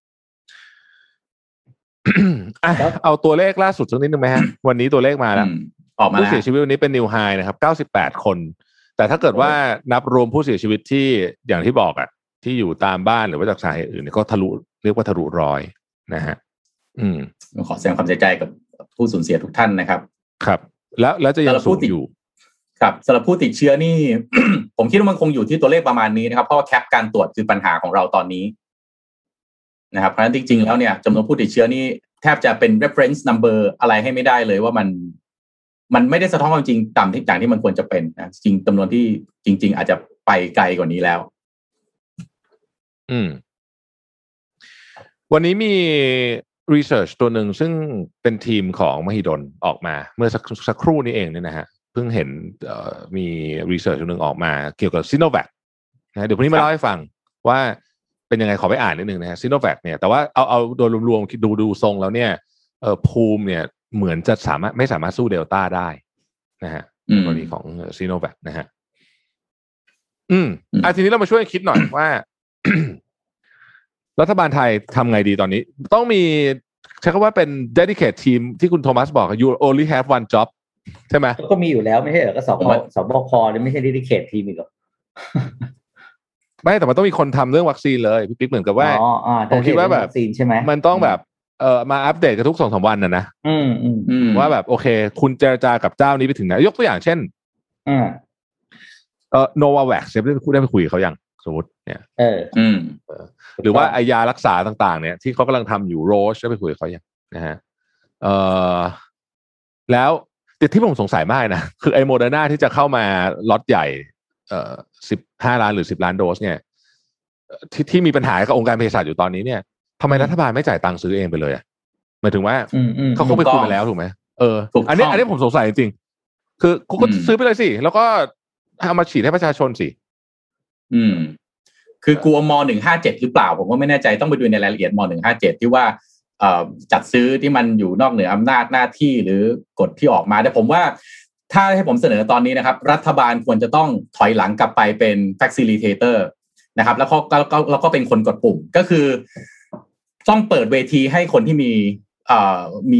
เอาตัวเลขล่าสุดสักนิดนึงไหมฮะวันนี้ตัวเลขมาแล้วออกมาแล้วผู้เสียชีวิตวันนี้เป็นนิวไฮนะครับเก้าสิบแปดคนแต่ถ้าเกิดว่านับรวมผู้เสียชีวิตที่อย่างที่บอกอ่ะที่อยู่ตามบ้านหรือว่าจากสาเหตุอื่นก็ทะลุเรียกว่าทะลุร้อยนะฮะอืมขอแสดงความเสียใจกับผู้สูญเสียทุกท่านนะครับครับแล้วแล้วจะยังสูงอยู่ครับสำหรับผู้ติดเชื้อนี่ ผมคิดว่ามันคงอยู่ที่ตัวเลขประมาณนี้นะครับเพราะว่าแคปการตรวจคือปัญหาของเราตอนนี้นะครับเพราะฉะนั้นจริงๆแล้วเนี่ยจำนวนผู้ติดเชื้อนี่แทบจะเป็น reference number อะไรให้ไม่ได้เลยว่ามันมันไม่ได้สะท้อนความจริงตามที่อย่างที่มันควรจะเป็นนะจริงจำนวนที่จริงๆอาจจะไปไกลกว่านี้แล้วอืมวันนี้มี research ตัวหนึ่งซึ่งเป็นทีมของมหิดลออกมาเมื่อสักสักครู่นี้เองเนี่ยนะฮะเพิ่งเห็นมี research ตัวหนึ่งออกมาเกี่ยวกับ Sinovac นะเดี๋ยวพรุ่งนี้มาเล่าให้ฟังว่าเป็นยังไงขอไปอ่านนิดนึงนะฮะ Sinovac เนี่ยแต่ว่าเอาเอาโดยรวมๆดูดูทรงแล้วเนี่ยเอ่อภูมิเนี่ยเหมือนจะสามารถไม่สามารถสู้เดลต้าได้นะฮะกรณีของ Sinovac นะฮะอืมอ่ะทีนี้เรามาช่วยคิดหน่อยว่า รัฐบาลไทยทำไงดีตอนนี้ต้องมีใช้คำว่าเป็น dedicated team ที่คุณโทมัสบอก you only have one job ใช่ไหมก็มีอยู่แล้วไม่ใช่เหรอก็สบสบคนี่ไม่ใช่ dedicated team อีกหรอไม่แต่มันต้องมีคนทำเรื่องวัคซีนเลยพี่ปิ๊กเหมือนกับว่าผมคิดว่าแบบวัคซีนใช่ไหมมันต้องแบบเอ่อมาอัปเดตกันทุก สองถึงสาม วันน่ะนะอืมอืมว่าแบบโอเคคุณเจรจากับเจ้านี้ไปถึงไหนยกตัวอย่างเช่นอืมเอ่อ Novavax ได้ได้ไปคุยกับเขายังสมมุติเนี่ยเอออืมหรือว่าไอยารักษาต่างๆเนี่ยที่เขากำลังทำอยู่ Roche ได้ไปคุยกับเขายังนะฮะเอ่อแล้วที่ผมสงสัยมากนะคือไอโมเดอร์นาที่จะเข้ามาล็อตใหญ่เอ่อสิบห้าล้านหรือสิบล้านโดสเนี่ยที่ที่มีปัญหากับองค์การเภสัชอยู่ตอนนี้เนี่ยทำไมรัฐบาลไม่จ่ายตังค์ซื้อเองไปเลยอ่ะหมายถึงว่าเขาคงไปคุยมาแล้วถูกไหมเอออันนี้อันนี้ผมสงสัยจริงๆคือคุณก็ซื้อไปเลยสิแล้วก็เอามาฉีดให้ประชาชนสิอืมคือกลัวมหนึ่งห้าเจ็ดหรือเปล่าผมก็ไม่แน่ใจต้องไปดูในรายละเอียดมหนึ่งห้าเจ็ดที่ว่าเอ่อจัดซื้อที่มันอยู่นอกเหนืออำนาจหน้าที่หรือกฎที่ออกมาแต่ผมว่าถ้าให้ผมเสนอตอนนี้นะครับรัฐบาลควรจะต้องถอยหลังกลับไปเป็น facilitator นะครับแล้วก็แล้วก็เป็นคนกดปุ่มก็คือต้องเปิดเวทีให้คนที่มีเอ่อมี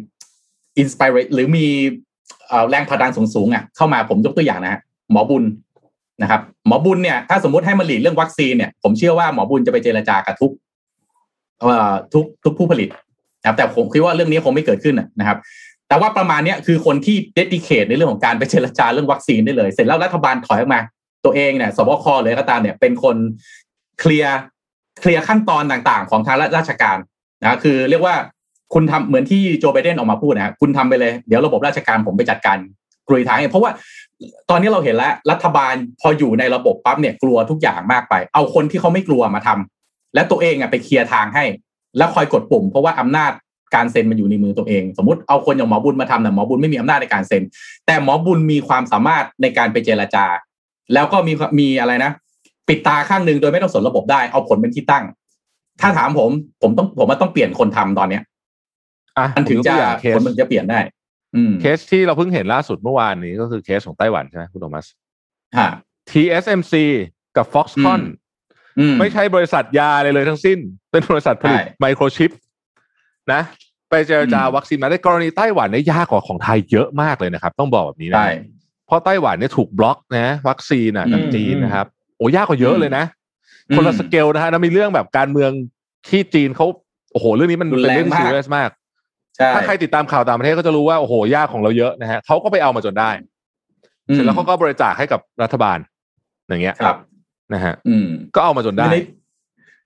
inspire หรือมีเอ่อแรงผลักดันสูงๆอ่ะเข้ามาผมยกตัวอย่างนะฮะหมอบุญนะครับหมอบุญเนี่ยถ้าสมมติให้มาหลีดเรื่องวัคซีนเนี่ยผมเชื่อว่าหมอบุญจะไปเจรจากับทุกเอ่อทุกทุกผู้ผลิตนะครับแต่ผมคิดว่าเรื่องนี้คงไม่เกิดขึ้นนะครับแต่ว่าประมาณนี้คือคนที่ dedicate ในเรื่องของการไปเจรจาเรื่องวัคซีนได้เลยเสร็จแล้วรัฐบาลถอยออกมาตัวเองเนี่ยสบคเลยก็ตามเนี่ยเป็นคนเคลียร์เคลียร์ขั้นตอนต่างๆของทางราชการนะคือเรียกว่าคุณทำเหมือนที่โจไบเดนออกมาพูดนะคุณทำไปเลยเดี๋ยวระบบราชการผมไปจัดการกลุยทางเพราะว่าตอนนี้เราเห็นแล้วรัฐบาลพออยู่ในระบบปั๊บเนี่ยกลัวทุกอย่างมากไปเอาคนที่เขาไม่กลัวมาทำและตัวเองอ่ะไปเคลียร์ทางให้แล้วคอยกดปุ่มเพราะว่าอำนาจการเซ็นมันอยู่ในมือตัวเองสมมติเอาคนอย่างหมอบุญมาทำแต่หมอบุญไม่มีอำนาจในการเซ็นแต่หมอบุญมีความสามารถในการไปเจรจาแล้วก็มีมีอะไรนะปิดตาข้างนึงโดยไม่ต้องสนระบบได้เอาผลเป็นที่ตั้งถ้าถามผมผมต้องผมว่าต้องเปลี่ยนคนทำตอนเนี้ยอ่ะมันถึงจะผลมันจะเปลี่ยนได้เคสที่เราเพิ่งเห็นล่าสุดเมื่อวานนี้ก็คือเคสของไต้หวันใช่ไหมคุณโทมัสฮะที เอส เอ็ม ซี กับ Foxconn ไม่ใช่บริษัทยาเลยเลยทั้งสิ้นเป็นบริษัทผลิตไมโครชิปนะไปเจรจาวัคซีนมาได้กรณีไต้หวันเนี่ยยากกว่าของไทยเยอะมากเลยนะครับต้องบอกแบบนี้นะเพราะไต้หวันเนี่ยถูกบล็อกนะวัคซีนอ่ะจากจีนนะครับโอ้ยากกว่าเยอะเลยนะคนละสเกลนะฮะแล้วมีเรื่องแบบการเมืองที่จีนเขาโอ้โหเรื่องนี้มันเป็นเรื่องซีเรียสมากถ้าใครติดตามข่าวต่างประเทศก็จะรู้ว่าโอ้โหยากของเราเยอะนะฮะเขาก็ไปเอามาจนได้เสร็จแล้วเขาก็บริจาคให้กับรัฐบาลอย่างเงี้ยครับนะฮะก็เอามาจนได้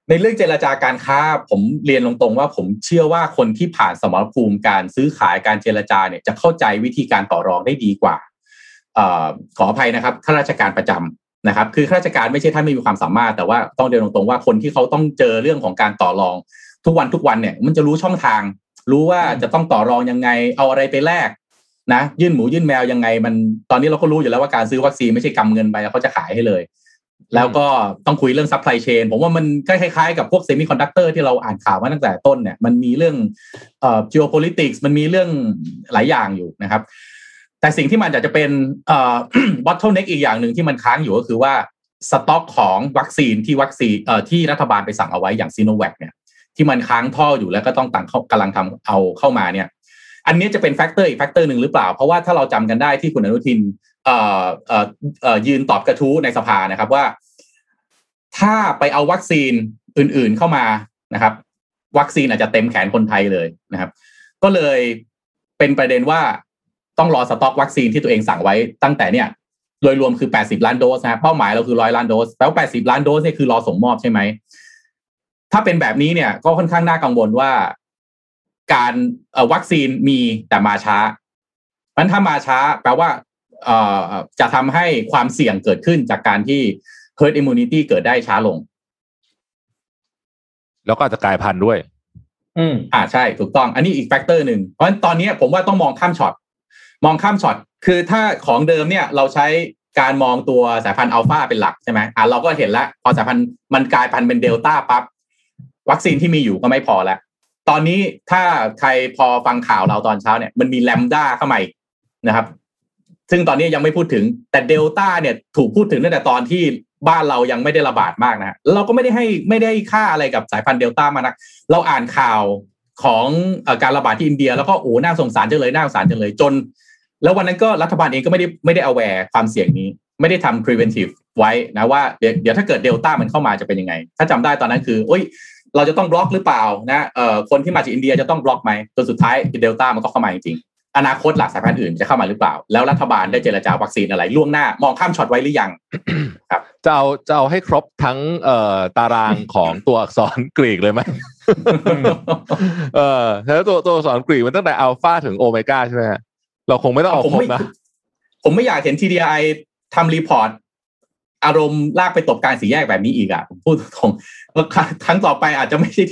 ในเรื่องเจรจาการค้าผมเรียนตรงๆว่าผมเชื่อว่าคนที่ผ่านสมรภูมิการซื้อขายการเจรจาเนี่ยจะเข้าใจวิธีการต่อรองได้ดีกว่าเอ่อขออภัยนะครับข้าราชการประจำนะครับคือข้าราชการไม่ใช่ท่านไม่มีความสามารถแต่ว่าต้องเรียนตรงๆว่าคนที่เขาต้องเจอเรื่องของการต่อรองทุกวันทุกวันเนี่ยมันจะรู้ช่องทางรู้ว่าจะต้องต่อรองยังไงเอาอะไรไปแลกนะยื่นหมูยื่นแมวยังไงมันตอนนี้เราก็รู้อยู่แล้วว่าการซื้อวัคซีนไม่ใช่กำเงินไปแล้วเขาจะขายให้เลยแล้วก็ต้องคุยเรื่องซัพพลายเชนผมว่ามันคล้ายๆกับพวกเซมิคอนดักเตอร์ที่เราอ่านข่าวมาตั้งแต่ต้นเนี่ยมันมีเรื่องเอ่อ geopolitics มันมีเรื่องหลายอย่างอยู่นะครับแต่สิ่งที่มันอาจจะเป็นเอ่อ bottleneck อีกอย่างหนึ่งที่มันค้างอยู่ก็คือว่าสต็อกของวัคซีนที่วัคซีนเอ่อที่รัฐบาลไปสั่งเอาไว้อย่างซีโนแวคเนี่ยที่มันค้างท่ออยู่แล้วก็ต้องต่างกำลังทำเอาเข้ามาเนี่ยอันนี้จะเป็นแฟกเตอร์อีกแฟกเตอร์หนึ่งหรือเปล่าเพราะว่าถ้าเราจำกันได้ที่คุณอนุทินเอ่อเอ่อเอ่อยืนตอบกระทู้ในสภานะครับว่าถ้าไปเอาวัคซีนอื่นๆเข้ามานะครับวัคซีนอาจจะเต็มแขนคนไทยเลยนะครับก็เลยเป็นประเด็นว่าต้องรอสต็อกวัคซีนที่ตัวเองสั่งไว้ตั้งแต่เนี่ยโดยรวมคือแปดสิบล้านโดสนะเป้าหมายเราคือหนึ่งร้อยล้านโดสแปลว่าแปดสิบล้านโดสเนี่ยคือรอส่งมอบใช่ไหมถ้าเป็นแบบนี้เนี่ยก็ค่อนข้างน่ากังวลว่าการเอ่อวัคซีนมีแต่มาช้ามันถ้ามาช้าแปลว่าเอ่อจะทำให้ความเสี่ยงเกิดขึ้นจากการที่ herd immunity เกิดได้ช้าลงแล้วก็อาจจะกลายพันธุ์ด้วยอืมอ่าใช่ถูกต้องอันนี้อีกแฟกเตอร์หนึ่งเพราะฉะนั้นตอนนี้ผมว่าต้องมองข้ามช็อตมองข้ามช็อตคือถ้าของเดิมเนี่ยเราใช้การมองตัวสายพันธุ์อัลฟาเป็นหลักใช่ไหมอ่าเราก็เห็นแล้วพอสายพันธุ์มันกลายพันธุ์เป็นเดลต้าปั๊บวัคซีนที่มีอยู่ก็ไม่พอแล้วตอนนี้ถ้าใครพอฟังข่าวเราตอนเช้าเนี่ยมันมีแลมด้าเข้ามาอีกนะครับซึ่งตอนนี้ยังไม่พูดถึงแต่เดลต้าเนี่ยถูกพูดถึงตั้งแต่ตอนที่บ้านเรายังไม่ได้ระบาดมากนะเราก็ไม่ได้ให้ไม่ได้ค่าอะไรกับสายพันธุ์เดลต้ามานักเราอ่านข่าวของการระบาดที่อินเดียแล้วก็โอ้น่าสงสารจังเลยน่าสงสารจังเลยจนแล้ววันนั้นก็รัฐบาลเองก็ไม่ได้ไม่ได้ aware ความเสี่ยงนี้ไม่ได้ทำ preventive ไว้นะว่าเดี๋ยวเดี๋ยวถ้าเกิดเดลต้ามันเข้ามาจะเป็นยังไงถ้าจำได้ตอนนั้นคือโอ้ยเราจะต้องบล็อกหรือเปล่านะเอ่อคนที่มาจากอินเดียจะต้องบล็อกไหมจนสุดท้ายเดลต้ามันก็เข้ามาจริงๆอนาคตหลักสายพันธุ์อื่นจะเข้ามาหรือเปล่าแล้วรัฐบาลได้เจรจาวัคซีนอะไรล่วงหน้ามองข้ามช็อตไว้หรือยังครับจะเอาจะเอาให้ครบทั้งเอ่อตารางของตัวอักษรกรีกเลยไหม เออแล้วตัวตัวอักษรกรีกมันตั้งแต่อัลฟาถึงโอเมก้าใช่ไหมเราคงไม่ต้องเอาครบนะผมไม่อยากเห็น ที ดี ไอ ทำรีพอร์ตอารมณ์ลากไปตบกลางสี่แยกแบบนี้อีกอ่ะผมพูดตรงครั้งต่อไปอาจจะไม่ใช่ ที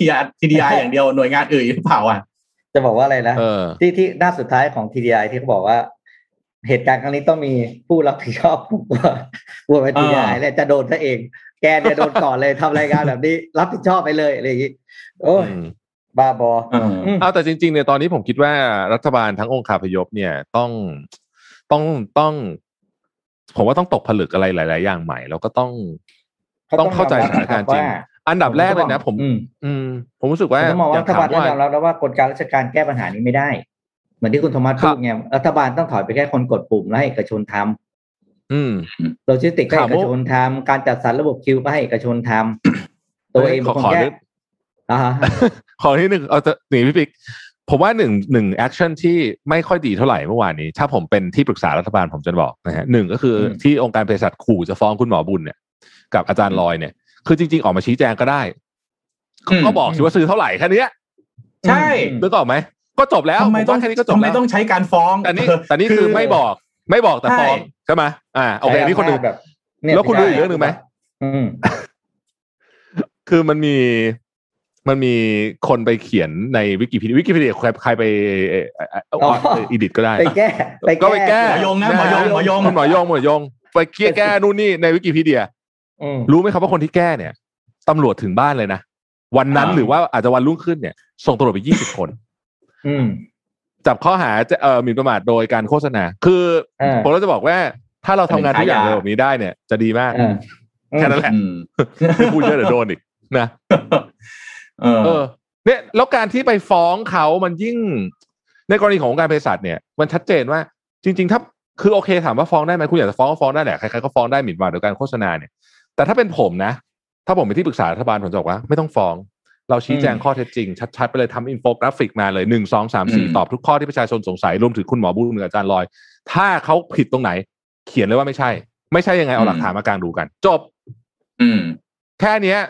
ดี ไอ อย่างเดียวหน่วยงานอื่นหรือเปล่าอ่ะจะบอกว่าอะไรนะที่ที่หน้าสุดท้ายของ ที ดี ไอ ที่เขาบอกว่าเหตุการณ์ครั้งนี้ต้องมีผู้รับผิดชอบผมว่าว่าเป็น ที ดี ไอ เนี่ยจะโดนซะเองแกเนี่ยโดนก่อนเลยทำรายงานแบบนี้รับผิดชอบไปเลยอะไรอย่างนี้โอ้ยบ้าบอเอาแต่จริงๆเนี่ยตอนนี้ผมคิดว่ารัฐบาลทั้งองค์คาพยพเนี่ยต้องต้องต้องผมว่าต้องตกผลึกอะไรหลายๆอย่างใหม่แล้วก็ต้องต้องเข้าใจสถานการณ์จริงอันดับแรกเลยนะผมอืมผมรู้สึกว่ารัฐบาลต้องยอมรับแล้วว่ากลไกราชการแก้ปัญหานี้ไม่ได้เหมือนที่คุณโทมัสพูดไงรัฐบาลต้องถอยไปแค่คนกดปุ่มแล้วให้เอกชนทำอืมโลจิสติกส์ให้เอกชนทำการจัดสรรระบบคิวก็ให้เอกชนทำตัวเองเป็นคนแก้อ่าขอที่หนึ่งเอาหนีพี่ปิ๊กผมว่าหนึ่งหนึ่งแอคชั่นที่ไม่ค่อยดีเท่าไหร่เมื่อวานนี้ถ้าผมเป็นที่ปรึกษารัฐบาลผมจะบอกนะฮะหนึ่งก็คือที่องค์การเภสัชขู่จะฟ้องคุณหมอบุญเนี่ยกับอาจารย์ลอยเนี่ยคือจริงๆออกมาชี้แจงก็ได้ก็บอกสิว่าซื้อเท่าไหร่แค่นี้ใช่นึกออกไหมก็จบแล้วทำไมต้องแค่นี้ก็จบแล้วทำไมต้องใช้การฟ้องแต่นี่แต่นี่คือไม่บอกไม่บอกแต่ฟ้องใช่ไหมอ่าโอเคนี่คนนึงแล้วคุณรู้อีกเรื่องนึงไหมคือมันมีมันมีคนไปเขียนในวิกิพีเดียวิกิพีเดียใครใครไปอีดิทก็ได้ไปแก้ก็ไปแก้หมอยงนะหมอยงหมอยงหมอยงหมอยงไปเกี้ยแก้นู่นนี่ในวิกิพีเดียรู้ไหมครับว่าคนที่แก้เนี่ยตำรวจถึงบ้านเลยนะวันนั้นหรือว่าอาจจะวันรุ่งขึ้นเนี่ยส่งตำรวจไปยี่สิบคนจับข้อหาเอ่อหมิ่นประมาทโดยการโฆษณาคือผมเราจะบอกว่าถ้าเราทำงานทุกอย่างแบบนี้ได้เนี่ยจะดีมากแค่นั้นแหละไม่พูดเยอะเดี๋ยวโดนอีกนะเออเนี่ยแล้วการที่ไปฟ้องเขามันยิ่งในกรณีขององค์การเภสัชเนี่ยมันชัดเจนว่าจริงๆถ้าคือโอเคถามว่าฟ้องได้ไหมคุณอยากจะฟ้องก็ฟ้องได้แหละใครๆก็ฟ้องได้หมิ่นประมาทโดยการโฆษณาเนี่ยแต่ถ้าเป็นผมนะถ้าผมเป็นที่ปรึกษารัฐบาลผมจะบอกว่าไม่ต้องฟ้องเราชี้แจงข้อเท็จจริงชัดๆไปเลยทำอินโฟกราฟิกมาเลยหนึ่งสองสามสี่ตอบทุกข้อที่ประชาชนสงสัยรวมถึงคุณหมอบุญกับอาจารย์ลอยถ้าเขาผิดตรงไหนเขียนเลยว่าไม่ใช่ไม่ใช่ยังไงเอาหลักฐานมากางดูกันจบแค่นี้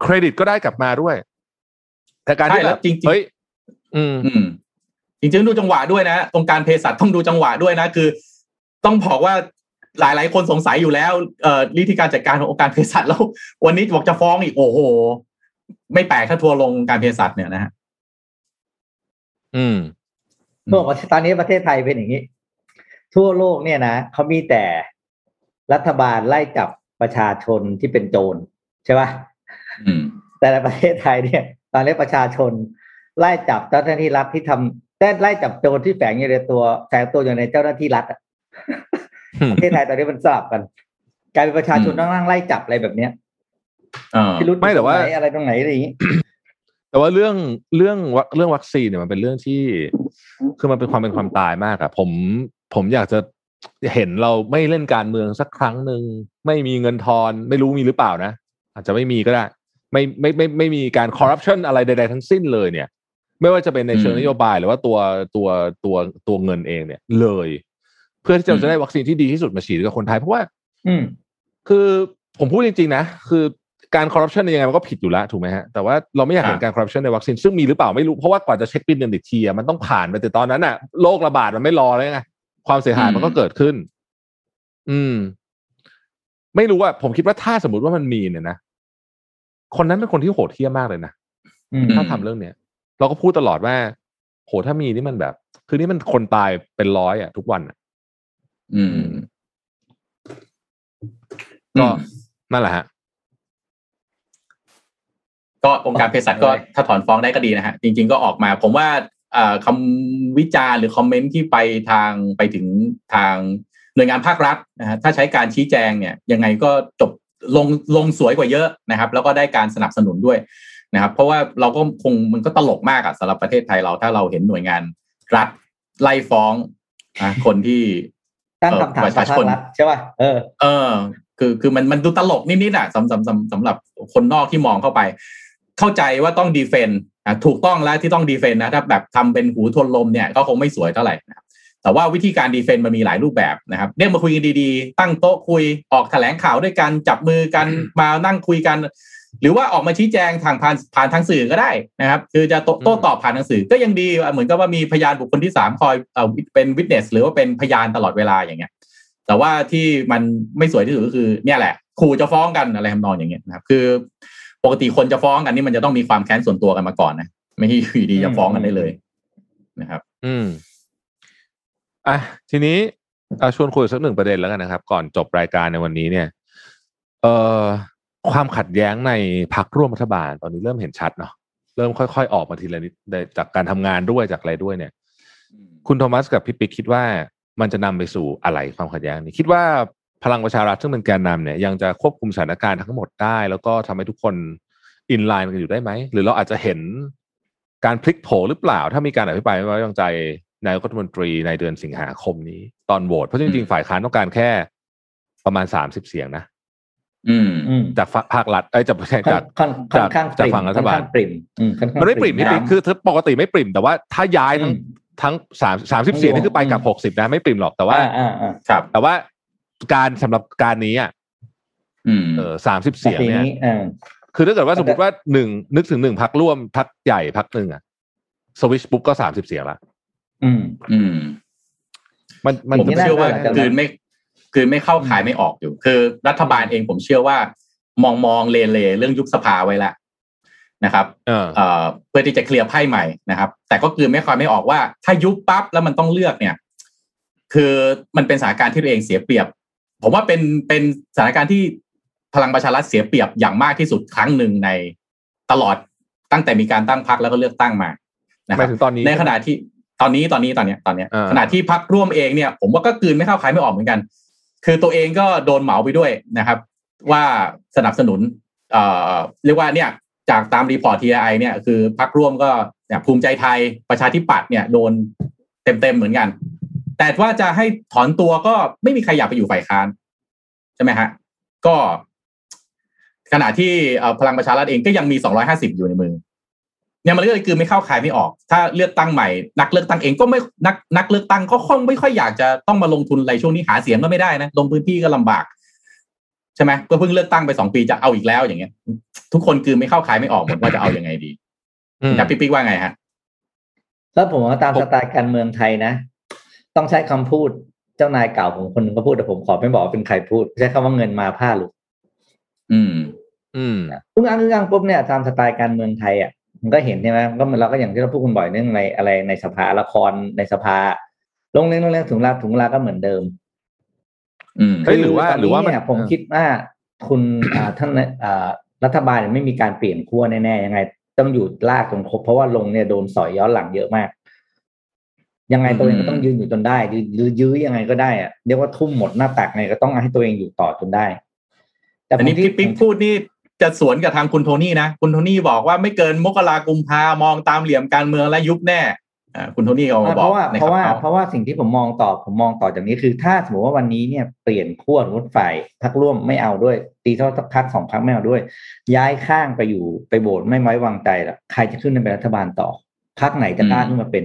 เครดิตก็ได้กลับมาด้วยแต่การที่แบบจริงๆเฮ้ยอืมอืมจริงๆดูจังหวะด้วยนะตรงการเภสัชต้องดูจังหวะด้วยนะคือต้องบอกว่าหลายๆคนสงสัยอยู่แล้วเอ่อวิธีการจัดการขององค์การเภสัชแล้ววันนี้บอกจะฟ้องอีกโอ้โหไม่แปลกถ้าทัวร์ลงการเภสัชเนี่ยนะฮะอืมบอกว่าตอนนี้ประเทศไทยเป็นอย่างนี้ทั่วโลกเนี่ยนะเขามีแต่รัฐบาลไล่จับประชาชนที่เป็นโจรใช่ป่ะแต่ในประเทศไทยเนี่ยตอนนี้ประชาชนไล่จับเจ้าหน้าที่รัฐที่ทำแต่ไล่จับโจรที่แฝงอยู่ในตัวแฝงตัวอยู่ในเจ้าหน้าที่รัฐประเทศไทยตอนนี้มันสลับกันกลายเป็นประชาชนต้องนั่งไล่จับอะไรแบบเนี้ยไม่รู้ไม่แต่ว่าอะไรตรงไหนอะไรอย่างนี้แต่ว่าเรื่องเรื่องเรื่องวัคซีนเนี่ยมันเป็นเรื่องที่คือมันเป็นความเป็นความตายมากอะผมผมอยากจะเห็นเราไม่เล่นการเมืองสักครั้งหนึ่งไม่มีเงินทอนไม่รู้มีหรือเปล่านะอาจจะไม่มีก็ได้ไม่ไม่ไม่ไม่มีการคอร์รัปชันอะไรใดๆทั้งสิ้นเลยเนี่ยไม่ว่าจะเป็นในเชิงนโยบายหรือว่าตัวตัวตัวตัวเงินเองเนี่ยเลยเพื่อที่จะได้วัคซีนที่ดีที่สุดมาฉีดกับคนไทยเพราะว่าคือผมพูดจริงๆนะคือการคอร์รัปชันยังไงมันก็ผิดอยู่แล้วถูกไหมฮะแต่ว่าเราไม่อยากเห็นการคอร์รัปชันในวัคซีนซึ่งมีหรือเปล่าไม่รู้เพราะว่ากว่าจะเช็คบินเงินติดทีมันต้องผ่านไปแต่ตอนนั้นน่ะโรคระบาดมันไม่รอเลยไงความเสียหายมันก็เกิดขึ้นอืมไม่รู้ว่าผมคิดว่าถ้าสมมติว่ามันมีเนี่ยนะคนนั้นเป็นคนที่โหดเหี้ยมมากเลยนะถ้าทำเรื่องเนี้ยเราก็พูดตลอดว่าโหถ้ามีนี่มันแบบคือนี่มันคนตายเป็นร้อยอ่ะทุกวันอ่ะอืมก็นั่นแหละฮะก็องค์การเภสัชก็ถ้าถอนฟ้องได้ก็ดีนะฮะจริงๆก็ออกมาผมว่าคำวิจารณ์หรือคอมเมนต์ที่ไปทางไปถึงทางหน่วยงานภาครัฐนะฮะถ้าใช้การชี้แจงเนี่ยยังไงก็จบลงลงสวยกว่าเยอะนะครับแล้วก็ได้การสนับสนุนด้วยนะครับเพราะว่าเราก็คงมันก็ตลกมากอะสำหรับประเทศไทยเราถ้าเราเห็นหน่วยงานรัฐไล่ฟ้องนะคนที่ตั้งคำถามประชาชนใช่ป่ะเออเออคือคือมันมันดูตลกนิดๆอ่ะสำสำสำสำหรับคนนอกที่มองเข้าไปเข้าใจว่าต้องดีเฟนต์อ่ะถูกต้องแล้วที่ต้องดีเฟนต์นะถ้าแบบทำเป็นหูทวนลมเนี่ยก็คงไม่สวยเท่าไหร่นะครับแต่ว่าวิธีการดีเฟนต์มันมีหลายรูปแบบนะครับเรียกมาคุยกันดีๆตั้งโต๊ะคุยออกแถลงข่าวด้วยกันจับมือกันมานั่งคุยกันหรือว่าออกมาชี้แจงทางผ่านผ่านทางสื่อก็ได้นะครับคือจะโต้ตอบผ่านทางสื่อก็ยังดีเหมือนกับว่ามีพยานบุคคลที่สามคอยเอ่อเป็นวิทเนสหรือว่าเป็นพยานตลอดเวลาอย่างเงี้ยแต่ว่าที่มันไม่สวยที่สุดก็คือเนี่ยแหละขู่จะฟ้องกันอะไรทำนองอย่างเงี้ยนะครับคือปกติคนจะฟ้องกันนี่มันจะต้องมีความแค้นส่วนตัวกันมาก่อนนะไม่ใช่อยู่ดีจะฟ้องกันได้เลยนะครับอืมอ่ะทีนี้เอาชวนคุยสักหนึ่งประเด็นแล้วกันนะครับก่อนจบรายการในวันนี้เนี่ยเอ่อความขัดแย้งในพรรคร่วมรัฐบาลตอนนี้เริ่มเห็นชัดเนาะเริ่มค่อยๆออกมาทีละนิดจากการทำงานด้วยจากอะไรด้วยเนี่ยคุณโทมัสกับพี่ปิ๊กคิดว่ามันจะนำไปสู่อะไรความขัดแย้งนี้คิดว่าพลังประชารัฐซึ่งเป็นแกนนำเนี่ยยังจะควบคุมสถานการณ์ทั้งหมดได้แล้วก็ทำให้ทุกคนอินไลน์กันอยู่ได้ไหมหรือเราอาจจะเห็นการพลิกโผหรือเปล่าถ้ามีการอภิปรายไม่ไว้วางใจนายกรัฐมนตรีในเดือนสิงหาคมนี้ตอนโหวตเพราะจริงๆฝ่ายค้านต้องการแค่ประมาณสามสิบเสียงนะอืมจากภาครัฐไอ้จากจากจากจากฝั่งรัฐบาลปริ่มมันไม่ปริ่มนี่คือปกติไม่ปริ่มแต่ว่าถ้าย้ายทั้งทั้งสามสามสิบเสียงนี่คือไปกับหกสิบนะไม่ปริ่มหรอกแต่ว่าแต่ว่าการสำหรับการนี้อ่ะเออสามสิบเสียงเนี่ยคือถ้าเกิดว่าสมมติว่าหนึ่งนึกถึงหนึ่งพรรคร่วมพรรคใหญ่พรรคหนึ่งอ่ะสวิชปุ๊บก็สามสิบเสียงละอืมอืมมันมันผมเชื่อว่าคืนไม่คืนไม่เข้าขายไม่ออกอยู่คือรัฐบาลเองผมเชื่อว่ามองมองเลเลเรื่องยุบสภาไว้แล้วนะครับเอ่อเพื่อที่จะเคลียร์ไพ่ใหม่นะครับแต่ก็คือไม่ค่อยไม่ออกว่าถ้ายุบปั๊บแล้วมันต้องเลือกเนี่ยคือมันเป็นสถานการณ์ที่ตัวเองเสียเปรียบผมว่าเป็นเป็นสถานการณ์ที่พลังประชารัฐเสียเปรียบอย่างมากที่สุดครั้งหนึ่งในตลอดตั้งแต่มีการตั้งพรรคแล้วก็เลือกตั้งมานะครับในขณะที่ตอนนี้ตอนนี้ตอนนี้ตอนนี้ขณะที่พรรคร่วมเองเนี่ยผมว่าก็กลืนไม่เข้าขายไม่ออกเหมือนกันคือตัวเองก็โดนเหมาไปด้วยนะครับว่าสนับสนุนเอ่อเรียกว่าเนี่ยจากตามรีพอร์ต ที ไอ เนี่ยคือพรรคร่วมก็เนี่ยภูมิใจไทยประชาธิปัตย์เนี่ยโดนเต็มๆเหมือนกันแต่ว่าจะให้ถอนตัวก็ไม่มีใครอยากไปอยู่ฝ่ายค้านใช่ไหมฮะก็ขณะที่พลังประชารัฐเองก็ยังมีสองร้อยห้าสิบอยู่ในมือเนี่ยมันก็เลยคือไม่เข้าขายไม่ออกถ้าเลือกตั้งใหม่นักเลือกตั้งเองก็ไม่นักนักเลือกตั้งก็คงไม่ค่อยอยากจะต้องมาลงทุนอะไรช่วงนี้หาเสียงก็ไม่ได้นะลงพื้นที่ก็ลำบากใช่ไหมก็เพิ่งเลือกตั้งไปสองปีจะเอาอีกแล้วอย่างเงี้ยทุกคนคือไม่เข้าขายไม่ออกหมดว่าจะเอายังไงดีแต่ปิ๊กๆว่าไงฮะแล้วผมว่าตามสไตล์การเมืองไทยนะต้องใช้คำพูดเจ้านายเก่าผมคนนึงก็พูดแต่ผมขอไม่บอกเป็นใครพูดใช้คำว่าเงินมาผ้าหลุดอืมอืมอึ้งอังอึ้งอังปุ๊บเนี่ยตามสไตล์การเมืองไทยอ่ะมันก็เห็นใช่ไหมก็เราก็อย่างที่เราพูดกันบ่อยเรื่องในอะไรในสภาละครในสภาลงเล่นลงเล่นถึงเวลาถึงเวลาก็เหมือนเดิมอืมหรือว่าหรือว่าเนี่ยผมคิดว่าคุณอ่าท่านอ่ารัฐบาลไม่มีการเปลี่ยนขั้วแน่ๆยังไงต้องอยู่ลากจนครบเพราะว่าลงเนี่ยโดนสอยย้อนหลังเยอะมากยังไงตัวเองก็ต้องยืนอยู่จนได้ยื้อยื้อยังไงก็ได้อะเรียกว่าทุ่มหมดหน้าตักไงก็ต้องให้ตัวเองอยู่ต่อจนได้แต่อันนี้พี่ปิ๊กพูดนี่จะสวนกับทางคุณโทนี่นะคุณโทนี่บอกว่าไม่เกินมกรากุมภามองตามเหลี่ยมการเมืองและยุบแน่อ่าคุณโทนี่เอามาบอกเพราะว่าเพราะว่าสิ่งที่ผมมองต่อผมมองต่อจากนี้คือถ้าสมมติว่าวันนี้เนี่ยเปลี่ยนขั้วรถไฟพรรคร่วมไม่เอาด้วยตีเท่าพรรคสองพรรคไม่เอาด้วยย้ายข้างไปอยู่ไปโหวตไม่ไว้วางใจละใครจะขึ้นเป็นรัฐบาลต่อพรรคไหนจะกล้าขึ้นมาเป็น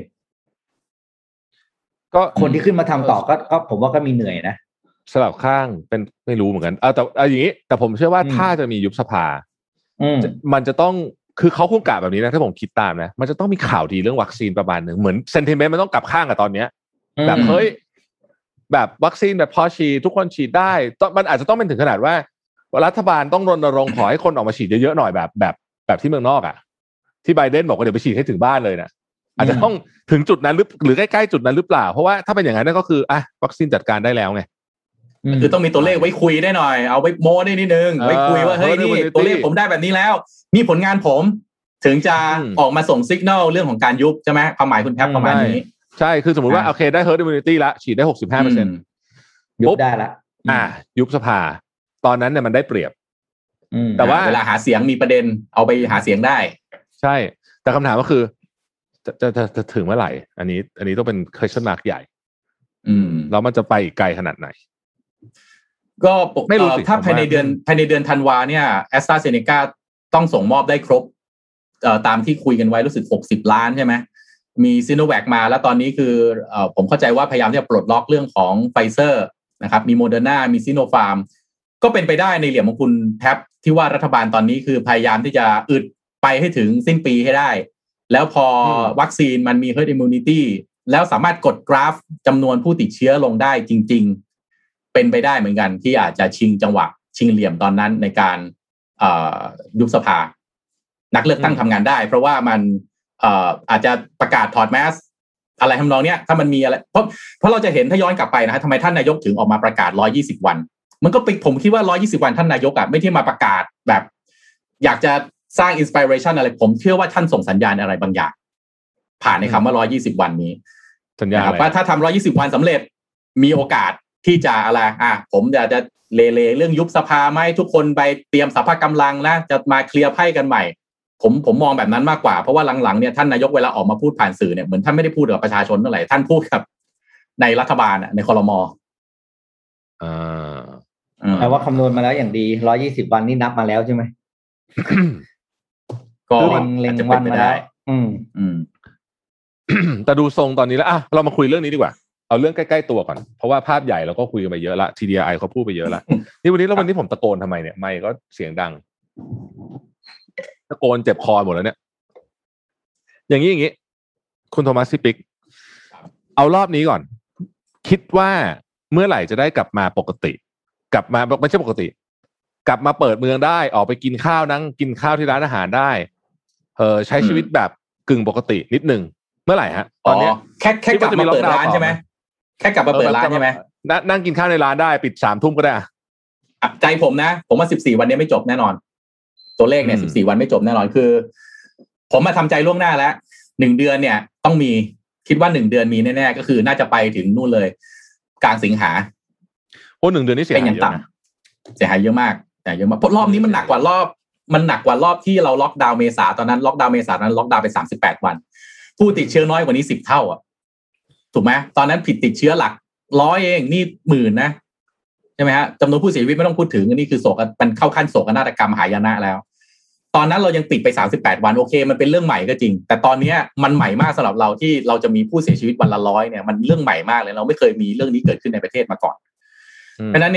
ก็คนที่ขึ้นมาทำต่อก็ก็ผมว่าก็มีเหนื่อยนะสลับข้างเป็นไม่รู้เหมือนกันเอาแต่เอาอย่างนี้แต่ผมเชื่อว่าถ้าจะมียุบสภามันจะต้องคือเขาคงกะแบบนี้นะถ้าผมคิดตามนะมันจะต้องมีข่าวดีเรื่องวัคซีนประมาณหนึ่งเหมือนเซนติเมนต์มันต้องกลับข้างกับตอนเนี้ยแบบเฮ้ยแบบวัคซีนแบบพอฉีดทุกคนฉีดได้มันอาจจะต้องเป็นถึงขนาดว่ารัฐบาลต้องรณรงค์ขอให้คนออกมาฉีดเยอะๆหน่อยแบบแบบแบบที่เมืองนอกอ่ะที่ไบเดนบอกว่าเดี๋ยวไปฉีดให้ถึงบ้านเลยนะอาจจะต้องถึงจุดนั้นหรือหรือใกล้ๆจุดนั้นหรือเปล่าเพราะว่าถ้าเป็นอย่างนั้นก็คืออ่ะวัคซีนจัดการได้แล้วไงคือต้องมีตัวเลขไว้คุยได้หน่อยเอาไว้โม้ได้นิดนึงไว้คุยว่าเฮ้ยนี่ตัวเลขผมได้แบบนี้แล้วนี่ผลงานผมถึงจะออกมาส่งสัญญาณเรื่องของการยุบใช่ไหมความหมายคุณแทบประมาณนี้ใช่คือสมมุติว่าโอเคได้ herd immunity ละฉีดได้ หกสิบห้าเปอร์เซ็นต์ยุบได้ละอ่ายุบสภาตอนนั้นเนี่ยมันได้เปรียบแต่ว่าเวลาหาเสียงมีประเด็นเอาไปหาเสียงได้ใช่แต่คำถามก็คือจะจะจะจะถึงเมื่อไหร่อันนี้อันนี้ต้องเป็น question mark ใหญ่อืมแล้วมันจะไปไกลขนาดไหนก็ไม่รู้ถ้าภายในเดือนภายในเดือนธันวาเนี่ย AstraZeneca ต้องส่งมอบได้ครบเอ่อตามที่คุยกันไว้รู้สึกหกสิบล้านใช่ไหมมีซิโนแวคมาแล้วตอนนี้คือเอ่อผมเข้าใจว่าพยายามที่จะปลดล็อกเรื่องของไฟเซอร์นะครับมีโมเดอร์นามีซิโนฟาร์มก็เป็นไปได้ในเหลี่ยมของคุณแท็บที่ว่ารัฐบาลตอนนี้คือพยายามที่จะอึดไปให้ถึงสิ้นปีให้ได้แล้วพอวัคซีนมันมี herd immunity แล้วสามารถกดกราฟจำนวนผู้ติดเชื้อลงได้จริงๆเป็นไปได้เหมือนกันที่อาจจะชิงจังหวะชิงเหลี่ยมตอนนั้นในการยุบสภานักเลือกตั้งทำงานได้เพราะว่ามันอาจจะประกาศถอดแมสอะไรทำนองเนี้ยถ้ามันมีอะไรเพราะเพราะเราจะเห็นถ้าย้อนกลับไปนะทำไมท่านนายกถึงออกมาประกาศหนึ่งร้อยยี่สิบวันมันก็เป็นผมคิดว่าหนึ่งร้อยยี่สิบวันท่านนายกอ่ะไม่ที่มาประกาศแบบอยากจะสร้างอินสปิเรชันอะไรผมเชื่อว่าท่านส่งสัญญาณอะไรบางอย่างผ่านในคำว่าหนึ่งร้อยยี่สิบวันนี้สัญญาณว่าถ้าทำหนึ่งร้อยยี่สิบวันสำเร็จมีโอกาสที่จะอะไรอ่ะผมจะจะเลเลเรื่องยุบสภาไหมทุกคนไปเตรียมสภากำลังนะจะมาเคลียร์ไพ่กันใหม่ผมผมมองแบบนั้นมากกว่าเพราะว่าหลังๆเนี่ยท่านนายกเวลาออกมาพูดผ่านสื่อเนี่ยเหมือนท่านไม่ได้พูดกับประชาชนเท่าไหร่ท่านพูดกับในรัฐบาลในครม. อ่าแปลว่าคำนวณมาแล้วอย่างดีหนึ่งร้อยยี่สิบวันนี่นับมาแล้วใช่ไหมก็เล็งวันมาได้อืมอืมแต่ดูทรงตอนนี้แล้วอ่ะเรามาคุยเรื่องนี้ดีกว่าเอาเรื่องใกล้ๆตัวก่อนเพราะว่าภาพใหญ่เราก็คุยกันไปเยอะละ ที ดี ไอ เขาพูดไปเยอะละนี่วันนี้แล้ววันนี้ผมตะโกนทำไมเนี่ยไม่ก็เสียงดังตะโกนเจ็บคอหมดแล้วเนี่ยอย่างนี้อย่างนี้คุณโทมัสซิปิกเอารอบนี้ก่อนคิดว่าเมื่อไหร่จะได้กลับมาปกติกลับมาไม่ใช่ปกติกลับมาเปิดเมืองได้ออกไปกินข้าวนั่งกินข้าวที่ร้านอาหารได้เออใช้ชีวิตแบบกึ่งปกตินิดนึงเมื่อไหร่ฮะตอนนี้แค่แค่กลับมาเปิดร้านใช่ไหมแค่กลับมาเปิดร้านใช่ไหมนั่งกินข้าวในร้านได้ปิดสามทุ่มก็ได้ใจผมนะผมว่าสิบสี่วันนี้ไม่จบแน่นอนตัวเลขเนี่ยสิบสี่วันไม่จบแน่นอนคือผมมาทำใจล่วงหน้าแล้วหนึ่งเดือนเนี่ยต้องมีคิดว่าหนึ่งเดือนมีแน่ๆก็คือน่าจะไปถึงนู่นเลยกลางสิงหาโอ้หนึ่งเดือนนี่เสียหายเยอะนะเสียหายเยอะมากแต่เยอะมากเพราะรอบนี้มันหนักกว่ารอบมันหนักกว่ารอบที่เราล็อกดาวน์เมษาตอนนั้นล็อกดาวน์เมษานั้นล็อกดาวน์ไปสามสิบแปดวันผู้ติดเชื้อน้อยกว่านี้สิบเท่าอ่ะถูกไหมตอนนั้นผิดติดเชื้อหลักร้อยเองนี่หมื่นนะใช่ไหมฮะจำนวนผู้เสียชีวิตไม่ต้องพูดถึงอันนี้คือโศกมันเข้าขั้นโศกนาฏกรรมหายนะแล้วตอนนั้นเรายังปิดไปสามสิบแปดวันโอเคมันเป็นเรื่องใหม่ก็จริงแต่ตอนนี้มันใหม่มากสำหรับเราที่เราจะมีผู้เสียชีวิตวันละร้อยเนี่ยมันเรื่องใหม่มากเลยเราไม่เคยมีเรื่องนี้เกิดขึ้นในประเทศมาก่อนเพราะนั้นเนี่ย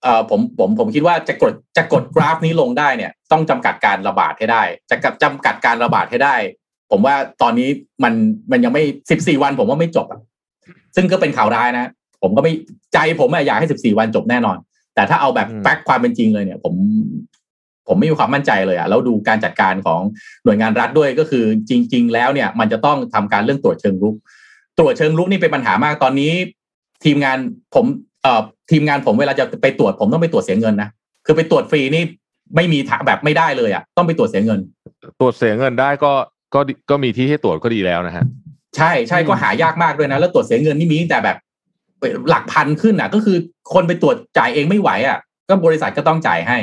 เอ่อผมผมผมคิดว่าจะกดจะกดกราฟนี้ลงได้เนี่ยต้องจำกัดการระบาดให้ได้จะจำกัดการระบาดให้ได้ผมว่าตอนนี้มันมันยังไม่สิบสี่วันผมว่าไม่จบอ่ะซึ่งก็เป็นข่าวร้ายนะผมก็ไม่ใจผมอะอยากให้สิบสี่วันจบแน่นอนแต่ถ้าเอาแบบแฟกต์ความเป็นจริงเลยเนี่ยผมผมไม่มีความมั่นใจเลยอ่ะแล้วดูการจัดการของหน่วยงานรัฐด้วยก็คือจริงๆแล้วเนี่ยมันจะต้องทำการเรื่องตรวจเชิงรุกตรวจเชิงรุกนี่เป็นปัญหามากตอนนี้ทีมงานผมเอ่อทีมงานผมเวลาจะไปตรวจผมต้องไปตรวจเสียเงินนะคือไปตรวจฟรีนี่ไม่มีแบบไม่ได้เลยอ่ะต้องไปตรวจเสียเงินตรวจเสียเงินได้ก็ก็ก็มีที่ให้ตรวจก็ดีแล้วนะฮะใช่ใช่ก็หายากมากด้วยนะแล้วตรวจเสียเงินนี่มีแต่แบบหลักพันขึ้นอ่ะก็คือคนไปตรวจจ่ายเองไม่ไหวอ่ะก็บริษัทก็ต้องจ่ายให้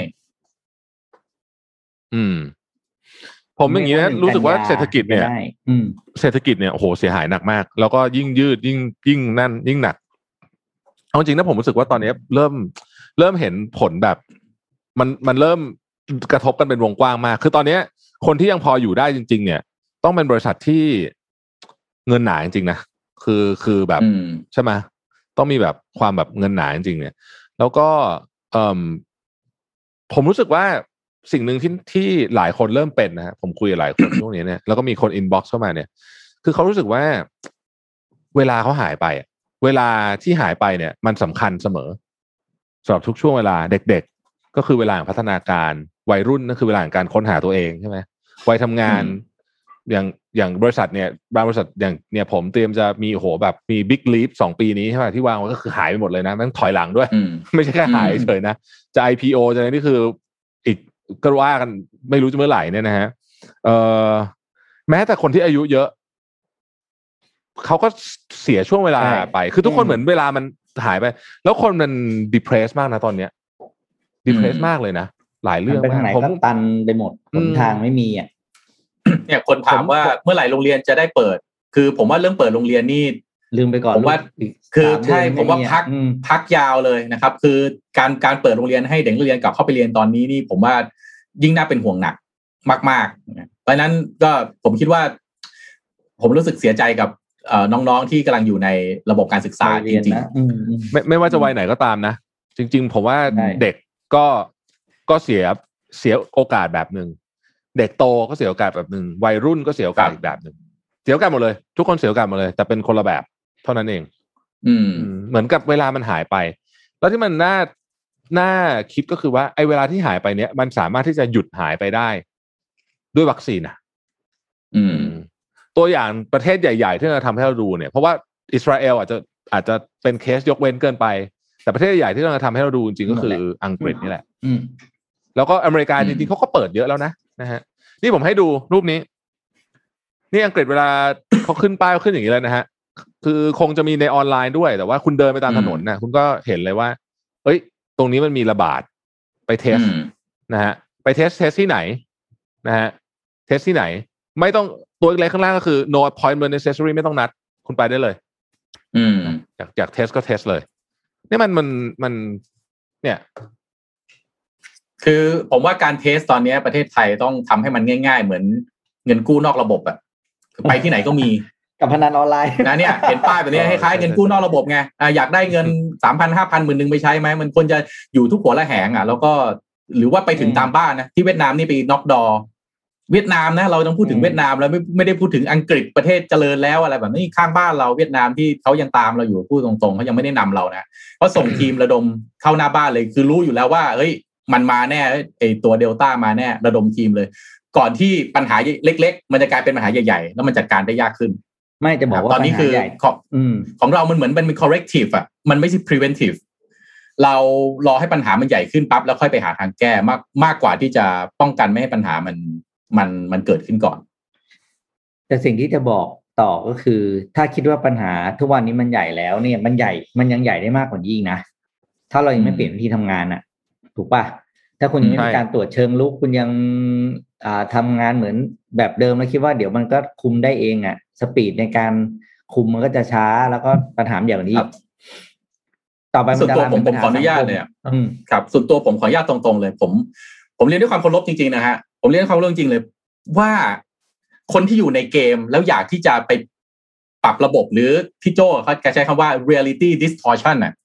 อืมผมอย่างนี้นะรู้สึกว่าเศรษฐกิจเนี่ยเศรษฐกิจเนี่ยโอ้โหเสียหายหนักมากแล้วก็ยิ่งยืดยิ่งยิ่งนั่นยิ่งหนักเอาจริงนะผมรู้สึกว่าตอนนี้เริ่มเริ่มเห็นผลแบบมันมันเริ่มกระทบกันเป็นวงกว้างมากคือตอนนี้คนที่ยังพออยู่ได้จริงๆเนี่ยต้องเป็นบริษัทที่เงินหนาจริงๆนะคือคือแบบใช่ไหมต้องมีแบบความแบบเงินหนาจริงๆเนี่ยแล้วก็เอ่อผมรู้สึกว่าสิ่งหนึ่งที่ที่หลายคนเริ่มเป็นนะฮะผมคุยกับหลายคนช่วงนี้เนี่ยแล้วก็มีคนอินบ็อกซ์เข้ามาเนี่ยคือเขารู้สึกว่าเวลาเขาหายไปเวลาที่หายไปเนี่ยมันสำคัญเสมอสำหรับทุกช่วงเวลาเด็กๆก็คือเวลาของพัฒนาการวัยรุ่นนั่นคือเวลาของการค้นหาตัวเองใช่ไหมวัยทำงานอย่างอย่างบริษัทเนี่ยบริษัทอย่างเนี่ยผมเตรียมจะมีโหแบบมีบิ๊กลีฟสองปีนี้ใช่ไหมที่วางไว้ก็คือหายไปหมดเลยนะมันถอยหลังด้วยไม่ใช่แค่หายเฉยนะจะ ไอ พี โอ จะนี่คืออีกก็ว่ากันไม่รู้จะเมื่อไหร่เนี่ยนะฮะเอ่อแม้แต่คนที่อายุเยอะเขาก็เสียช่วงเวลาไปคือทุกคนเหมือนเวลามันหายไปแล้วคนมัน depressed มากนะตอนเนี้ย depressed มากเลยนะหลายเรื่องมากผมตันไปหมดหนทางไม่มีอ่ะเนี่ยคนถามว่าเมื่อไหร่โรงเรียนจะได้เปิดคือผมว่าเรื่องเปิดโรงเรียนนี่ลืมไปก่อนผมว่าคือใช่ผมว่าพักพักยาวเลยนะครับคือการการเปิดโรงเรียนให้เด็กนักเรียนกลับเข้าไปเรียนตอนนี้นี่ผมว่ายิ่งน่าเป็นห่วงหนักมากๆเพราะนั้นก็ผมคิดว่าผมรู้สึกเสียใจกับน้องๆที่กำลังอยู่ในระบบการศึกษาจริงๆไม่ไม่ว่าจะวัยไหนก็ตามนะจริงๆผมว่าเด็กก็ก็เสียเสียโอกาสแบบนึงเด็กโตก็เสียโอกาสแบบนึงวัยรุ่นก็เสียโอกาสอีกแบบนึงเสียโอกาสหมดเลยทุกคนเสียโอกาสหมดเลยแต่เป็นคนละแบบเท่านั้นเองอืมเหมือนกับเวลามันหายไปแล้วที่มันน่าน่าคิดก็คือว่าไอ้เวลาที่หายไปเนี้ยมันสามารถที่จะหยุดหายไปได้ด้วยวัคซีนอ่ะอืมตัวอย่างประเทศใหญ่ๆที่เราทำให้เราดูเนี่ยเพราะว่าอิสราเอลอาจจะอาจจะเป็นเคสยกเว้นเกินไปแต่ประเทศใหญ่ที่เราทำให้เราดูจริงๆก็คืออังกฤษนี่แหละแล้วก็อเมริกาจริงๆเขาก็เปิดเยอะแล้วนะนะฮะนี่ผมให้ดูรูปนี้นี่อังกฤษเวลาเขาขึ้นป้ายเขาขึ้นอย่างนี้เลยนะฮะคือคงจะมีในออนไลน์ด้วยแต่ว่าคุณเดินไปตามถนนนะคุณก็เห็นเลยว่าเอ้ยตรงนี้มันมีระบาดไปเทสนะฮะไปเทสเทสที่ไหนนะฮะเทสที่ไหนไม่ต้องตัวเล็กข้างล่างก็คือ no appointment necessary ไม่ต้องนัดคุณไปได้เลยอืมอยากอยากเทสก็เทสเลยนี่มันมันมันเนี่ยคือผมว่าการเทสตอนนี้ประเทศไทยต้องทำให้มันง่ายๆเหมือนเงินกู้นอกระบบอะไปที่ไหนก็มีกับพนันออนไลน์นะเนี่ยเห็นป้ายแบบนี้คล้ายๆเงินกู้นอกระบบไงอ่าอยากได้เงิน สามพัน ห้าพัน หมื่นนึงไปใช้ไหมมันควรจะอยู่ทุกหัวละแหงอ่ะแล้วก็หรือว่าไปถึงตามบ้านนะที่เวียดนามนี่ไปน็อกดอเวียดนามนะเราต้องพูดถึงเวียดนามแล้วไม่ไม่ได้พูดถึงอังกฤษประเทศเจริญแล้วอะไรแบบนี้ข้างบ้านเราเวียดนามที่เขายังตามเราอยู่พูดตรงๆเขายังไม่ได้นำเรานะเพราะส่งทีมระดมเข้าหน้าบ้านเลยคือรู้อยู่แล้วว่าเฮ้ยมันมาแน่ไอตัวเดลต้ามาแน่ระดมทีมเลยก่อนที่ปัญหาเล็กๆมันจะกลายเป็นปัญหาใหญ่ๆแล้วมันจัดการได้ยากขึ้นไม่จะบอกว่าตอนนี้คือของของเรามันเหมือนมันเป็น corrective อ่ะมันไม่ใช่ preventive เรารอให้ปัญหามันใหญ่ขึ้นปั๊บแล้วค่อยไปหาทางแก้มากมากกว่าที่จะป้องกันไม่ให้ปัญหามันมันมันเกิดขึ้นก่อนแต่สิ่งที่จะบอกต่อก็คือถ้าคิดว่าปัญหาทุกวันนี้มันใหญ่แล้วเนี่ยมันใหญ่มันยังใหญ่ได้มากกว่านี้อีกนะถ้าเรายังไม่เปลี่ยนวิธีทำงานอ่ะถูกป่ะถ้าคุณยังไม่มีการตรวจเชิงลุกคุณยังอ่าทำงานเหมือนแบบเดิมแล้วคิดว่าเดี๋ยวมันก็คุมได้เองอ่ะสปีดในการคุมมันก็จะช้าแล้วก็ปัญหาอย่างนี้ต่อไปส่วนตัวผมผมขออนุญาตเลยครับส่วนตัวผมขออนุญาตตรงๆเลยผมผมเรียนด้วยความเคารพจริงๆนะฮะผมเรียนด้วยความเคารพจริงเลยว่าคนที่อยู่ในเกมแล้วอยากที่จะไปปรับระบบหรือพี่โจ้เขาใช้คำว่า reality distortion น่ะ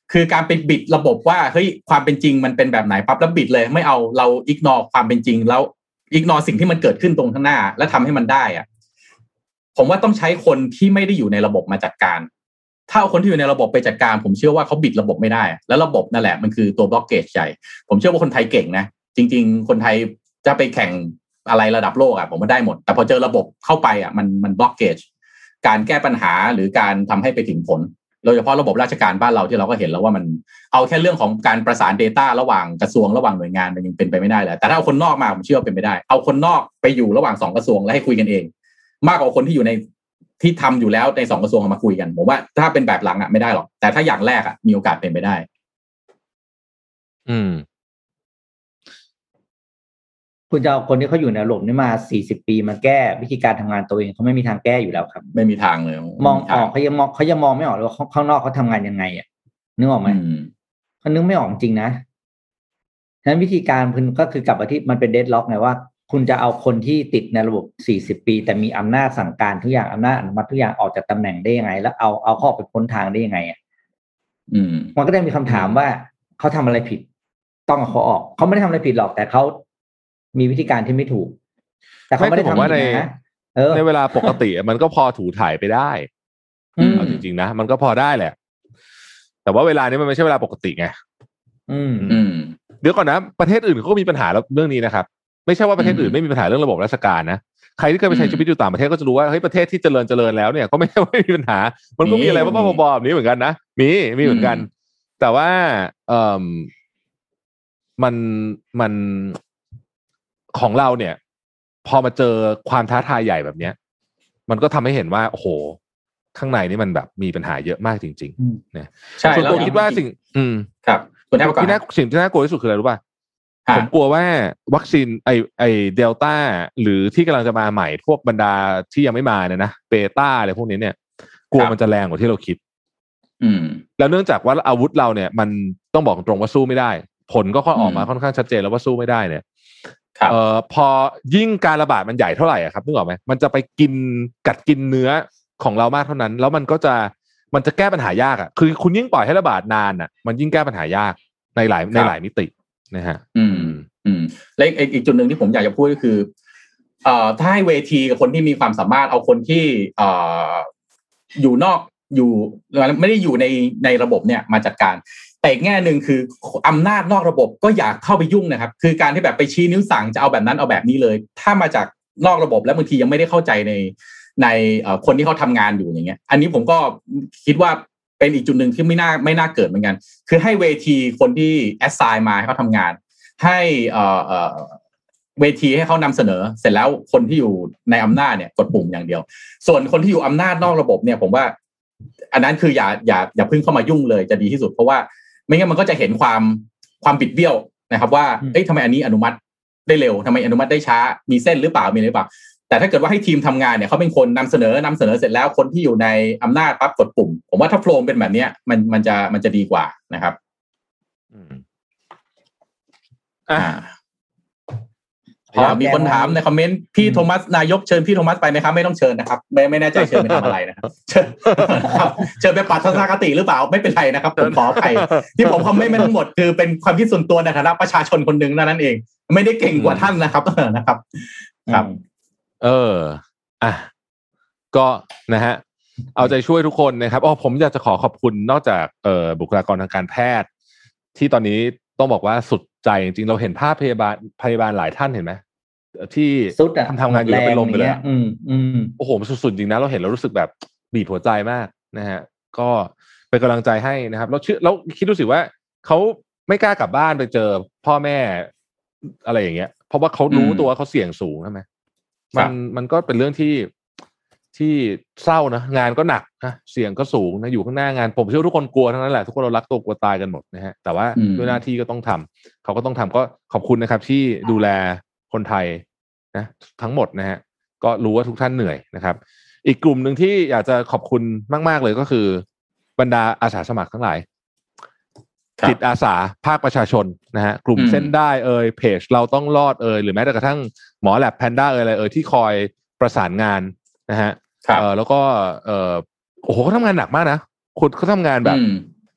คือการไปบิดระบบว่าเฮ้ยความเป็นจริงมันเป็นแบบไหนปั๊บแล้วบิดเลยไม่เอาเราอิกนอร์ความเป็นจริงแล้วอิกนอร์สิ่งที่มันเกิดขึ้นตรงข้างหน้าแล้วทำให้มันได้อะผมว่าต้องใช้คนที่ไม่ได้อยู่ในระบบมาจัดการถ้าเอาคนที่อยู่ในระบบไปจัดการผมเชื่อว่าเขาบิดระบบไม่ได้แล้วระบบนั่นแหละมันคือตัวบล็อกเกจใหญ่ผมเชื่อว่าคนไทยเก่งนะจริงๆคนไทยจะไปแข่งอะไรระดับโลกอ่ะผมว่าได้หมดแต่พอเจอระบบเข้าไปอ่ะมันมันบล็อกเกจการแก้ปัญหาหรือการทำให้ไปถึงผลโดยเฉพาะระบบราชการบ้านเราที่เราก็เห็นแล้วว่ามันเอาแค่เรื่องของการประสาน data ระหว่างกระทรวงระหว่างหน่วยงานมันยังเป็นไปไม่ได้เลยแต่ถ้าเอาคนนอกมาผมเชื่อว่าเป็นไปได้เอาคนนอกไปอยู่ระหว่างสองกระทรวงแล้วให้คุยกันเองมากกว่าคนที่อยู่ในที่ทำอยู่แล้วในสองกระทรวงมาคุยกันผมว่าถ้าเป็นแบบหลังอ่ะไม่ได้หรอกแต่ถ้าอย่างแรกอ่ะมีโอกาสเป็นไปได้อืมคุณจะเอาคนที่เขาอยู่ในระบบนี้มาสี่สิบปีมาแก้วิธีการทำงานตัวเองเขาไม่มีทางแก้อยู่แล้วครับไม่มีทางเลยมองออกเขายังมองเขายังมองไม่ออกเลยว่าข้างนอกเขาทำงานยังไงอ่ะนึกออกไหมเขานึกไม่ออกจริงนะฉะนั้นวิธีการคุณก็คือกลับมาที่มันเป็นเดดล็อกไงว่าคุณจะเอาคนที่ติดในระบบสี่สิบปีแต่มีอำนาจสั่งการทุกอย่างอำนาจอนุมัติทุกอย่างออกจากตำแหน่งได้ยังไงแล้วเอาเอาเขาออกไปพ้นทางได้ยังไงอ่ะอืมมันก็ได้มีคำถามว่าเขาทำอะไรผิดต้องเอาเขาออกเขาไม่ได้ทำอะไรผิดหรอกแต่เขามีวิธีการที่ไม่ถูกแต่เขาไม่ได้ทำผิดนะในเวลาปกติมันก็พอถูถ่ายไปได้เอาจริงๆนะมันก็พอได้แหละแต่ว่าเวลานี้มันไม่ใช่เวลาปกติไงอืมอืมเดี๋ยวก่อนนะประเทศอื่นเขาก็มีปัญหาเรื่องนี้นะครับไม่ใช่ว่าประเทศอื่นไม่มีปัญหาเรื่องระบบราชการนะใครที่เคยไปใช้ชีวิตอยู่ต่างประเทศก็จะรู้ว่าเฮ้ยประเทศที่เจริญเจริญแล้วเนี่ยก็ไม่ใช่ว่าไม่มีปัญหามันก็มีอะไรบ้าๆบอๆแบบนี้เหมือนกันนะมีมีเหมือนกันแต่ว่าเอ่อมันมันของเราเนี่ยพอมาเจอความท้าทายใหญ่แบบเนี้ยมันก็ทำให้เห็นว่าโอ้โหข้างในนี่มันแบบมีปัญหาเยอะมากจริงๆนะส่วนตัวคิดว่าสิ่งอืมครับคุณที่น่าสิ่งที่น่ากลัวที่สุดคืออะไรรู้ป่ะผมกลัวว่าวัคซีนไอไอเดลต้าหรือที่กำลังจะมาใหม่พวกบรรดาที่ยังไม่มาเนี่ยนะเบต้าอะไรพวกนี้เนี่ยกลัวมันจะแรงกว่าที่เราคิดอืมแล้วเนื่องจากว่าอาวุธเราเนี่ยมันต้องบอกตรงว่าสู้ไม่ได้ผลก็ค่อยออกมาค่อนข้างชัดเจนแล้วว่าสู้ไม่ได้เนี่ยเอ่อพอยิ่งการระบาดมันใหญ่เท่าไหร่อ่ะครับนึกออกไหมมันจะไปกินกัดกินเนื้อของเรามากเท่านั้นแล้วมันก็จะมันจะแก้ปัญหายากอ่ะคือคุณยิ่งปล่อยให้ระบาดนานอ่ะมันยิ่งแก้ปัญหายากในหลายในหลายมิตินะฮะอืมอืมและอีกอีกจุดหนึ่งที่ผมอยากจะพูดก็คือเอ่อถ้าให้เวทีกับคนที่มีความสามารถเอาคนที่เอ่ออยู่นอกอยู่ไม่ได้อยู่ในในระบบเนี่ยมาจัดการแต่อีกแง่นึงคืออำนาจนอกระบบก็อยากเข้าไปยุ่งนะครับคือการที่แบบไปชี้นิ้วสั่งจะเอาแบบนั้นเอาแบบนี้เลยถ้ามาจากนอกระบบแล้วบางทียังไม่ได้เข้าใจในในเอ่อคนที่เขาทำงานอยู่อย่างเงี้ยอันนี้ผมก็คิดว่าเป็นอีกจุดหนึ่งที่ไม่น่าไม่น่าเกิดเหมือนกันคือให้เวทีคนที่แอสไซน์มาให้เขาทำงานให้เอ่อเอ่อเวทีให้เขานำเสนอเสร็จแล้วคนที่อยู่ในอำนาจเนี่ยกดปุ่มอย่างเดียวส่วนคนที่อยู่อำนาจนอกระบบเนี่ยผมว่าอันนั้นคืออย่าอย่าอย่าเพิ่งเข้ามายุ่งเลยจะดีที่สุดเพราะว่าไม่งั้นมันก็จะเห็นความความบิดเบี้ยวนะครับว่าเอ๊ะทำไมอันนี้อนุมัติได้เร็วทำไมอนุมัติได้ช้ามีเส้นหรือเปล่ามีอะไรหรือเปล่าแต่ถ้าเกิดว่าให้ทีมทำงานเนี่ยเขาเป็นคนนำเสนอนำเสนอเสร็จแล้วคนที่อยู่ในอำนาจปั๊บกดปุ่มผมว่าถ้าโฟล์เป็นแบบนี้มันมันจะมันจะดีกว่านะครับอืมอ่ามีคนถามในคอมเมนต์พี่โทมัสนายกเชิญพี่โทมัสไปไหมครับไม่ต้องเชิญนะครับไม่ไม่แน่ใจเชิญไปทำอะไรนะครับเชิญครับเชิญไปปัดทัศนคติหรือเปล่าไม่เป็นไรนะครับผมขออภัยที่ผมคอมเมนต์ทั้งหมดคือเป็นความคิดส่วนตัวในฐานะประชาชนคนหนึ่งนั่นเองไม่ได้เก่งกว่าท่านนะครับนะครับครับเอออ่ะก็นะฮะเอาใจช่วยทุกคนนะครับอ๋อผมอยากจะขอขอบคุณนอกจากเอ่อบุคลากรทางการแพทย์ที่ตอนนี้ต้องบอกว่าสุดใจจริงๆเราเห็นภาพพยาบาลพยาบาลหลายท่านเห็นไหมที่ทำงานอยู่แล้วเป็นลมไปเลยอืมอืมโอ้โหมันสุดๆจริงนะเราเห็นเรารู้สึกแบบบีบหัวใจมากนะฮะก็เป็นกำลังใจให้นะครับเราเชื่อเราคิดดูสิว่าเขาไม่กล้ากลับบ้านไปเจอพ่อแม่อะไรอย่างเงี้ยเพราะว่าเขารู้ตัวเขาเสี่ยงสูงใช่ไหมมันมันก็เป็นเรื่องที่ที่เศร้านะงานก็หนักนะเสี่ยงก็สูงนะอยู่ข้างหน้างานผมเชื่อทุกคนกลัวทั้งนั้นแหละทุกคนเรารักตัวกลัวตายกันหมดนะฮะแต่ว่าด้วยหน้าที่ก็ต้องทำเขาก็ต้องทำก็ขอบคุณนะครับที่ดูแลคนไทยนะทั้งหมดนะฮะก็รู้ว่าทุกท่านเหนื่อยนะครับอีกกลุ่มหนึ่งที่อยากจะขอบคุณมากๆเลยก็คือบรรดาอาสาสมัครทั้งหลายจิตอาสาภาคประชาชนนะฮะกลุ่มเส้นได้เอ่ยเพจเราต้องรอดเอ่ยหรือแม้แต่กระทั่งหมอแลบแพนด้าเอ่ยอะไรเอ่ยที่คอยประสานงานนะฮะเออแล้วก็เออโอ้โหเขาทำงานหนักมากนะคุณเขาทำงานแบบ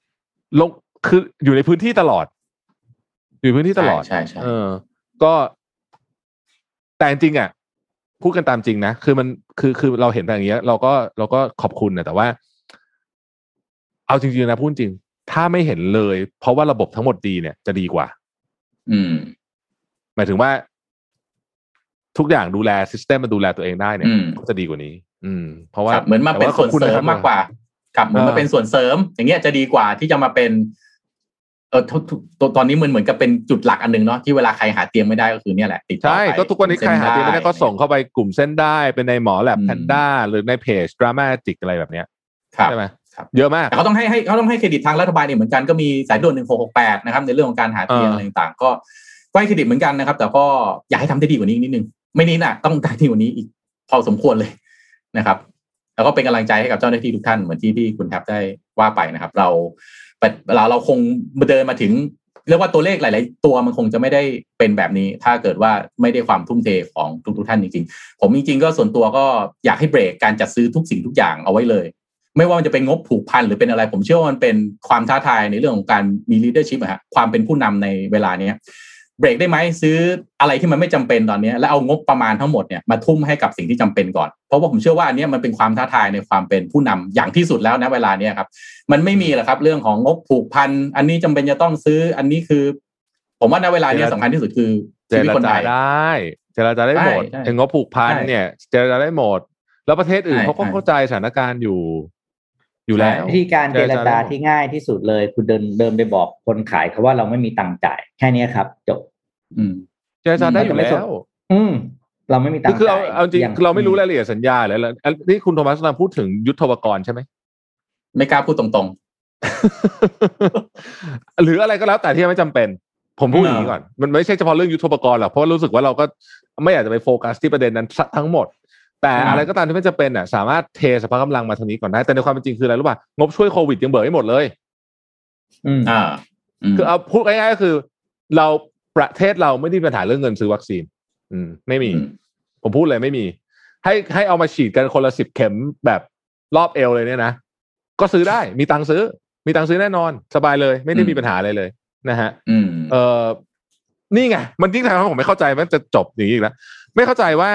ลงคืออยู่ในพื้นที่ตลอดอยู่พื้นที่ตลอดใช่ใช่เออก็แต่จริงๆอ่ะพูดกันตามจริงนะคือมันคือคือเราเห็นแบบอย่างเงี้ยเราก็เราก็ขอบคุณนะแต่ว่าเอาจริงๆนะพูดจริงถ้าไม่เห็นเลยเพราะว่าระบบทั้งหมดดีเนี่ยจะดีกว่าอืมหมายถึงว่าทุกอย่างดูแลซิสเต็มมาดูแลตัวเองได้เนี่ยก็จะดีกว่านี้อืมเพราะว่าเหมือนมาเป็นส่วนเสริมมากกว่าครับเหมือนมาเป็นส่วนเสริมอย่างเงี้ยจะดีกว่าที่จะมาเป็นเออตอนนี้มันเหมือนกับเป็นจุดหลักอันนึงเนาะที่เวลาใครหาเตียงไม่ได้ก็คือเนี่ยแหละติดต่อไปใช่ก็ทุกวันนี้ใครหาเตียงไม่ได้ก็ส่งเข้าไปกลุ่มเส้นได้เป็นในหมอแลบแพนด้าหรือในเพจดราม่าจิกอะไรแบบเนี้ยใช่ไหมเยอะมากแต่เขาต้องให้ให้เขาต้องให้เครดิตทางรัฐบาลเนี่ยเหมือนกันก็มีสายด่วนหนึ่งหกหกแปดนะครับในเรื่องของการหาเตียงอะไรต่างๆก็ให้เครดิตเหมือนกันนะครับแต่ก็อยากให้ทำได้ดีกว่านี้นิดนึงไม่นี้น่ะต้องได้ดีกว่านี้อีกพอสมควรเลยนะครับแล้วก็เป็นกำลังใจให้กับเจ้าหน้าที่ทุกท่านเหมือนที่ที่คุณแทบได้ว่าไปนะครับเราเวลาเราคงเดินมาถึงเรียกว่าตัวเลขหลายๆตัวมันคงจะไม่ได้เป็นแบบนี้ถ้าเกิดว่าไม่ได้ความทุ่มเทของทุกๆท่านจริงๆผมจริงๆก็ส่วนตัวก็อยากให้เบรกการจัดซื้อทุกสิ่งทุกอย่างเอาไว้เลยไม่ว่ามันจะเป็นงบผูกพันหรือเป็นอะไรผมเชื่อว่ามันเป็นความท้าทายในเรื่องของการมี leadership อะฮะความเป็นผู้นำในเวลานี้เบรกได้ไหมซื้ออะไรที่มันไม่จำเป็นตอนนี้แล้วเอางบประมาณทั้งหมดเนี่ยมาทุ่มให้กับสิ่งที่จำเป็นก่อนเพราะว่าผมเชื่อว่าอันนี้มันเป็นความท้าทายในความเป็นผู้นำอย่างที่สุดแล้วนะเวลานี้ครับมันไม่มีหรอกครับเรื่องของงบผูกพันอันนี้จำเป็นจะต้องซื้ออันนี้คือผมว่าณเวลานี้สำคัญที่สุดคือชีวิตคนไทยได้เจรจาได้หมดไอ้งบผูกพันเนี่ยเจรจาได้หมดแล้วประเทศอื่นเขาก็เข้าใจสถานการณ์อยู่อยู่แล้ววิธีการเจรจาที่ง่ายที่สุดเลยคุณเดินเดินไปบอกคนขายเขาว่าเราไม่มีตังค์จ่ายแค่นี้ครับจบอืมเจรจาได้อยู่แล้วอืมเราไม่มีตังค์จ่ายคือเอาเอาจริงเราไม่รู้รายละเอียดสัญญาแล้วนี่คุณโทมัสกำลังพูดถึงยุทโธปกรณ์ใช่ไหมไม่กล้าพูดตรงๆหรืออะไรก็แล้วแต่ที่ไม่จำเป็นผมพูดอย่างนี้ก่อนมันไม่ใช่เฉพาะเรื่องยุทโธปกรณ์หรอกเพราะรู้สึกว่าเราก็ไม่อยากจะไปโฟกัสที่ประเด็นนั้นทั้งหมดแต่อะไรก็ตามที่ไม่จำเป็นอ่ะสามารถเทสภาพกำลังมาทางนี้ก่อนได้แต่ในความเป็นจริงคืออะไรรู้ป่ะงบช่วยโควิดยังเบิกไม่หมดเลยอืมอ่าคือเอาพูดง่ายๆก็คือเราประเทศเราไม่ได้มีปัญหาเรื่องเงินซื้อวัคซีนอืมไม่มีผมพูดเลยไม่มีให้ให้เอามาฉีดกันคนละสิบเข็มแบบรอบเอวเลยเนี่ยนะก็ซื้อได้มีตังค์ซื้อมีตังค์ซื้อแน่นอนสบายเลยไม่ได้มีปัญหาอะไรเลยนะฮะเออนี่ไงมันยิ่งทำให้ผมไม่เข้าใจมันจะจบอย่างนี้อีกแล้วไม่เข้าใจว่า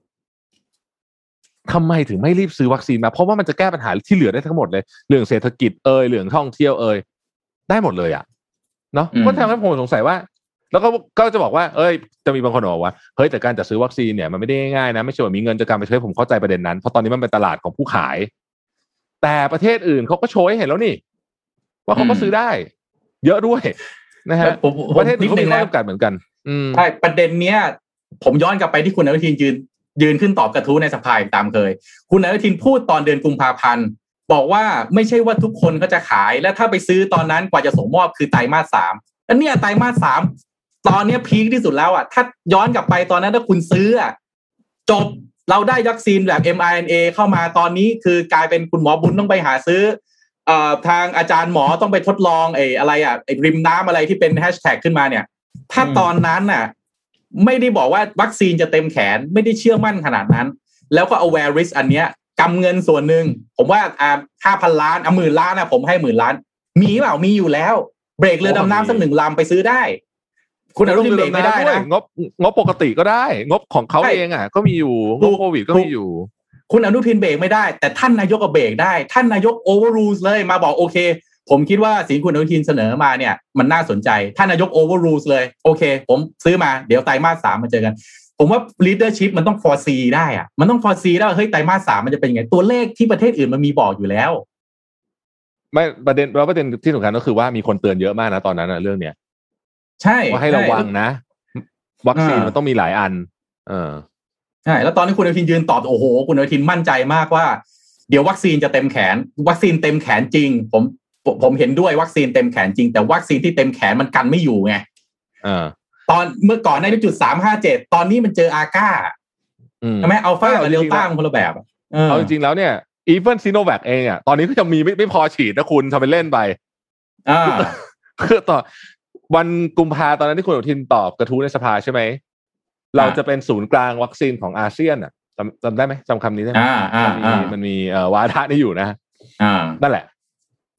ทำไมถึงไม่รีบซื้อวัคซีนมาเพราะว่ามันจะแก้ปัญหาที่เหลือได้ทั้งหมดเลยเรื่องเศรษฐกิจเอ่ยเรื่องท่องเที่ยวเอ่ยได้หมดเลยอ่ะเนาะก็ทำให้ผมสงสัยว่าแล้วก็ก็จะบอกว่าเอ้ยจะมีบางคนบอกว่าเฮ้ยแต่การจัดซื้อวัคซีนเนี่ยมันไม่ได้ง่ายนะไม่ใช่ว่ามีเงินจะการไปช่วยผมเข้าใจประเด็นนั้นเพราะตอนนี้มันเป็นตลาดของผู้ขายแต่ประเทศอื่นเขาก็โชว์ให้เห็นแล้วนี่ว่าเขาก็ซื้อได้เยอะด้วยนะฮะประเทศนี้เขามีข้อจำกัดเหมือนกันใช่ประเด็นเนี้ยผมย้อนกลับไปที่คุณอนุทินยืนยืนขึ้นตอบกระทู้ในสภาตามเคยคุณอนุทินพูดตอนเดือนกุมภาพันธ์บอกว่าไม่ใช่ว่าทุกคนก็จะขายและถ้าไปซื้อตอนนั้นกว่าจะส่งมอบคือไตรมาสสามอันเนี้ยไตรมาสสามตอนนี้พีคที่สุดแล้วอ่ะถ้าย้อนกลับไปตอนนั้นถ้าคุณซื้ออ่ะจบเราได้วัคซีนแบบ เอ็ม อาร์ เอ็น เอ เข้ามาตอนนี้คือกลายเป็นคุณหมอบุญต้องไปหาซื้อเอ่อทางอาจารย์หมอต้องไปทดลองไอ้อะไรอ่ะไอ้ริมน้ำอะไรที่เป็นแฮชแท็กขึ้นมาเนี่ยถ้าตอนนั้นน่ะไม่ได้บอกว่าวัคซีนจะเต็มแขนไม่ได้เชื่อมั่นขนาดนั้นแล้วก็เอา aware risk อันเนี้ยกำเงินส่วนหนึ่งผมว่าอ่า ห้าพัน ล้านอ่ะหมื่นล้านนะผมให้หมื่นล้านมีเปล่ามีอยู่แล้วเบรกเรือดำน้ำสักหนึ่งลำไปซื้อได้คุณอนุทินเบรกไม่ได้นะงบงบปกติก็ได้งบของเขาเองอ่ะก็มีอยู่งบโควิดก็มีอยู่คุณอนุทินเบรกไม่ได้แต่ท่านนายกก็เบรกได้ท่านนายก overrules เลยมาบอกโอเคผมคิดว่าสิ่งคุณอนุทินเสนอมาเนี่ยมันน่าสนใจท่านนายก overrules เลยโอเคผมซื้อมาเดี๋ยวไตรมาสสามมาเจอกันผมว่า leadership มันต้อง foresee ได้อะมันต้อง foresee ได้เฮ้ยไตรมาสสามมันจะเป็นยังไงตัวเลขที่ประเทศอื่นมันมีบอกอยู่แล้วไม่ประเด็นแล้วประเด็นที่สำคัญก็คือว่ามีคนเตือนเยอะมากนะตอนนั้นนะเรื่องเนี้ยใช่ว่าให้ระวังนะวัคซีนมันต้องมีหลายอันเออใช่แล้วตอนนี้คุณอนุทินยืนตอบโอ้โหคุณอนุทินมั่นใจมากว่าเดี๋ยววัคซีนจะเต็มแขนวัคซีนเต็มแขนจริงผมผมเห็นด้วยวัคซีนเต็มแขนจริงแต่วัคซีนที่เต็มแขนมันกันไม่อยู่ไงเออตอนเมื่อก่อนในจุดสามห้าเจ็ดตอนนี้มันเจออาก้าใช่ไหมอัลฟากับเดลต้ามันคนละแบบเอาจริงๆแล้วเนี่ยอีเวนซิโนแวคเองอ่ะตอนนี้ก็จะมีไม่ไม่พอฉีดนะคุณทำไปเล่นไปอ่าคือต่อวันกุมภาตอนนั้นที่คุณอนุทินตอบกระทู้ในสภาใช่ไหมเราจะเป็นศูนย์กลางวัคซีนของอาเซียนอ่ะจำจำได้ไหมจำคำนี้ได้ไหมมันมีมันมีเอ่อวาทะนี่อยู่นะอ่านั่นแหละ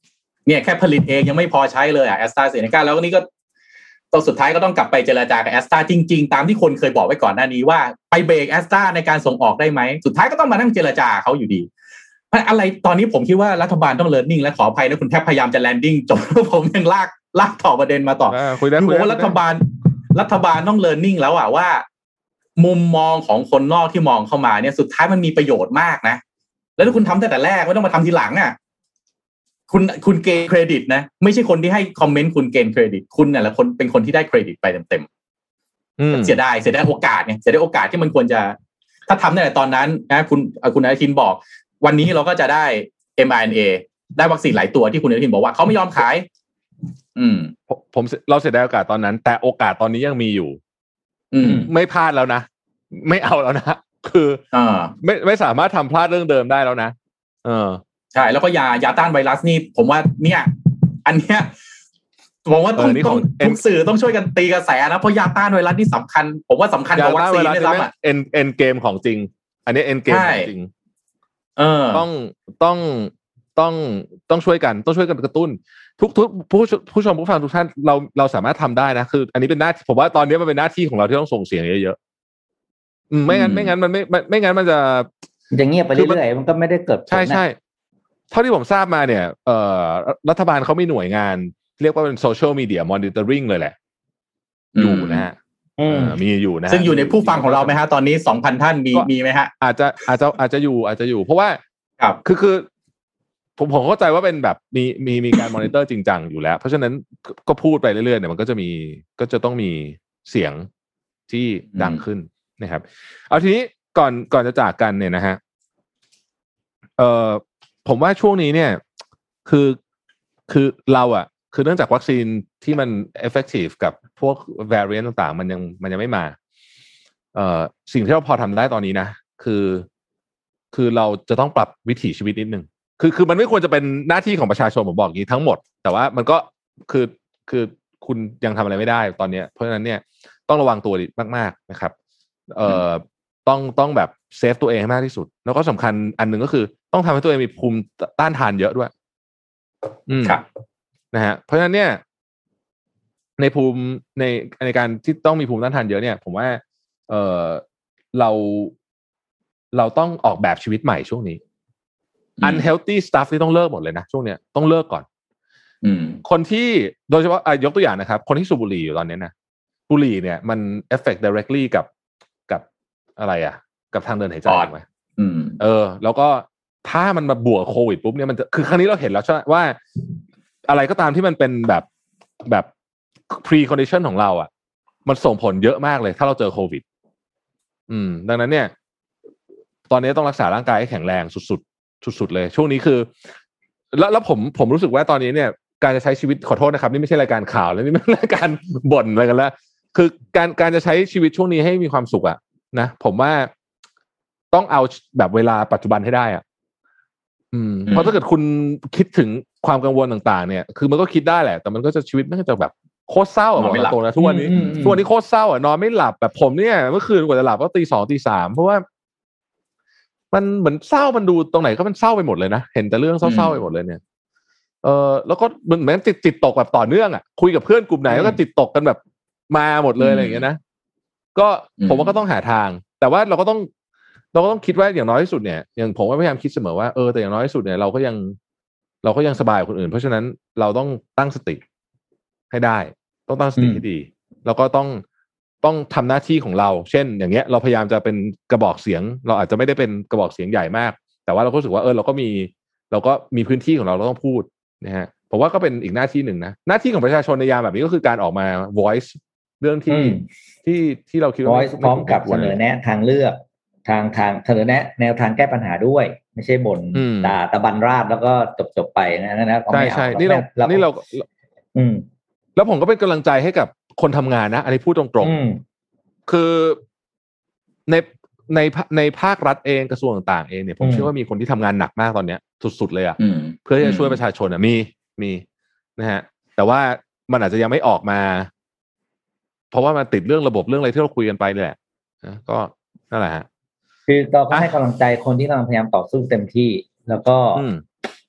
เนี่ยแค่ผลิตเองยังไม่พอใช้เลยอ่ะ AstraZeneca แล้วนี่ก็ตอนสุดท้ายก็ต้องกลับไปเจรจากับ Astra จริงๆตามที่คนเคยบอกไว้ก่อนหน้านี้ว่าไปเบรก Astra ในการส่งออกได้ไหมสุดท้ายก็ต้องมานั่งเจรจาเขาอยู่ดีอะไรตอนนี้ผมคิดว่ารัฐบาลต้อง learning และขออภัยนะคุณแทบพยายามจะ landing จบแล้วผมยังลากลากต่อประเด็นมาต่อคือผมว่ารัฐบาลรัฐบาลต้อง learning แล้วอ่ะว่ามุมมองของคนนอกที่มองเข้ามาเนี่ยสุดท้ายมันมีประโยชน์มากนะแล้วถ้าคุณทำแต่แต่แรกไม่ต้องมาทำทีหลังอ่ะคุณคุณเกณฑ์เครดิตนะไม่ใช่คนที่ให้คอมเมนต์คุณเกณฑ์เครดิตคุณเนี่ยแหละคนเป็นคนที่ได้เครดิตไปเต็มๆเสียดายเสียดายโอกาสเนี่ยเสียดายโอกาสที่มันควรจะถ้าทำตั้งแต่ตอนนั้นนะคุณคุณอนุทินบอกวันนี้เราก็จะได้ เอ็ม อาร์ เอ็น เอ ได้วัคซีนหลายตัวที่คุณอนุทินบอกว่าเขาไม่ยอมขายอืมผมเราเสียดายโอกาสตอนนั้นแต่โอกาสตอนนี้ยังมีอยู่อืมไม่พลาดแล้วนะไม่เอาแล้วนะคืออ่าไม่ไม่สามารถทำพลาดเรื่องเดิมได้แล้วนะเออใช่แล้วก็ยายาต้านไวรัสนี่ผมว่าเนี่ยอันเนี้ยผมว่าต้องต้องทุกสื่อต้องช่วยกันตีกระแสนะเพราะยาต้านไวรัสนี่สำคัญผมว่าสำคัญกว่าวัคซีนด้วยซ้ำอ่ะเอ็นเอ็นเกมของจริงอันนี้เอ็นเกมของจริงเออต้องต้องต้องต้องช่วยกันต้องช่วยกันกระตุ้นทุกทุกผู้ผู้ชมผู้ฟังทุกท่านเราเราสามารถทำได้นะคืออันนี้เป็นหน้าผมว่าตอนนี้มันเป็นหน้าที่ของเราที่ต้องส่งเสียงเยอะๆอืมไม่งั้นไม่งั้นมันไม่ไม่งั้นมันจะจะเงียบไปเรื่อยๆมันก็ไม่ได้เกิดใช่ใช่เท่าที่ผมทราบมาเนี่ยเอ่อรัฐบาลเขามีหน่วยงานเรียกว่าเป็น social media monitoring เลยแหละอยู่นะฮะมีอยู่นะซึ่งอยู่ในผู้ฟังของเราไหมฮะตอนนี้ สองพัน ท่านมีมีไหมฮะอาจจะอาจจะอาจจะอยู่อาจจะอยู่เพราะว่าครับคือคือผมผมเข้าใจว่าเป็นแบบมีมีมีการมอนิเตอร์จริงจังอยู่แล้วเพราะฉะนั้นก็พูดไปเรื่อยๆเนี่ยมันก็จะมีก็จะต้องมีเสียงที่ดังขึ้นนะครับเอาทีนี้ก่อนก่อนจะจากกันเนี่ยนะฮะเอ่อผมว่าช่วงนี้เนี่ยคือคือเราอ่ะคือเนื่องจากวัคซีนที่มัน effective กับพวก variant ต่างๆมันยังมันยังไม่มาเอ่อสิ่งที่เราพอทำได้ตอนนี้นะคือคือเราจะต้องปรับวิถีชีวิตนิดนึงคือคือมันไม่ควรจะเป็นหน้าที่ของประชาชนผมบอกอย่างนี้ทั้งหมดแต่ว่ามันก็คือคือคุณยังทำอะไรไม่ได้ตอนนี้เพราะฉะนั้นเนี่ยต้องระวังตัวมากๆนะครับเอ่อต้องต้องแบบเซฟตัวเองให้มากที่สุดแล้วก็สำคัญอันหนึ่งก็คือต้องทำให้ตัวเองมีภูมิต้านทานเยอะด้วยอืมครับนะฮะเพราะฉะนั้นเนี่ยในภูมิในในการที่ต้องมีภูมิต้านทานเยอะเนี่ยผมว่าเออเราเราต้องออกแบบชีวิตใหม่ช่วงนี้ unhealthy stuff ที่ต้องเลิกหมดเลยนะช่วงเนี้ยต้องเลิกก่อนคนที่โดยเฉพาะยกตัวอย่างนะครับคนที่สูบบุหรี่อยู่ตอนนี้นะบุหรี่เนี่ยมัน affect directly กับกับอะไรอ่ะกับทางเดินหายใจไหมเออแล้วก็ถ้ามันมาบวกโควิดปุ๊บเนี่ยมันจะคือครั้งนี้เราเห็นแล้วใช่ไหมว่าอะไรก็ตามที่มันเป็นแบบแบบ pre condition ของเราอ่ะมันส่งผลเยอะมากเลยถ้าเราเจอโควิดอืมดังนั้นเนี่ยตอนนี้ต้องรักษาร่างกายให้แข็งแรงสุดๆสุดๆเลยช่วงนี้คือแล้วแล้วผมผมรู้สึกว่าตอนนี้เนี่ยการจะใช้ชีวิตขอโทษนะครับนี่ไม่ใช่รายการข่าวแล้วนี่ไม่ใช่รายการบ่นอะไรกันแล้วคือการการจะใช้ชีวิตช่วงนี้ให้มีความสุขอ่ะนะผมว่าต้องเอาแบบเวลาปัจจุบันให้ได้อ่ะอืมเพราะถ้าเกิดคุณคิดถึงความกังวลต่างๆเนี่ยคือมันก็คิดได้แหละแต่มันก็จะชีวิตมันก็จะแบบโคตรเศร้าอ่ะบอกตรงนะทุกวันนี้ทุกวันนี้โคตรเศร้าอ่ะนอนไม่หลับแบบผมเนี่ยเมื่อคืนกว่าจะหลับก็ตีสองตีสามเพราะว่ามันเหมือนเศร้ามันดูตรงไหนก็มันเศร้าไปหมดเลยนะเห็นแต่เรื่องเศร้าๆไปหมดเลยเนี่ยเออแล้วก็เหมือนจิตจิตตกแบบต่อเนื่องอ่ะคุยกับเพื่อนกลุ่มไหนแล้วก็จิตตกกันแบบมาหมดเลยอะไรอย่างเงี้ยนะก็ผมว่าก็ต้องหาทางแต่ว่าเราก็ต้องเราก็ต้องคิดว่าอย่างน้อยที่สุดเนี่ยอย่างผมก็พยายามคิดเสมอว่าเออแต่อย่างน้อยที่สุดเนี่ยเราก็ยังเราก็ยังสบายกว่าคนอื่นเพราะฉะนั้นเราต้องตั้งสติให้ได้ต้องตั้งสติให้ดีแล้วก็ต้องต้องทำหน้าที่ของเราเช่นอย่างเงี้ยเราพยายามจะเป็นกระบอกเสียงเราอาจจะไม่ได้เป็นกระบอกเสียงใหญ่มากแต่ว่าเราก็รู้สึกว่าเออเราก็มีเราก็มีพื้นที่ของเราเราต้องพูดนะฮะผมว่าก็เป็นอีกหน้าที่หนึ่งนะหน้าที่ของประชาชนในยามแบบนี้ก็คือการออกมา voice เรื่องที่ที่ที่เราคิดว่า voice พร้อมกับเสนอแนะทางเลือกทางทางเสนอแนะแนวทางแก้ปัญหาด้วยไม่ใช่บ่นด่าตะบันราดแล้วก็จบจบไปนะนะใช่ใช่นี่เรานี่เราอืมแล้วผมก็เป็นกำลังใจให้กับคนทำงานนะอันนี้พูดตรงๆคือในในในภาครัฐเองกระทรวงต่างๆเองเนี่ยผมเชื่อว่ามีคนที่ทำงานหนักมากตอนเนี้ยสุดๆเลยอ่ะเพื่อที่จะช่วยประชาชนอ่ะมีมีนะฮะแต่ว่ามันอาจจะยังไม่ออกมาเพราะว่ามันติดเรื่องระบบเรื่องอะไรที่เราคุยกันไปนี่แหละนะก็นั่นแหละฮะคือเราก็ให้กำลังใจคนที่กำลังพยายามต่อสู้เต็มที่แล้วก็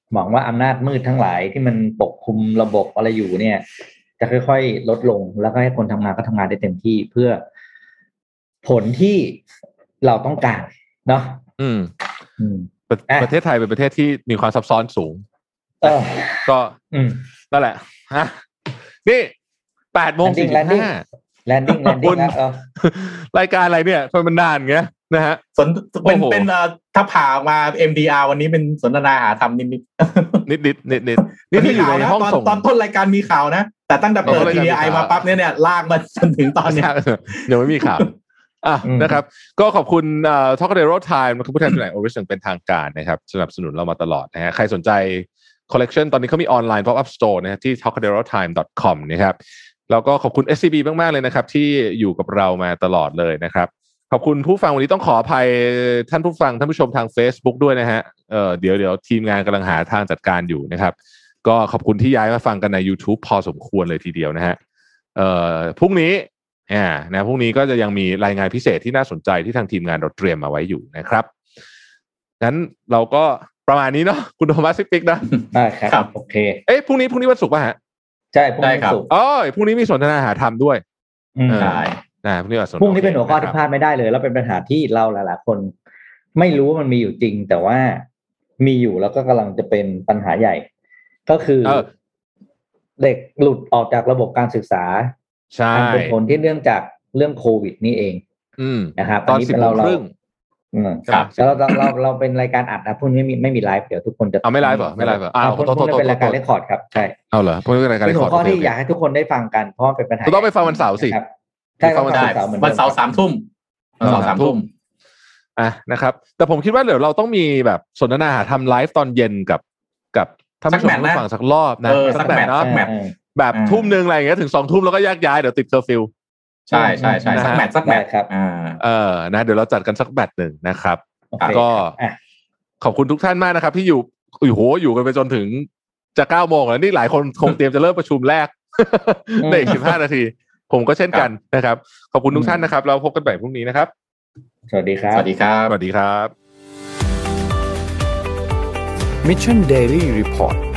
หวังว่าอำนาจมืดทั้งหลายที่มันปกคลุมระบบอะไรอยู่เนี่ยจะค่อยๆลดลงแล้วก็ให้คนทำงานก็ทำงานได้เต็มที่เพื่อผลที่เราต้องการเนาะอืมอืมประเทศไทยเป็นประเทศที่มีความซับซ้อนสูงเออก็นั่นแหละฮะนี่แปดโมงสี่สิบห้าแลนดิ้งแลนดิ้งแล้วเออรายการอะไรเนี่ยทำไมมันนานเงี้ยนะฮะสนเป็นเป็นถ้าผ่ามา เอ็ม ดี อาร์ วันนี้เป็นสนทนาหาธรรมนิดนิดนิดนิดนิดนิดนี่ที่อยู่ในห้องส่งตอนต้นรายการมีข่าวนะแต่ตั้งแต่เปิด ที ดี ไอ มาปั๊บเนี่ยเนี่ยลากมาจนถึงตอนนี้เดี๋ยวไม่มีข่าวอ่ะนะครับก็ขอบคุณเอ่อ Tocadero Time นะครับผู้แทนจำหน่าย Origin เป็นทางการนะครับสนับสนุนเรามาตลอดนะฮะใครสนใจคอลเลกชันตอนนี้เขามีออนไลน์ pop up store นะฮะที่ ทอคาเดโรไทม์ ดอท คอม นะครับแล้วก็ขอบคุณ เอส ซี บี มากๆเลยนะครับที่อยู่กับเรามาตลอดเลยนะครับขอบคุณผู้ฟังวันนี้ต้องขออภัยท่านผู้ฟังท่านผู้ชมทาง Facebook ด้วยนะฮะเอ่อเดี๋ยวเดี๋ยวทีมงานกำลังหาทางจัดการอยู่นะครับก็ขอบคุณที่ย้ายมาฟังกันใน YouTube พอสมควรเลยทีเดียวนะฮะเอ่อพรุ่งนี้อ่านะพรุ่งนี้ก็จะยังมีรายงานพิเศษที่น่าสนใจที่ทางทีมงานเราเตรียมมาไว้อยู่นะครับงั้นเราก็ประมาณนี้เนาะคุณโทมัสซิปิกนะได้ครับโอเคเอ๊ะพรุ่งนี้พรุ่งนี้วันศุกร์ป่ะฮะใช่พรุ่งนี้ศุกร์อ๋อพรุ่งนี้มีสนทนาหาธรรมด้วยใช่นะพรุ่งนี้วันศุกร์พรุ่งนี้เป็นหัวข้อที่พลาดไม่ได้เลยแล้วเป็นปัญหาที่เราหลายๆคนไม่รู้ว่ามันมีอยู่จริงแต่ว่ามีอยู่แล้วก็กำลังจะเป็นปัญหาใหญ่ก็คือเด็กหลุดออกจากระบบการศึกษาใช่เป็นผลที่เนื่องจากเรื่องโควิดนี่เองนะครับตอนสิบโมงครึ่งครับแล้วเราเราเราเป็นรายการอัดนะพรุ่งนี้ไม่ไม่มีไลฟ์เดี๋ยวทุกคนจะเอาไม่ไลฟ์เหรอไม่ไลฟ์เหรออ้าวพรุ่งนี้เป็นรายการเรคคอร์ดครับใช่เอาเหรอพรุ่งนี้เป็นรายการเรคคอร์ดเป็นหัวข้อที่อยากให้ทุกคนได้ฟังกันเพราะเป็นปัญหาต้องไปฟังวันเสาร์สิใช่วันเสาร์วันเสาร์สามทุ่มวันเสาร์สามทุ่มอ่ะนะครับแต่ผมคิดว่าเดี๋ยวเราต้องมีแบบสนทนาหาทำไลฟ์ตอนเย็นกับกับท่านผู้ชมผู้ฟังสักรอบนะสักแบบเนาะแบบทุ่มนึงอะไรอย่างเงี้ยถึงสองทุ่มแล้วก็แยกย้ายเดี๋ยวติดเคอร์ฟิวใช่ใช่ใช่สักแมตช์สักแมตช์ครับเออนะเดี๋ยวเราจัดกันสักแมตช์หนึ่งนะครับก็ขอบคุณทุกท่านมากนะครับที่อยู่โอ้โหอยู่กันไปจนถึงจะเก้าโมงแล้วนี่หลายคนคงเตรียมจะเริ่มประชุมแรกในอีกสิบห้านาทีผมก็เช่นกันนะครับขอบคุณทุกท่านนะครับเราพบกันใหม่พรุ่งนี้นะครับสวัสดีครับสวัสดีครับสวัสดีครับ Mission Daily Report